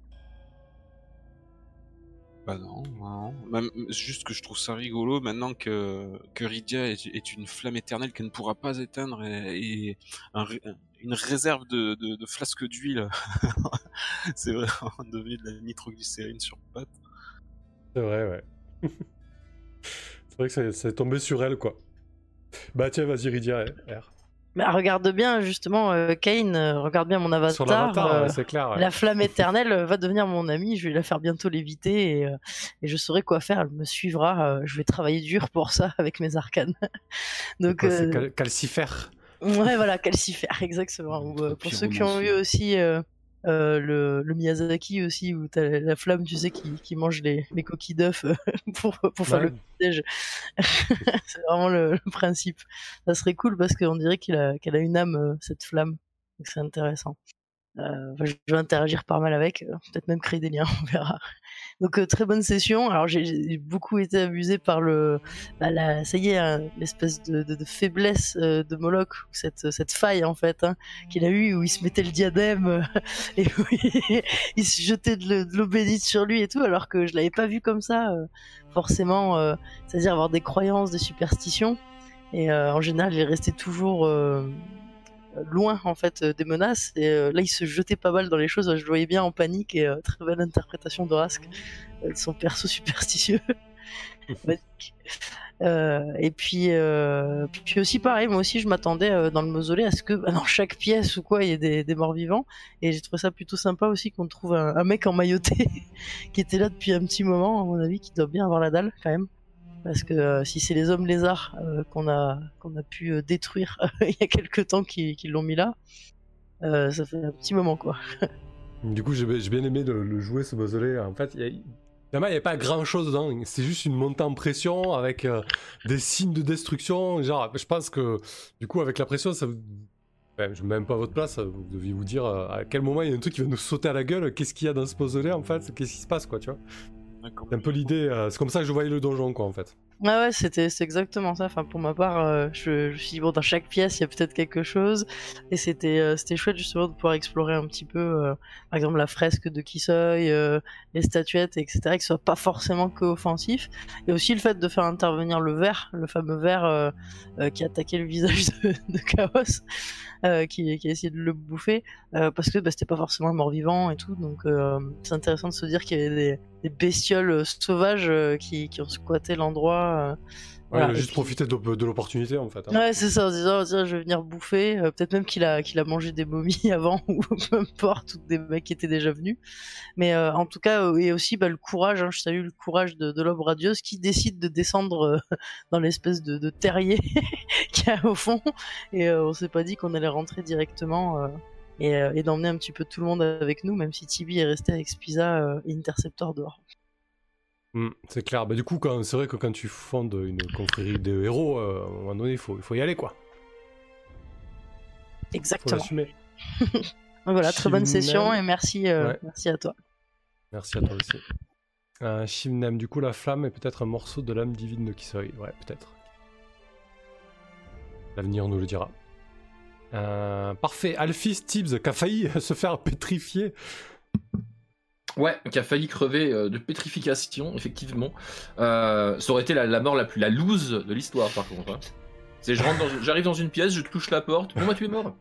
Bah non, non. Même, juste que je trouve ça rigolo maintenant que, que Rydia est, est une flamme éternelle qu'elle ne pourra pas éteindre et, et un ré- une réserve de, de, de flasques d'huile. C'est vraiment devenu de la nitroglycérine sur pattes. C'est vrai, ouais. C'est vrai que c'est- c'est tombé sur elle, quoi. Bah tiens, vas-y, Rydia, R. Mais regarde bien, justement, euh, Kane, euh, regarde bien mon avatar. Sur l'avatar, euh, ouais, c'est clair. Ouais. La flamme éternelle euh, va devenir mon amie, je vais la faire bientôt léviter et, euh, et je saurai quoi faire, elle me suivra, euh, je vais travailler dur pour ça avec mes arcanes. Donc, Quoi, c'est euh, cal- calcifère. ouais, voilà, calcifère, exactement. Ou, euh, pour ceux qui ont eu Pyromancie. aussi euh, Euh, le, le Miyazaki aussi, où t'as la, la flamme, tu sais, qui, qui mange les, les coquilles d'œufs euh, pour, pour faire Ouais. le petit-déj. C'est vraiment le, le principe. Ça serait cool parce qu'on dirait qu'il a, qu'elle a une âme, euh, cette flamme. Donc c'est intéressant. Euh, enfin, je vais interagir pas mal avec, euh, peut-être même créer des liens, on verra. Donc euh, très bonne session. Alors j'ai, j'ai beaucoup été abusé par le, bah, la, ça y est, hein, l'espèce de, de, de faiblesse euh, de Moloch, cette, cette faille en fait hein, qu'il a eu où il se mettait le diadème euh, et où il, il se jetait de, le- de l'eau bénite sur lui et tout, alors que je l'avais pas vu comme ça. Euh, forcément, euh, c'est-à-dire avoir des croyances, des superstitions. Et euh, en général, il restait toujours euh, loin en fait euh, des menaces et euh, là il se jetait pas mal dans les choses, je le voyais bien en panique et euh, très belle interprétation d'Orasque euh, de son perso superstitieux. euh, et puis euh, puis aussi pareil, moi aussi je m'attendais euh, dans le mausolée à ce que bah, dans chaque pièce ou quoi il y ait des, des morts vivants et j'ai trouvé ça plutôt sympa aussi qu'on trouve un, un mec emmailloté qui était là depuis un petit moment à mon avis, qui doit bien avoir la dalle quand même. Parce que euh, si c'est les hommes lézards euh, qu'on a qu'on a pu euh, détruire il y a quelques temps qui, qui l'ont mis là, euh, ça fait un petit moment quoi. Du coup, j'ai j'ai bien aimé le, le jouer ce mausolée. En fait, il y a- finalement, il n'y a pas grand chose dedans. C'est juste une montée en pression avec euh, des signes de destruction. Genre, je pense que du coup, avec la pression, ça vous. Ben, je ne mets même pas à votre place, vous deviez vous dire euh, à quel moment il y a un truc qui va nous sauter à la gueule. Qu'est-ce qu'il y a dans ce mausolée en fait? Qu'est-ce qui se passe quoi, tu vois? D'accord. C'est un peu l'idée. euh, c'est comme ça que je voyais le donjon quoi en fait. Ouais ouais, c'était c'est exactement ça. Enfin pour ma part, euh, je, je me suis dit bon, dans chaque pièce il y a peut-être quelque chose et c'était euh, c'était chouette justement de pouvoir explorer un petit peu euh, par exemple la fresque de Kisoi, euh, les statuettes et cetera, qui soit pas forcément que offensif, et aussi le fait de faire intervenir le ver, le fameux ver euh, euh, qui attaquait le visage de, de Chaos. Euh, qui, qui a essayé de le bouffer euh, parce que bah, c'était pas forcément un mort-vivant et tout, donc euh, c'est intéressant de se dire qu'il y avait des, des bestioles euh, sauvages euh, qui, qui ont squatté l'endroit. Euh, Ouais, voilà. il a Et juste puis- profité de, de l'opportunité en fait. hein. Ouais, c'est ça, en se disant, tiens, je vais venir bouffer. Euh, peut-être même qu'il a, qu'il a mangé des momies avant, ou peu importe, ou des mecs qui étaient déjà venus. Mais euh, en tout cas, euh, et aussi bah, le courage, hein, je salue le courage de, de l'homme radieuse qui décide de descendre euh, dans l'espèce de, de terrier qu'il y a au fond. Et euh, on s'est pas dit qu'on allait rentrer directement euh, et, euh, et d'emmener un petit peu tout le monde avec nous, même si Tibi est resté avec Spiza euh, et Interceptor dehors. Mm, c'est clair. Bah, du coup, quand, c'est vrai que quand tu fondes une confrérie de héros, euh, à un moment donné, il faut, il faut y aller quoi. Faut Exactement. l'assumer. Donc voilà, très bonne Chimnam. session et merci, euh, Ouais. merci à toi. Merci à toi aussi. Euh, Shimnem, du coup, la flamme est peut-être un morceau de l'âme divine de Kisoi. Ouais, peut-être. L'avenir nous le dira. Euh, parfait. Alphys Tibbs, qui a failli se faire pétrifier. Ouais, qui a failli crever euh, de pétrification, effectivement. Euh, ça aurait été la, la mort la plus la loose de l'histoire, par contre. hein. C'est je rentre dans, j'arrive dans une pièce, je touche la porte. Bon bah tu es mort.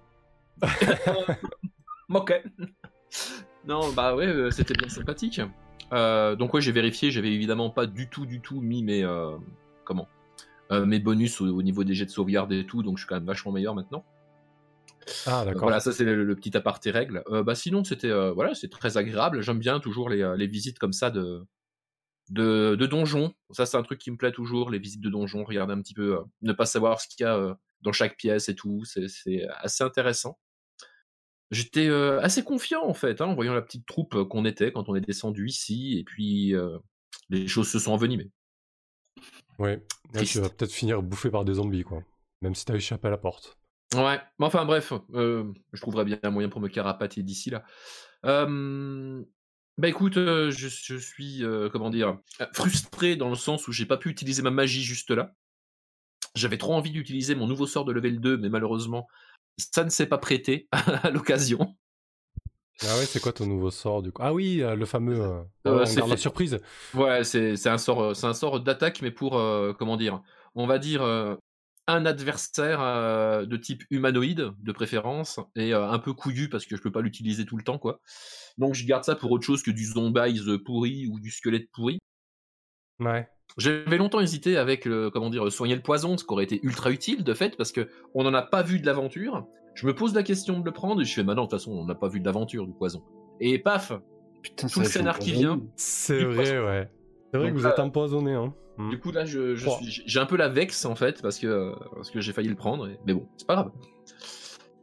Ok. Non, bah ouais, euh, c'était bien sympathique. Euh, donc ouais, j'ai vérifié, j'avais évidemment pas du tout, du tout mis mes euh, comment euh, mes bonus au, au niveau des jets de sauvegarde et tout, donc je suis quand même vachement meilleur maintenant. Ah, Euh, d'accord. Voilà, ça c'est le, le petit aparté règle. Euh, bah sinon c'était euh, voilà, c'est très agréable. J'aime bien toujours les, euh, les visites comme ça de de, de donjons. Ça c'est un truc qui me plaît toujours, les visites de donjons. Regarder un petit peu, euh, ne pas savoir ce qu'il y a euh, dans chaque pièce et tout, c'est c'est assez intéressant. J'étais euh, assez confiant en fait, hein, en voyant la petite troupe euh, qu'on était quand on est descendu ici, et puis euh, les choses se sont envenimées. Ouais. Là, Triste. tu vas peut-être finir bouffé par des zombies, quoi. Même si t'as échappé à la porte. Ouais, mais enfin bref, euh, je trouverais bien un moyen pour me carapater d'ici là. Euh, Bah écoute, euh, je, je suis, euh, comment dire, euh, frustré dans le sens où j'ai pas pu utiliser ma magie juste là. J'avais trop envie d'utiliser mon nouveau sort de level deux, mais malheureusement, ça ne s'est pas prêté à l'occasion. Ah ouais, c'est quoi ton nouveau sort, du coup? Ah oui, euh, le fameux... euh, Euh, on c'est garde la fait- surprise. Ouais, c'est c'est un sort, euh, c'est un sort d'attaque, mais pour, euh, comment dire, on va dire euh, un adversaire euh, de type humanoïde de préférence et euh, un peu couillu parce que je peux pas l'utiliser tout le temps, quoi. Donc je garde ça pour autre chose que du zombies pourri ou du squelette pourri. Ouais. J'avais longtemps hésité avec le, comment dire, soigner le poison, ce qui aurait été ultra utile de fait parce que on n'en a pas vu de l'aventure. Je me pose la question de le prendre et je fais maintenant de toute façon on n'a pas vu de l'aventure du poison. Et paf, Putain, tout le ça fait scénar qui empoisonné. vient. C'est Du vrai, poisson. ouais. C'est vrai Donc que vous là, êtes empoisonné, hein. Hmm. Du coup là je, je Oh. suis, j'ai un peu la vexe en fait parce que parce que j'ai failli le prendre, et- mais bon c'est pas grave.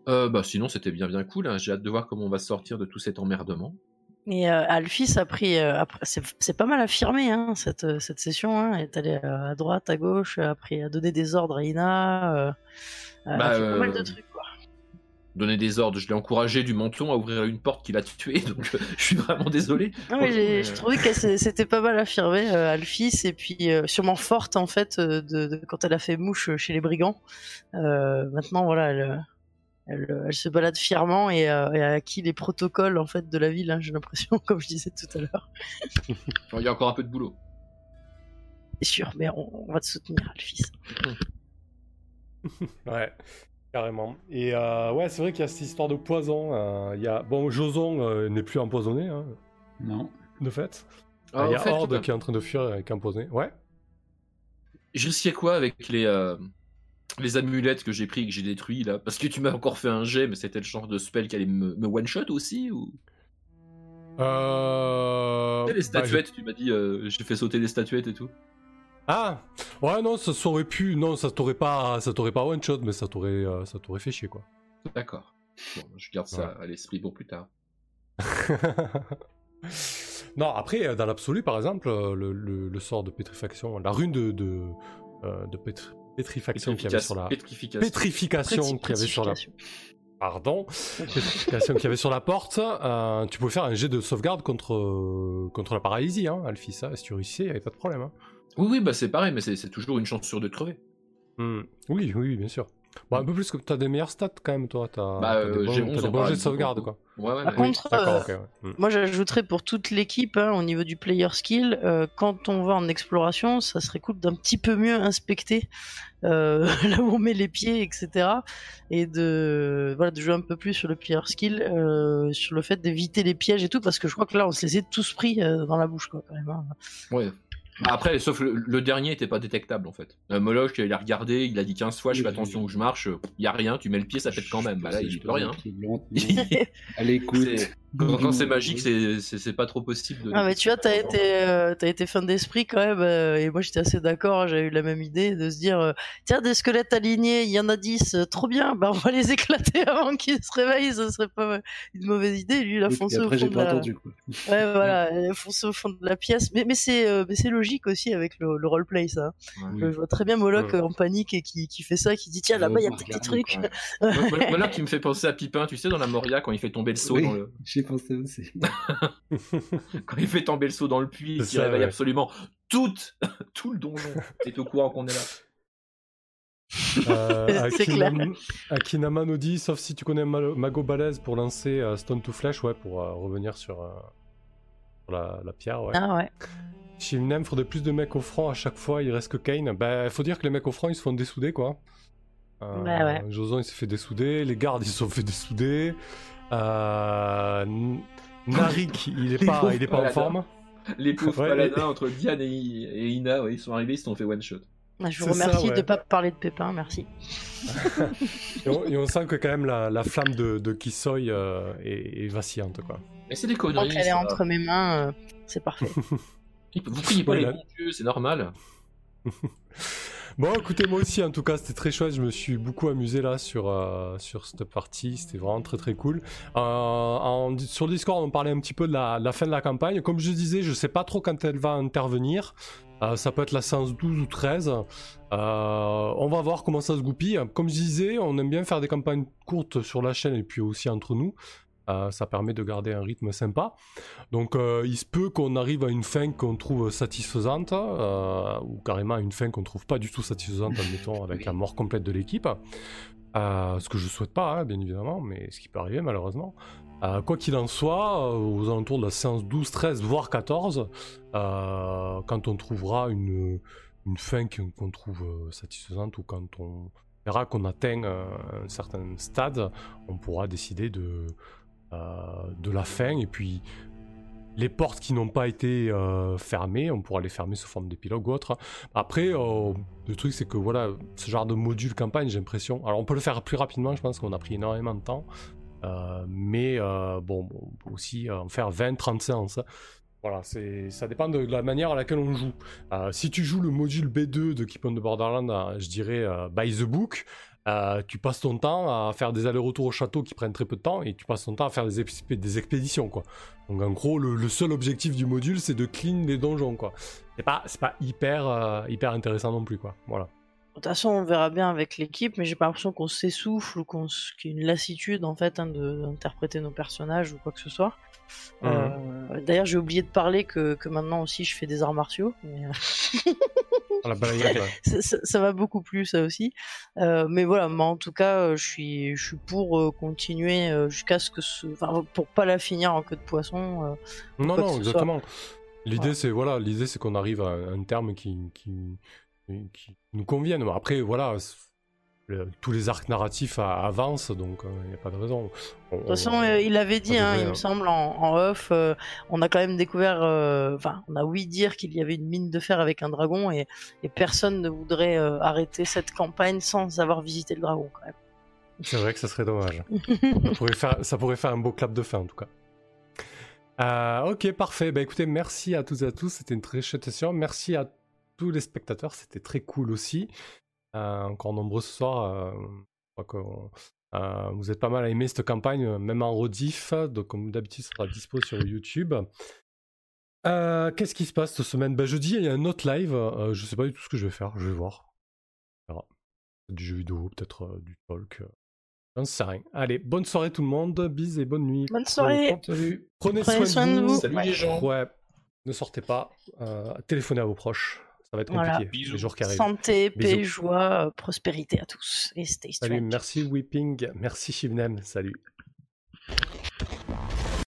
Euh, bah sinon c'était bien bien cool, hein. J'ai hâte de voir comment on va sortir de tout cet emmerdement. Et euh, Alphys a pris, euh, après, c'est, c'est pas mal affirmé hein, cette, euh, cette session. Hein, elle est allée euh, à droite, à gauche, a pris à donner des ordres à Ina. Euh, elle Bah, a fait euh, pas mal de trucs quoi. Donner des ordres, je l'ai encouragé du menton à ouvrir une porte qu'il a tué, donc euh, je suis vraiment désolé. Non, mais j'ai, j'ai trouvé que c'était pas mal affirmé, euh, Alphys, et puis euh, sûrement forte en fait euh, de, de quand elle a fait mouche chez les brigands. Euh, maintenant voilà, elle, elle, elle se balade fièrement et, euh, et a acquis les protocoles en fait de la ville. Hein, j'ai l'impression, comme je disais tout à l'heure. Il y a encore un peu de boulot. C'est sûr, mais on, on va te soutenir, Alphys. Ouais. Carrément. Et euh, ouais, c'est vrai qu'il y a cette histoire de poison. euh, Il y a... Bon, Joson euh, n'est plus empoisonné, hein, Non. de fait. Ah, Il y en a fait, Horde euh, qui est en train de fuir avec empoisonné. Ouais. Je risquais quoi avec les, euh, les amulettes que j'ai pris et que j'ai détruits là? Parce que tu m'as encore fait un jet, mais c'était le genre de spell qui allait me, me one-shot aussi ou... Euh... Tu sais, les bah, je- statuettes, tu m'as dit, euh, j'ai fait sauter les statuettes et tout. Ah ouais, non, ça s'aurait pu. Non, ça t'aurait pas, ça t'aurait pas one shot, mais ça t'aurait, euh, ça t'aurait fait chier quoi. D'accord. Bon, je garde ça à l'esprit pour plus tard. Non, après, euh, dans l'absolu, par exemple, euh, le, le, le sort de pétrifaction, la rune de, de, euh, de pétri- pétrifaction qu'il y avait sur la. Pétrification. Pétrification qu'il y avait sur la. Pardon. Pétrification qu'il y avait sur la porte. Euh, tu pouvais faire un jet de sauvegarde contre, euh, contre la paralysie, hein, Alphys. Ça, si tu réussissais, il n'y avait pas de problème. Hein. Oui, oui, bah c'est pareil, mais c'est c'est toujours une chance sûre de crever. Hmm. Oui, oui, bien sûr. Bon, un peu plus que t'as des meilleurs stats quand même, toi. T'as Bah, t'as des euh, bons, j'ai t'as onze des en bons jets de paralysie, sauvegarde, donc, quoi. Ouais, ouais, Par ouais. contre, D'accord, euh, ok, ouais. Hmm. moi j'ajouterais pour toute l'équipe, hein, au niveau du player skill, euh, quand on va en exploration, ça serait cool d'un petit peu mieux inspecter euh, là où on met les pieds, et cetera. Et de, voilà, de jouer un peu plus sur le player skill, euh, sur le fait d'éviter les pièges et tout, parce que je crois que là on se les a tous pris euh, dans la bouche, quoi, quand même. Hein. Ouais. Après, sauf le, le dernier était pas détectable en fait. Euh, Moloch, il a regardé, il a dit quinze fois, je fais Oui, attention oui. où je marche, il y a rien, tu mets le pied, ça pète quand même. Bah là, il peut rien. À l'écoute. C'est- Quand, quand c'est magique, c'est- c'est c'est pas trop possible. De Ah mais tu vois, t'as été, euh, t'as été fin d'esprit quand même, euh, et moi j'étais assez d'accord, j'avais eu la même idée de se dire, euh, tiens, des squelettes alignés, il y en a dix, euh, trop bien, bah on va les éclater avant qu'ils se réveillent, ce serait pas une mauvaise idée, lui il a Et foncé au après, fond j'ai de pas la... entendu, quoi. Ouais voilà, il a foncé au fond de la pièce, mais, mais c'est euh, mais c'est logique aussi avec le, le roleplay ça. Ouais. Je, je vois très bien Moloch Ouais. euh, en panique et qui, qui fait ça, qui dit tiens là-bas il y a peut-être des trucs. Ouais. Mol- Moloch qui me fait penser à Pipin, tu sais, dans la Moria, quand il fait tomber le seau Oui, dans le... j'ai pensé aussi. quand il fait tomber le seau dans le puits, C'est qui ça, réveille ouais. absolument tout, tout le donjon. T'es au courant qu'on est là. Euh, C'est Akinam- Akinama nous dit, sauf si tu connais un mal- mago balèze pour lancer euh, Stone to Flesh, ouais, pour euh, revenir sur, euh, sur la, la pierre, ouais. Ah ouais. Chez Ilnem, faudrait plus de mecs au front à chaque fois, il reste que Kane. Bah, faut dire que les mecs au front, ils se font dessouder, quoi. Euh, Bah ouais. Joson, il s'est fait dessouder, les gardes, ils se sont fait dessouder. Euh, N- Narik, il est Les pas, pauvres il est pas en paladins. forme. Les pauvres Ouais, paladins entre Diane et, et Ina, ouais, ils sont arrivés, ils se sont fait one shot. Je vous C'est ça, remercie ouais. de pas parler de Pépin, merci. Et on, et on sent que quand même la, la flamme de, de Kisoi euh, est, est vacillante, quoi. Mais c'est des Tant conneries. qu'elle est ça. entre mes mains, euh, c'est parfait. Vous priez pas Oui, les là. bons dieux, c'est normal. Bon, écoutez, moi aussi, en tout cas, c'était très chouette. Je me suis beaucoup amusé là sur, euh, sur cette partie. C'était vraiment très très cool. Euh, en- sur le Discord, on parlait un petit peu de la, de la fin de la campagne. Comme je disais, je sais pas trop quand elle va intervenir. Euh, ça peut être la séance douze ou treize. Euh, on va voir comment ça se goupille. Comme je disais, on aime bien faire des campagnes courtes sur la chaîne et puis aussi entre nous. Euh, ça permet de garder un rythme sympa. Donc euh, il se peut qu'on arrive à une fin qu'on trouve satisfaisante, euh, ou carrément à une fin qu'on trouve pas du tout satisfaisante, admettons, avec la mort complète de l'équipe. Euh, ce que je souhaite pas, hein, bien évidemment, mais ce qui peut arriver malheureusement. Euh, quoi qu'il en soit, euh, aux alentours de la séance douze, treize, voire quatorze, euh, quand on trouvera une, une fin qu'on qu'on trouve euh, satisfaisante, ou quand on verra qu'on atteint euh, un certain stade, on pourra décider de, euh, de la fin, et puis les portes qui n'ont pas été euh, fermées, on pourra les fermer sous forme d'épilogue ou autre. Après, euh, le truc c'est que voilà, ce genre de module campagne, j'ai l'impression, alors on peut le faire plus rapidement, je pense qu'on a pris énormément de temps, euh, mais euh, bon, on peut aussi en faire vingt trente séances. Voilà, c'est, ça dépend de la manière à laquelle on joue. Euh, si tu joues le module B deux de Keep on the Borderland, euh, je dirais euh, by the book, Euh, tu passes ton temps à faire des allers-retours au château qui prennent très peu de temps et tu passes ton temps à faire des, expé- des expéditions, quoi. Donc en gros, le, le seul objectif du module, c'est de clean les donjons, quoi. C'est pas, c'est pas hyper, euh, hyper intéressant non plus, quoi. Voilà. De toute façon, on verra bien avec l'équipe, mais j'ai pas l'impression qu'on s'essouffle ou qu'on s- qu'il y a une lassitude en fait hein, de- d'interpréter nos personnages ou quoi que ce soit. Mhm. Euh, D'ailleurs, j'ai oublié de parler que, que maintenant aussi je fais des arts martiaux. Mais, euh, Ah, la balayette, ouais. ça, ça- ça m'a beaucoup plu ça aussi. Euh, mais voilà, moi en tout cas, euh, je suis, je suis pour euh, continuer euh, jusqu'à ce que ce, enfin, pour pas la finir en queue de poisson. euh, Non, quoi que non, ce exactement. L'idée, Voilà. c'est voilà, l'idée, c'est qu'on arrive à un terme qui, qui, qui nous convienne. Après, voilà, c'est- le- tous les arcs narratifs a- avancent, donc il n'y a pas de raison. On- De toute façon, on- euh, il avait dit, ça hein, devrait, il me euh, semble, en, en off, euh, on a quand même découvert, euh, enfin, on a ouï dire qu'il y avait une mine de fer avec un dragon et, et personne ne voudrait euh, arrêter cette campagne sans avoir visité le dragon, quand même. C'est vrai que ça serait dommage. ça, pourrait faire, ça pourrait faire un beau clap de fin, en tout cas. Euh, ok, parfait. Bah écoutez, merci à tous et à tous. C'était une très chouette session. Merci à tous les spectateurs. C'était très cool aussi. Euh, encore nombreux ce soir. Euh, je crois que euh, vous êtes pas mal à aimer cette campagne, même en rediff. Donc, comme d'habitude, ça sera dispo sur YouTube. Euh, Qu'est-ce qui se passe cette semaine? Bah, jeudi, il y a un autre live. Euh, je sais pas du tout ce que je vais faire. Je vais voir. On verra. Du jeu vidéo, peut-être euh, du talk. J'en sais rien. Allez, bonne soirée tout le monde. Bis et bonne nuit. Bonne soirée. Salut. Prenez, Prenez soin, de vous. Salut les gens. Ouais, ne sortez pas. Euh, téléphonez à vos proches. Ça va être compliqué. Voilà. Bisous. Les jours qui arrivent. Santé, paix, Bisous. joie, euh, prospérité à tous et stay Salut, strange. merci Weeping. Merci Shivnem. Salut.